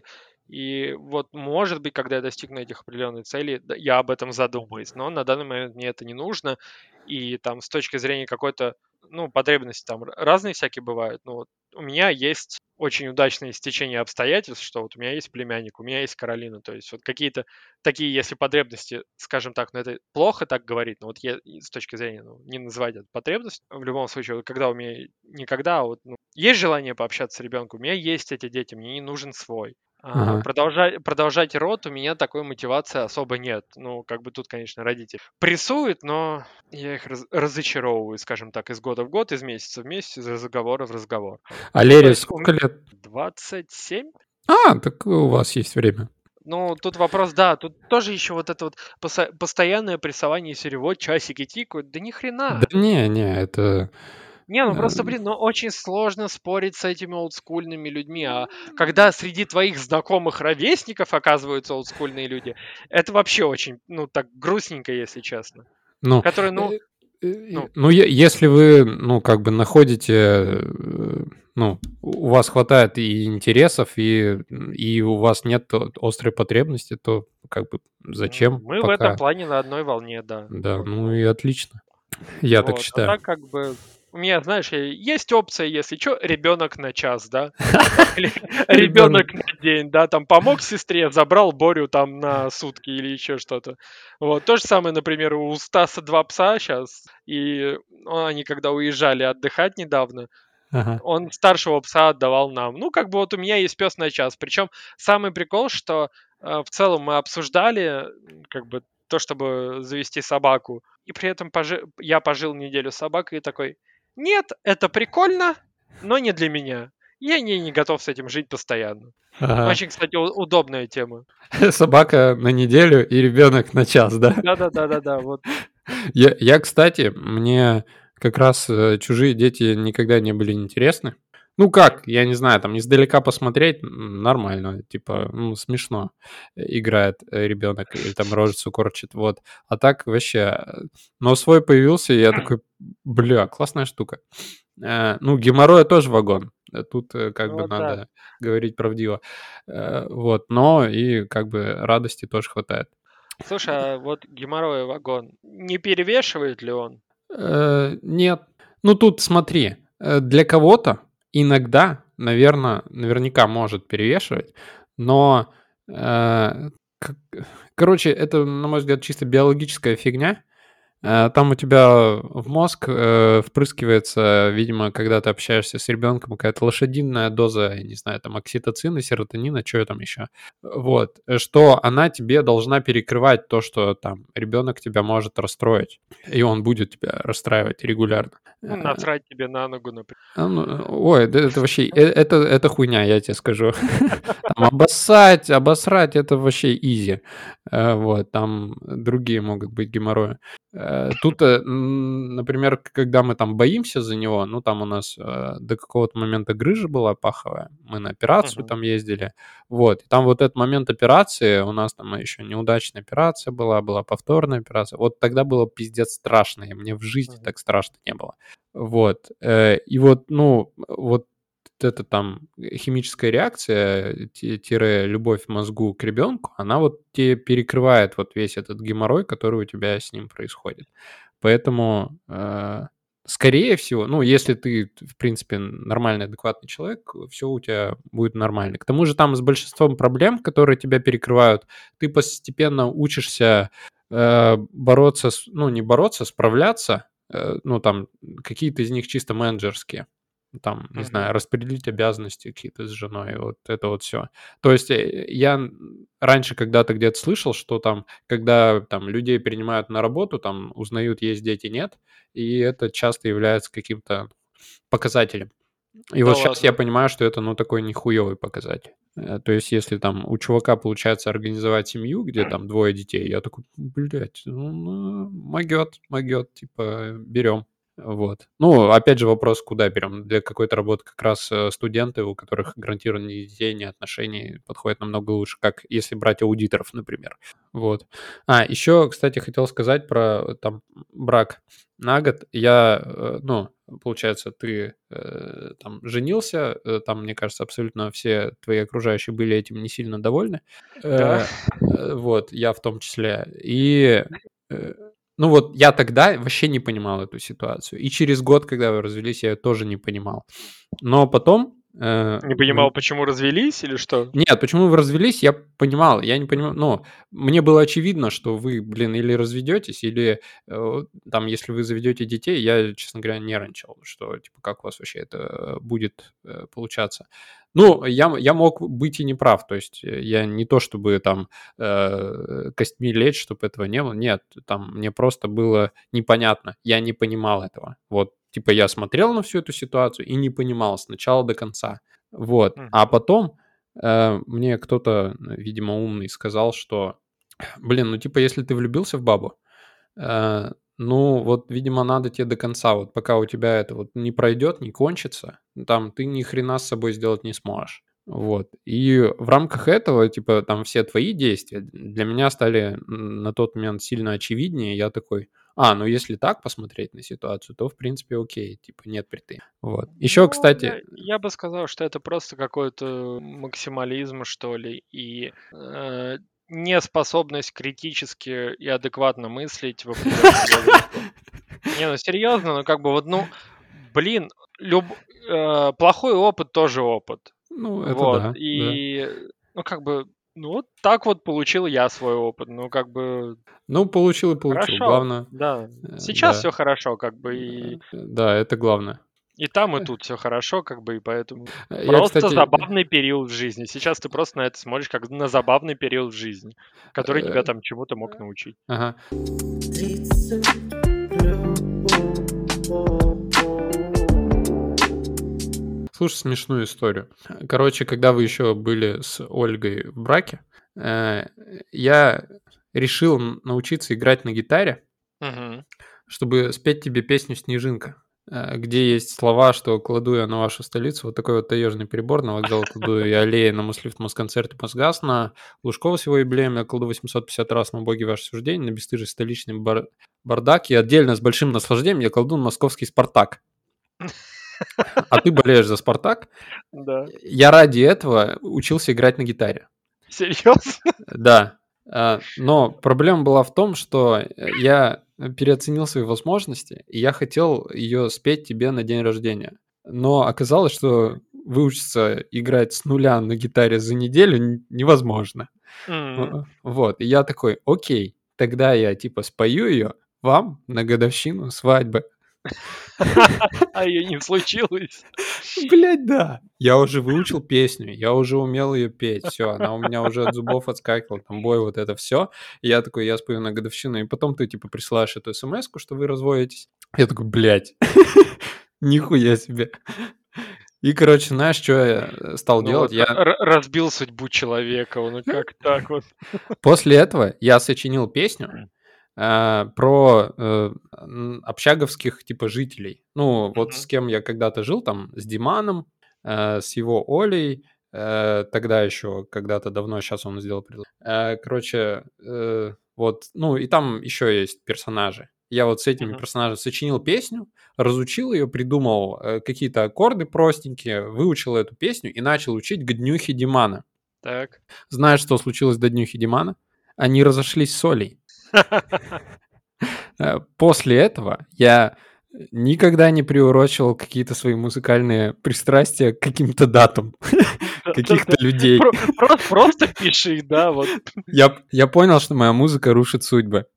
и вот, может быть, когда я достигну этих определенных целей, да, я об этом задумаюсь. Но на данный момент мне это не нужно. И там с точки зрения какой-то, ну, потребности там р- разные всякие бывают. Но вот у меня есть очень удачное стечение обстоятельств, что вот у меня есть племянник, у меня есть Каролина. То есть вот какие-то такие, если потребности, скажем так, но это плохо так говорить, но вот я и с точки зрения, ну, не называть это потребность, в любом случае, вот когда у меня, никогда, а вот, ну, есть желание пообщаться с ребенком, у меня есть эти дети, мне не нужен свой. А, Ага. продолжать, продолжать род у меня такой мотивации особо нет. Ну, как бы тут, конечно, родители прессуют, но я их раз- разочаровываю, скажем так, из года в год, из месяца в месяц, из разговора в разговор. А Ну, то Лере есть у сколько м- лет? двадцать семь. А, так у вас есть время. Ну, тут вопрос, да, тут тоже еще вот это вот поса- постоянное прессование серии, вот часики тикают, да ни Да хрена. не, не, это... Не, ну э, просто, блин, ну очень сложно спорить с этими олдскульными людьми, а когда среди твоих знакомых ровесников оказываются олдскульные люди, это вообще очень, ну, так грустненько, если честно. Ну, Которые, ну, э, э, ну, ну, е- если вы, ну, как бы находите, э, ну, у вас хватает и интересов, и, и у вас нет о- острой потребности, то как бы м, зачем мы в этом пока? плане на одной волне, да. Да, Вот, ну ну, и отлично. Я так вот. А считаю. так как бы у меня, знаешь, э, есть опция, если что, ребенок на час, да? Там, или Ребенок. ребенок на день, да, там помог сестре, забрал Борю там на сутки или еще что-то. Вот. То же самое, например, у Стаса два пса сейчас, и ну, они когда уезжали отдыхать недавно, Ага. он старшего пса отдавал нам. Ну, как бы вот у меня есть пес на час. Причем самый прикол, что э, в целом мы обсуждали м, как бы то, чтобы завести собаку, и при этом пожи- я пожил неделю с собакой и такой, нет, это прикольно, но не для меня. Я не, не готов с этим жить постоянно. Ага. Очень, кстати, у- удобная тема. Собака на неделю и ребенок на час, да? Да-да-да-да-да, вот. Я, я, кстати, мне как раз э, чужие дети никогда не были интересны. Ну Мгм. как, я не знаю, там издалека посмотреть м, нормально, типа, ну, смешно э, играет э, ребенок или там рожицу корчит, вот. А так вообще, э, но свой появился, и я такой, бля, классная штука. Э, ну, геморроя тоже вагон. Э, Тут э, как Ну бы вот да. надо говорить правдиво. Э, Вот, но и как бы радости тоже хватает. Слушай, а вот геморрой вагон, не перевешивает ли он? Э, нет. Ну, тут смотри, э, для кого-то иногда, наверно, наверняка может перевешивать, но, э, к короче, это, на мой взгляд, чисто биологическая фигня. Э, там у тебя в мозг, э, впрыскивается, видимо, когда ты общаешься с ребенком, какая-то лошадиная доза, я не знаю, там окситоцина, серотонина, чё там еще. Вот, э, что она тебе должна перекрывать то, что там ребенок тебя может расстроить, и он будет тебя расстраивать регулярно. Ну, Э, насрать тебе на ногу, например. а, ну, э, ой, да это вообще, э, это это хуйня, я тебе скажу. Там обоссать, обосрать — это вообще изи. Э, вот, там другие могут быть геморрои. Э, тут, э, м, например, к когда мы там боимся за него, ну, там у нас, э, до какого-то момента грыжа была паховая, мы на операцию Мгм. там ездили, вот, и там вот этот момент операции, у нас там еще неудачная операция была, была повторная операция, вот тогда было пиздец страшно, и мне в жизни Мгм. так страшно не было. Вот, э, и вот, ну, вот эта там химическая реакция, ти тире любовь в мозгу к ребенку, она вот те перекрывает вот весь этот геморрой, который у тебя с ним происходит. Поэтому, э, скорее всего, ну, если ты, в принципе, нормальный, адекватный человек, все у тебя будет нормально. К тому же там с большинством проблем, которые тебя перекрывают, ты постепенно учишься э, бороться, с, ну, не бороться, справляться, э, ну, там, какие-то из них чисто менеджерские. Там, не Мгм. знаю, распределить обязанности какие-то с женой, вот это вот все. То есть э, я раньше когда-то где-то слышал, что там, когда там людей принимают на работу, там узнают, есть дети, нет, и это часто является каким-то показателем. И Да вот сейчас я ладно. понимаю, что это, ну, такой нехуевый показатель. Э, То есть, если там у чувака получается организовать семью, где там двое детей, я такой, блядь, ну, ну, могет, могет, типа, берем. Вот. Ну, опять же, вопрос, куда берем. Для какой-то работы как раз э, студенты, у которых гарантированно ни детей, ни отношений, подходят намного лучше, как если брать аудиторов, например. Вот. А, еще, кстати, хотел сказать про э, там брак на год. Я, э, ну, получается, ты э, там женился, э, там, мне кажется, абсолютно все твои окружающие были этим не сильно довольны. Да. Э, э, вот, я в том числе. И, э, ну вот, я тогда вообще не понимал эту ситуацию. И через год, когда вы развелись, я ее тоже не понимал. Но потом... э, Не мы- понимал, почему развелись или что? Нет, почему вы развелись, я понимал. Я не понимаю, ну, мне было очевидно, что вы, блин, или разведетесь, или э, там, если вы заведете детей, я, честно говоря, нервничал, что, типа, как у вас вообще это э, будет э, получаться. Ну, я, я мог быть и неправ, то есть э, я не то, чтобы там э, костьми лечь, чтобы этого не было, нет, там мне просто было непонятно, я не понимал этого. Вот, типа, я смотрел на всю эту ситуацию и не понимал с начала до конца. Вот, а Мгм. потом э, мне кто-то, видимо, умный сказал, что, блин, ну типа, если ты влюбился в бабу, э, ну вот, видимо, надо тебе до конца, вот пока у тебя это вот не пройдет, не кончится, там ты ни хрена с собой сделать не сможешь. Вот. И в рамках этого, типа, там все твои действия для меня стали м, на тот момент сильно очевиднее. Я такой, а, ну если так посмотреть на ситуацию, то в принципе окей, типа, нет претензий. Вот. Еще, Ну, кстати, я, я бы сказал, что это просто какой-то максимализм, что ли, и э, неспособность критически и адекватно мыслить в определенном возрасте. Не, ну серьезно, ну как бы вот, ну, блин, люб... э, плохой опыт тоже опыт. ну это Вот, да, да. и, ну как бы, ну вот так вот получил я свой опыт. Ну как бы Ну, получил и получил. хорошо, Главное, да. э, Сейчас да, все хорошо, как бы, э, и да, это главное. И там, и тут все хорошо, как бы, и поэтому Э, Я, просто кстати, забавный период в жизни. Сейчас ты просто на это смотришь как на забавный период в жизни, который тебя э, там чему-то мог научить. ага. Слушай смешную историю. Короче, когда вы еще были с Ольгой в браке, э, я решил н- научиться играть на гитаре, Мгм. чтобы спеть тебе песню «Снежинка», э, где есть слова, что кладу я на вашу столицу, вот такой вот таежный прибор, на вокзал кладу я аллеи, на Мослифт, Москонцерт и Мосгаз, на Лужкова всего юбилеем я кладу восемьсот пятьдесят раз на боги ваше суждение, на бесстыжий столичный бар- бардак, и отдельно с большим наслаждением я кладу на московский «Спартак». А ты болеешь за «Спартак». Да. Я ради этого учился играть на гитаре. Серьезно? Да, а, но проблема была в том, что э, я переоценил свои возможности, и я хотел ее спеть тебе на день рождения. Но оказалось, что выучиться играть с нуля на гитаре за неделю н- невозможно. М. В- Вот, и я такой, окей, тогда я типа спою ее вам на годовщину свадьбы. А ее не случилось? Блять, да. Я уже выучил песню, я уже умел ее петь, все, она у меня уже от зубов отскакивала, там бой, вот это все. Я такой, я спою на годовщину, и потом ты типа присылаешь эту смс-ку, что вы разводитесь. Я такой, блядь, нихуя себе. И, короче, знаешь, что я э, стал Ну делать? вот, р- Я р- разбил судьбу человека, ну как так вот? после этого я сочинил песню э, про э, м, общаговских типа жителей. Ну, вот с Мгм. кем я когда-то жил, там, с Диманом, э, с его Олей, э, тогда еще когда-то давно, сейчас он сделал предложение. Э, короче, э, вот, ну, и там еще есть персонажи. Я вот с этими Мгм. персонажами сочинил песню, разучил ее, придумал э, какие-то аккорды простенькие, выучил эту песню и начал учить к днюхе Димана. Так. Знаешь, что случилось до днюхи Димана? Они разошлись с Олей. Э, После этого я никогда не приурочивал какие-то свои музыкальные пристрастия к каким-то датам каких-то людей. Про- про- Просто пиши, да, вот. Я, я понял, что моя музыка рушит судьбы.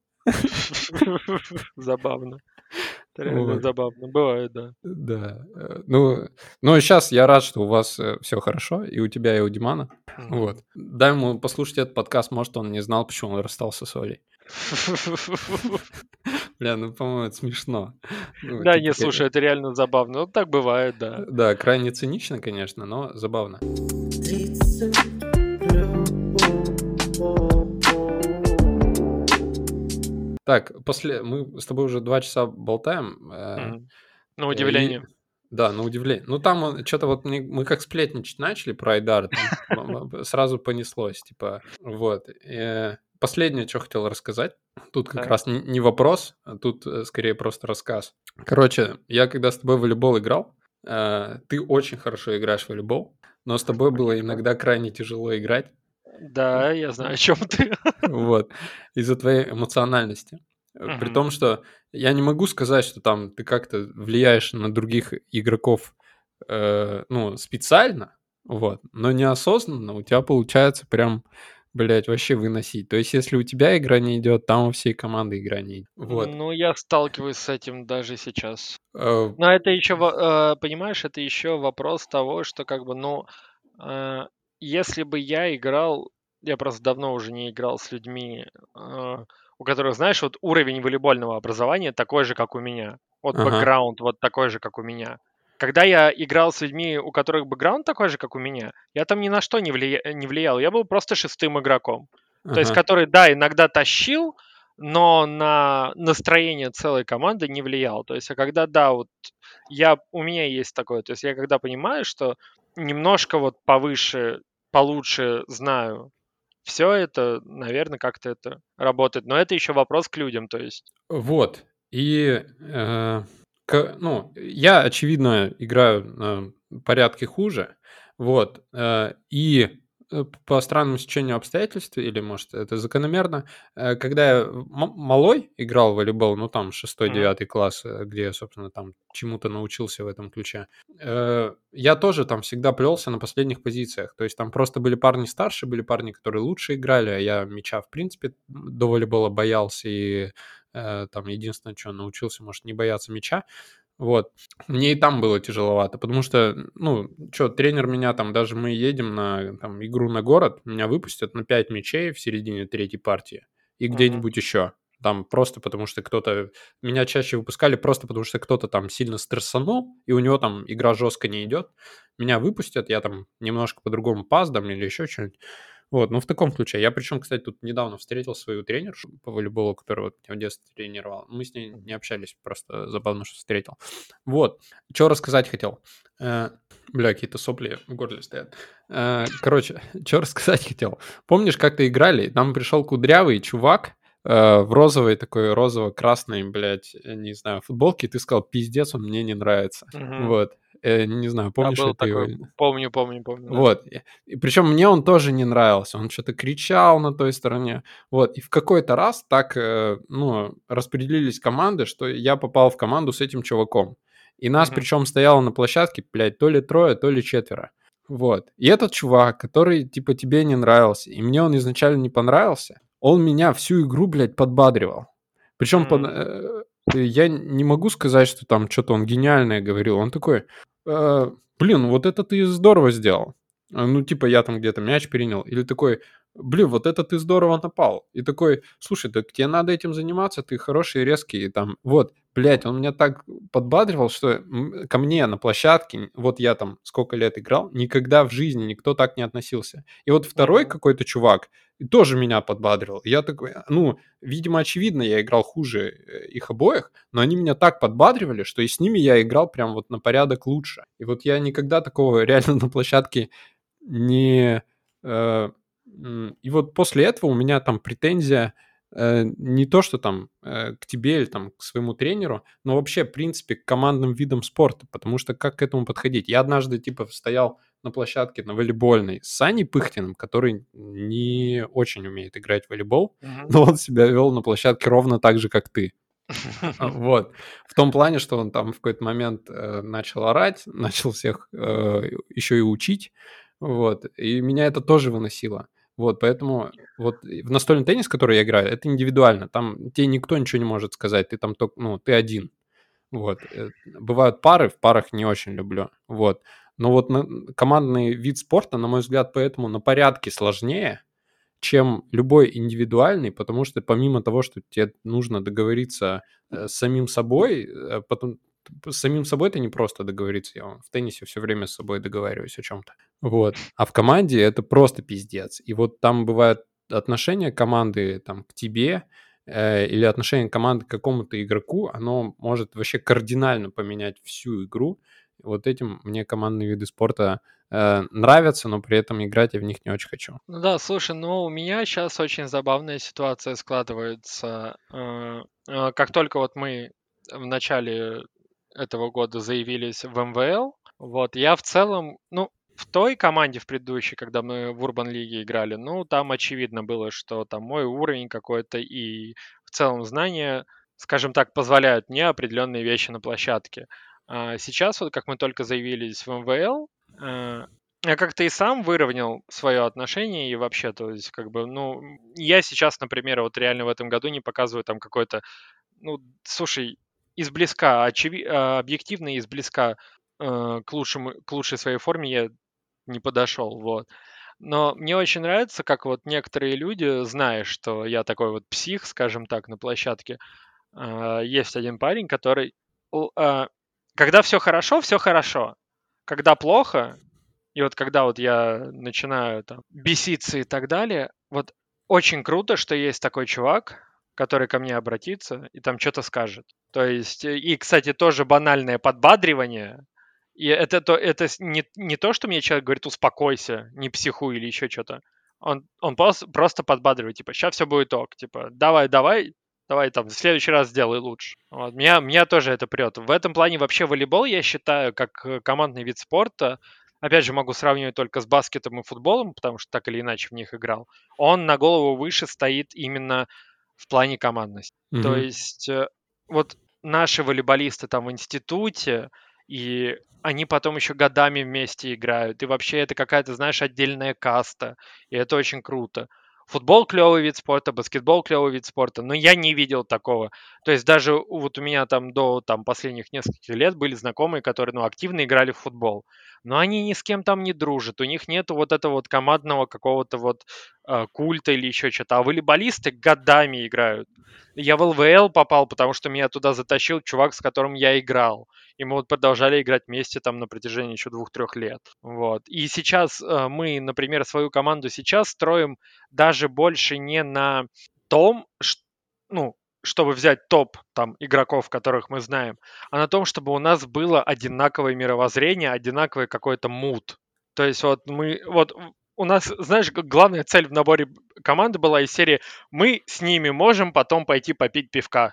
Забавно. Это реально Вот, забавно. Бывает, да. да. Э, Ну, ну, сейчас я рад, что у вас все хорошо, и у тебя, и у Димана. Мгм. Вот. Дай ему послушать этот подкаст, может, он не знал, почему он расстался с Олей. Бля, ну, по-моему, это смешно. Ну, Да, типа, не, ка- слушай, это реально забавно. Ну, так бывает, да. да, крайне цинично, конечно, но забавно. Так, после мы с тобой уже два часа болтаем. э, Мгм. На э, и удивление. да, на удивление. Ну, там что-то вот мне- мы как сплетничать начали про Айдара, там м- м- сразу понеслось, типа, вот. Э, Последнее, что хотел рассказать, тут как Так. раз не не вопрос, а тут э, скорее просто рассказ. Короче, я когда с тобой в волейбол играл, э, ты очень хорошо играешь в волейбол, но с тобой было Спасибо. иногда крайне тяжело играть. Да, я знаю, о чем ты. Вот. Из-за твоей эмоциональности. Э, При Мгм. том, что я не могу сказать, что там ты как-то влияешь на других игроков, э, ну, специально, вот, но неосознанно у тебя получается прям, блядь, вообще выносить. То есть, если у тебя игра не идет, там у всей команды игра не идет. Вот. Ну, я сталкиваюсь с этим даже сейчас. Э, Но это еще, понимаешь, это еще вопрос того, что как бы, ну, э, если бы я играл, я просто давно уже не играл с людьми, э, у которых, знаешь, вот уровень волейбольного образования такой же, как у меня. Вот Ага, бэкграунд вот такой же, как у меня. Когда я играл с людьми, у которых бэкграунд такой же, как у меня, я там ни на что не, влия- не влиял. Я был просто шестым игроком. То есть, ага. который, да, иногда тащил, но на настроение целой команды не влиял. То есть, а когда, да, вот я, у меня есть такое, то есть я когда понимаю, что немножко вот повыше, получше знаю, все это, наверное, как-то это работает. Но это еще вопрос к людям, то есть. Вот. И, э, к ну, я, очевидно, играю на порядке хуже. Вот. Э, и, э, по странному стечению обстоятельств, или, может, это закономерно, э, когда я м малой играл в волейбол, ну, там, шестой Мгм. девятый класс, э, где я, собственно, там чему-то научился в этом ключе, э, я тоже там всегда плелся на последних позициях. То есть там просто были парни старше, были парни, которые лучше играли, а я мяча, в принципе, до волейбола боялся и Э, там единственное, чё научился, может, не бояться мяча. Вот. Мне и там было тяжеловато, потому что, ну, чё, тренер меня там, даже мы едем на там, игру на город, меня выпустят на пять мячей в середине третьей партии и Мгм. где-нибудь еще. Там просто потому что кто-то... Меня чаще выпускали просто потому что кто-то там сильно стрессанул, и у него там игра жестко не идет. Меня выпустят, я там немножко по-другому пас дам или еще что-нибудь. Вот, ну в таком ключе. Я причем, кстати, тут недавно встретил свою тренершу по волейболу, которая вот меня в детстве тренировала. Мы с ней не общались, просто забавно, что встретил. Вот, что рассказать хотел. Э, Бля, какие-то сопли в горле стоят. Э, Короче, что рассказать хотел. Помнишь, как-то играли, нам пришел кудрявый чувак э, в розовой такой розово-красной, блядь, э, не знаю, футболке, и ты сказал, пиздец, он мне не нравится. Мгм. Вот. Э, Не знаю, Да, помнишь ли был ты его? такой, помню, помню, помню, да. Вот. И, и причем мне он тоже не нравился. Он что-то кричал на той стороне. Вот. И в какой-то раз так, э, ну, распределились команды, что я попал в команду с этим чуваком. И нас Мгм. причем стояло на площадке, блядь, то ли трое, то ли четверо. Вот. И этот чувак, который, типа, тебе не нравился, и мне он изначально не понравился, он меня всю игру, блядь, подбадривал. Причем под, М. э, я не могу сказать, что там что-то он гениальное говорил. Он такой, э, блин, вот это ты здорово сделал. А, Ну, типа, я там где-то мяч перенял. Или такой, блин, вот это ты здорово напал. И такой, слушай, так тебе надо этим заниматься, ты хороший, резкий. И там, вот, блядь, он меня так подбадривал, что м, ко мне на площадке, вот я там сколько лет играл, никогда в жизни никто так не относился. И вот второй Мгм. какой-то чувак тоже меня подбадривал. И я такой, ну, видимо, очевидно, я играл хуже э, их обоих, но они меня так подбадривали, что и с ними я играл прям вот на порядок лучше. И вот я никогда такого реально на площадке не... э, м, И вот после этого у меня там претензия э, не то, что там э, к тебе или там к своему тренеру, но вообще, в принципе, к командным видам спорта, потому что как к этому подходить? Я однажды, типа, стоял на площадке на волейбольной с Саней Пыхтиным, который не очень умеет играть в волейбол, Мгм. но он себя вел на площадке ровно так же, как ты. Вот. В том плане, что он там в какой-то момент э, начал орать, начал всех э, еще и учить. Вот. И меня это тоже выносило. Вот, поэтому вот в настольный теннис, который я играю, это индивидуально. Там тебе никто ничего не может сказать. Ты там только, ну, ты один. Вот. Э, Бывают пары, в парах не очень люблю. Вот. Но вот на- командный вид спорта, на мой взгляд, поэтому на порядке сложнее, чем любой индивидуальный, потому что помимо того, что тебе нужно договориться э, с самим собой, э, потом с самим собой ты не просто договориться, я вон в теннисе все время с собой договариваюсь о чем-то. Вот. А в команде это просто пиздец. И вот там бывает отношение команды там, к тебе э, или отношение команды к какому-то игроку, оно может вообще кардинально поменять всю игру. Вот этим мне командные виды спорта э, нравятся, но при этом играть я в них не очень хочу. Ну да, слушай, ну у меня сейчас очень забавная ситуация складывается. Э, э, Как только вот мы в начале этого года заявились в эм вэ эл, вот, я в целом, ну, в той команде, в предыдущей, когда мы в Урбан Лиге играли, ну, там очевидно было, что там мой уровень какой-то и в целом знания, скажем так, позволяют мне определенные вещи на площадке. А сейчас вот как мы только заявились в эм вэ эл, э, я как-то и сам выровнял свое отношение и вообще, то есть, как бы, ну, я сейчас, например, вот реально в этом году не показываю там какой-то, ну, слушай, изблизка, очеви- а, объективно и изблизка э, к лучшему, к лучшей своей форме я не подошел, вот. Но мне очень нравится, как вот некоторые люди, зная, что я такой вот псих, скажем так, на площадке, а, есть один парень, который, л- а, когда все хорошо, все хорошо. Когда плохо, и вот когда вот я начинаю там беситься и так далее, вот очень круто, что есть такой чувак, который ко мне обратится и там что-то скажет. То есть, э, и, кстати, тоже банальное подбадривание. И это, то, это с- не, не то, что мне человек говорит, успокойся, не психуй или еще что-то. Он, он просто, просто подбадривает, типа, сейчас все будет ок, типа, давай, давай, давай там, в следующий раз сделай лучше. Вот. Меня, меня тоже это прет. В этом плане вообще волейбол, я считаю, как э, командный вид спорта, опять же, могу сравнивать только с баскетом и футболом, потому что так или иначе в них играл. Он на голову выше стоит именно в плане командности. То Мгм. есть э, вот наши волейболисты там в институте, и они потом еще годами вместе играют. И вообще это какая-то, знаешь, отдельная каста. И это очень круто. Футбол клевый вид спорта, баскетбол клевый вид спорта, но я не видел такого. То есть даже у- вот у меня там до там, последних нескольких лет были знакомые, которые ну, активно играли в футбол. Но они ни с кем там не дружат, у них нету вот этого вот командного какого-то вот э, культа или еще что-то. А волейболисты годами играют. Я в эл вэ эл попал, потому что меня туда затащил чувак, с которым я играл. И мы вот продолжали играть вместе там на протяжении еще двух-трех лет. Вот. И сейчас э, мы, например, свою команду сейчас строим даже больше не на том, ш- ну, чтобы взять топ там игроков, которых мы знаем, а на том, чтобы у нас было одинаковое мировоззрение, одинаковый какой-то мут. То есть вот мы, вот у нас, знаешь, г- главная цель в наборе команды была из серии «Мы с ними можем потом пойти попить пивка».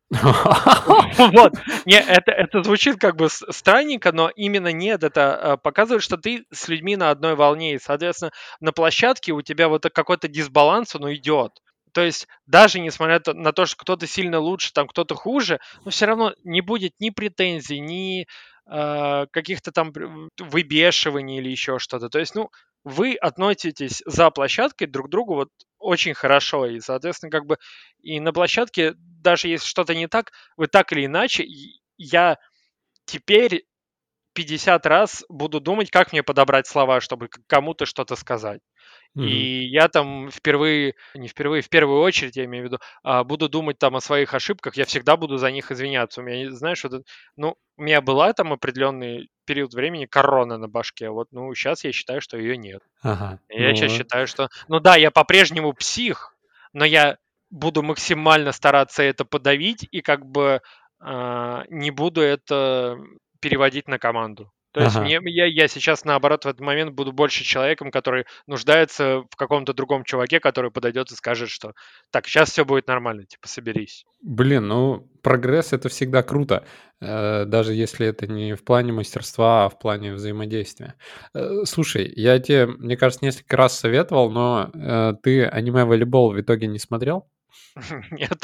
Вот. Не, это, это звучит как бы с- странненько, но именно нет, это э, показывает, что ты с людьми на одной волне, и, соответственно, на площадке у тебя вот какой-то дисбаланс, он идет. То есть даже несмотря то- на то, что кто-то сильно лучше, там кто-то хуже, но все равно не будет ни претензий, ни э, каких-то там пр- выбешиваний или еще что-то. То есть, ну, вы относитесь за площадкой друг к другу вот очень хорошо, и, соответственно, как бы и на площадке, даже если что-то не так, вы так или иначе, и я теперь пятьдесят раз буду думать, как мне подобрать слова, чтобы к- кому-то что-то сказать. Мгм. И я там впервые, не впервые, в первую очередь, я имею в виду, а, буду думать там о своих ошибках, я всегда буду за них извиняться. У меня, знаешь, вот, это- ну, у меня была там определенный период времени корона на башке, вот, ну, сейчас я считаю, что ее нет. Ага. Я сейчас Ну, считаю, что, ну да, я по-прежнему псих, но я буду максимально стараться это подавить и как бы а, не буду это переводить на команду. То есть ага. мне, я, я сейчас, наоборот, в этот момент буду больше человеком, который нуждается в каком-то другом чуваке, который подойдет и скажет, что так, сейчас все будет нормально, типа, соберись. Блин, ну, прогресс это всегда круто, э, даже если это не в плане мастерства, а в плане взаимодействия. Э, Слушай, я тебе, мне кажется, несколько раз советовал, но э, ты аниме-волейбол в итоге не смотрел? Нет.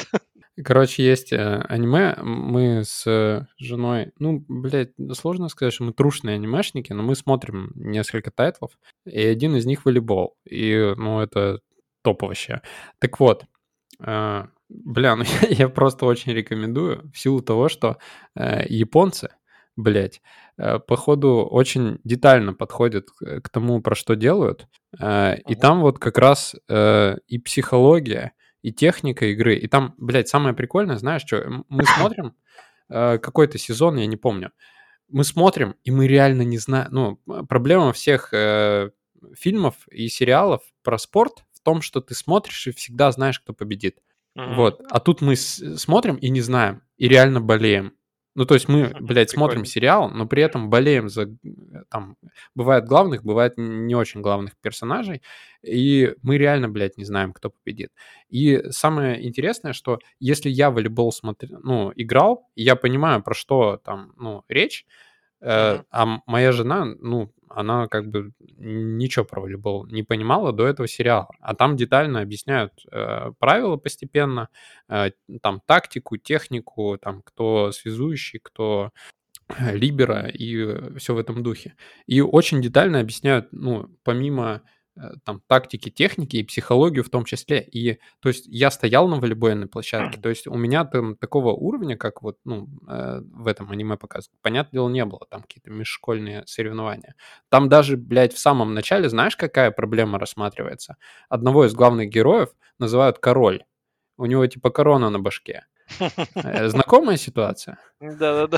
Короче, есть э, аниме. Мы с э, женой, ну, блядь, сложно сказать, что мы трушные анимешники, но мы смотрим несколько тайтлов, и один из них волейбол. И, ну, это топ вообще. Так вот, э, бля, ну я, я просто очень рекомендую в силу того, что э, японцы, блядь, э, походу очень детально подходят к, к тому, про что делают. Э, и Мгм. там вот как раз э, и психология, и техника игры. И там, блядь, самое прикольное, знаешь что, мы смотрим э, какой-то сезон, я не помню, мы смотрим, и мы реально не знаем, ну, м, проблема всех э, фильмов и сериалов про спорт в том, что ты смотришь и всегда знаешь, кто победит. Мгм. Вот. А тут мы с- смотрим и не знаем, и реально болеем. Ну, то есть мы, блядь, смотрим Прикольно. сериал, но при этом болеем за, э, там, бывает главных, бывает не очень главных персонажей, и мы реально, блядь, не знаем, кто победит. И самое интересное, что если я в волейбол смотрел, ну, играл, и я понимаю, про что там, ну, речь, э, Мгм. а м- моя жена, ну, она как бы ничего про волейбол не понимала до этого сериала. А там детально объясняют э, правила постепенно, э, там тактику, технику, там кто связующий, кто либера и все в этом духе. И очень детально объясняют, ну, помимо э, там тактики, техники и психологию в том числе. И то есть я стоял на волейбольной площадке, то есть у меня там такого уровня, как вот, ну, э, в этом аниме показывают, понятное дело, не было. Там какие-то межшкольные соревнования. Там даже, блядь, в самом начале, знаешь, какая проблема рассматривается? Одного из главных героев называют король. У него типа корона на башке. Э, Знакомая ситуация? Да-да-да.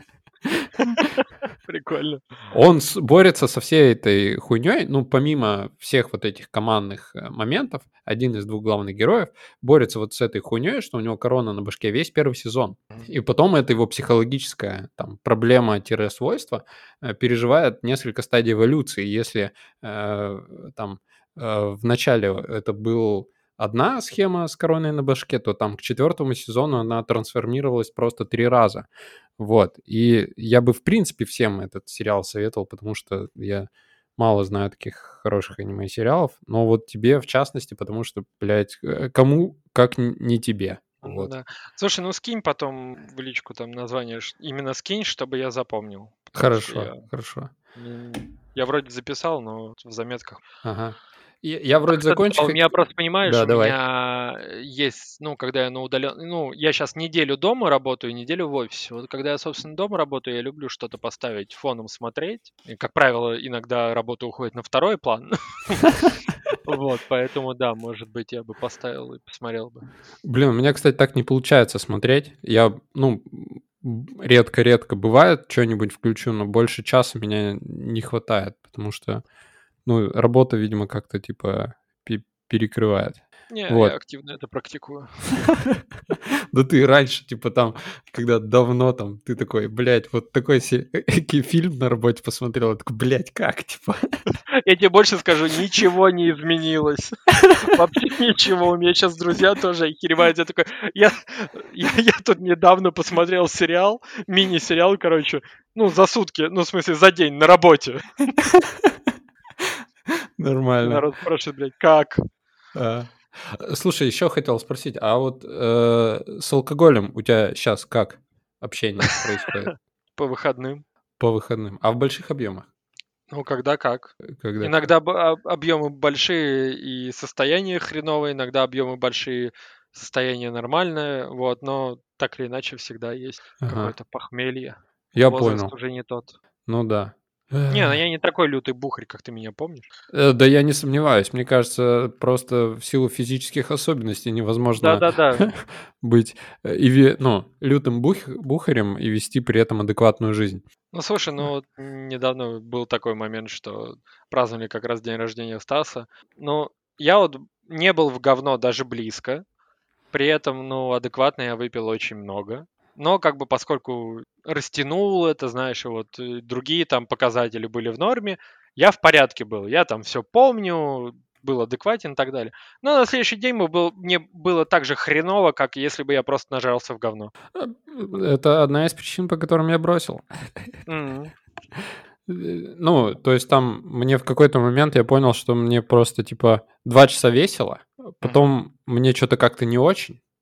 Прикольно. Он с борется со всей этой хуйней, ну, помимо всех вот этих командных э, моментов, один из двух главных героев борется вот с этой хуйней, что у него корона на башке весь первый сезон. Мгм. И потом это его психологическая там проблема-свойство э, переживает несколько стадий эволюции. Если э, там э, в начале это был одна схема с короной на башке, то там к четвертому сезону она трансформировалась просто три раза. Вот. И я бы, в принципе, всем этот сериал советовал, потому что я мало знаю таких хороших аниме-сериалов, но вот тебе, в частности, потому что, блядь, э, кому, как н- не тебе. Ну Вот. да. Слушай, ну скинь потом в личку там название, ш- именно скинь, чтобы я запомнил, потому что Хорошо, я, хорошо. м, я вроде записал, но в заметках. Ага. Я, я вроде Так, закончу. а у меня хот- просто, понимаешь, Да, у давай. меня э, есть, ну, когда я на удален, ну, я сейчас неделю дома работаю, неделю в офисе. Вот когда я, собственно, дома работаю, я люблю что-то поставить фоном смотреть. И, как правило, иногда работа уходит на второй план. Вот, поэтому, да, может быть, я бы поставил и посмотрел бы. Блин, у меня, кстати, так не получается смотреть. Я, ну, м, редко-редко бывает, что-нибудь включу, но больше часа меня не хватает, потому что, ну, работа, видимо, как-то, типа, пе- перекрывает. Не, я Вот. активно это практикую. Да ты раньше, типа там, когда давно там, ты такой, блядь, вот такой се- фильм на работе посмотрел, я такой, блядь, как, типа? Я тебе больше скажу, ничего не изменилось. Вообще ничего. У меня сейчас друзья тоже охеревают. Я такой, я, я, я тут недавно посмотрел сериал, мини-сериал, короче, ну, за сутки, ну, в смысле, за день на работе. И Нормально. народ спрашивает, блядь, как? А. Слушай, еще хотел спросить, а вот э, с алкоголем у тебя сейчас как общение происходит По выходным. по выходным? А в больших объемах? Ну, когда как. Э, Когда как? Иногда б- об- объемы большие и состояние хреновое, иногда объемы большие, состояние нормальное, вот, но так или иначе всегда есть Ага, какое-то похмелье. я Возраст понял. уже не тот. Ну да. Не, ну я не такой лютый бухарь, как ты меня помнишь. Э, Да я не сомневаюсь. Мне кажется, просто в силу физических особенностей невозможно Да-да-да. быть э, и ве- ну, лютым бух- бухарем и вести при этом адекватную жизнь. Ну, слушай, ну вот недавно был такой момент, что праздновали как раз день рождения Стаса. Ну, я вот не был в говно даже близко. При этом, ну, адекватно я выпил очень много. Но как бы поскольку растянул это, знаешь, и вот э, другие там показатели были в норме, я в порядке был. Я там все помню, был адекватен и так далее. Но на следующий день мы был, мне было так же хреново, как если бы я просто нажрался в говно. Э, Это одна из причин, по которым я бросил. Мгм. Э, Ну, то есть там мне в какой-то момент я понял, что мне просто типа два часа весело, Мгм. потом мне что-то как-то не очень,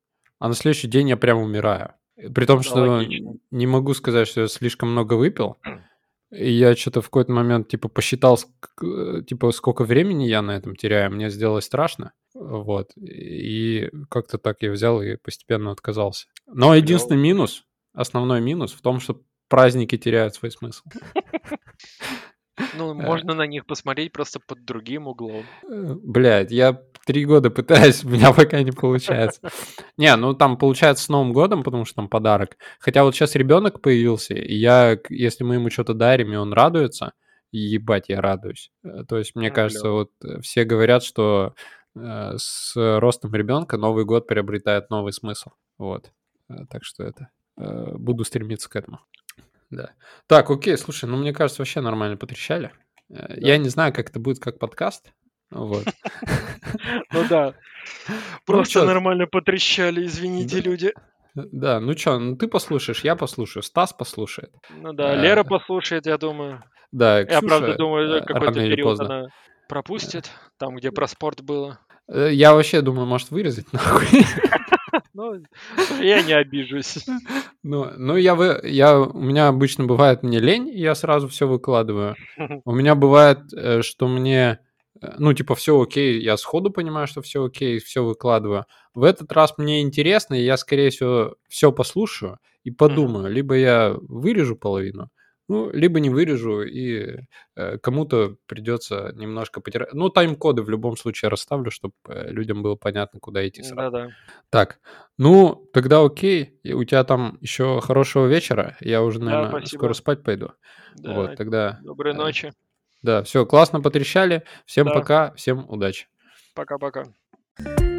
а на следующий день я прям умираю. При том, Да, что логично. не могу сказать, что я слишком много выпил. И я что-то в какой-то момент, типа, посчитал, ск- типа, сколько времени я на этом теряю. Мне сделалось страшно. Вот. И как-то так я взял и постепенно отказался. Но единственный Клево. минус, основной минус в том, что праздники теряют свой смысл. Ну, Э, можно на них посмотреть просто под другим углом. э, Блядь, я три года пытаюсь, у меня пока не получается. Не, ну там получается с Новым годом, потому что там подарок. Хотя вот сейчас ребенок появился, и я, к- если мы ему что-то дарим, и он радуется, ебать, я радуюсь. Э, То есть, мне Ну, кажется, клево. вот э, все говорят, что э, с ростом ребенка Новый год приобретает новый смысл. Вот. Э, Так что это. э, Буду стремиться к этому. Да. Так, окей, слушай, ну мне кажется, вообще нормально потрещали. Э, Я Да. не знаю, как это будет как подкаст. Вот. Ну да, Ну просто чё, нормально потрещали, извините, да, люди. да, ну чё, ну ты послушаешь, я послушаю, Стас послушает. Ну да, Э, Лера послушает, я думаю. Да, Я правда Ксюша думаю, э, какой-то рано или период поздно. она пропустит, там, где про спорт было. Э, Я вообще думаю, может вырезать нахуй. Ну, слушай, я не обижусь. Ну, ну я, вы, я, у меня обычно бывает мне лень, и я сразу все выкладываю. У меня бывает, э, что мне, э, ну, типа, все окей, я сходу понимаю, что все окей, все выкладываю. В этот раз мне интересно, и я, скорее всего, все послушаю и Мгм. подумаю. Либо я вырежу половину, ну, либо не вырежу, и э, кому-то придется немножко потерять. Ну, тайм-коды в любом случае расставлю, чтобы людям было понятно, куда идти сразу. Да-да. Так, ну, тогда окей. И у тебя там еще хорошего вечера. Я уже, Да, наверное, скоро спасибо. спать пойду. Вот, Да, тогда, доброй э, ночи. да, все, классно потрещали. Всем Да, пока, всем удачи. пока-пока.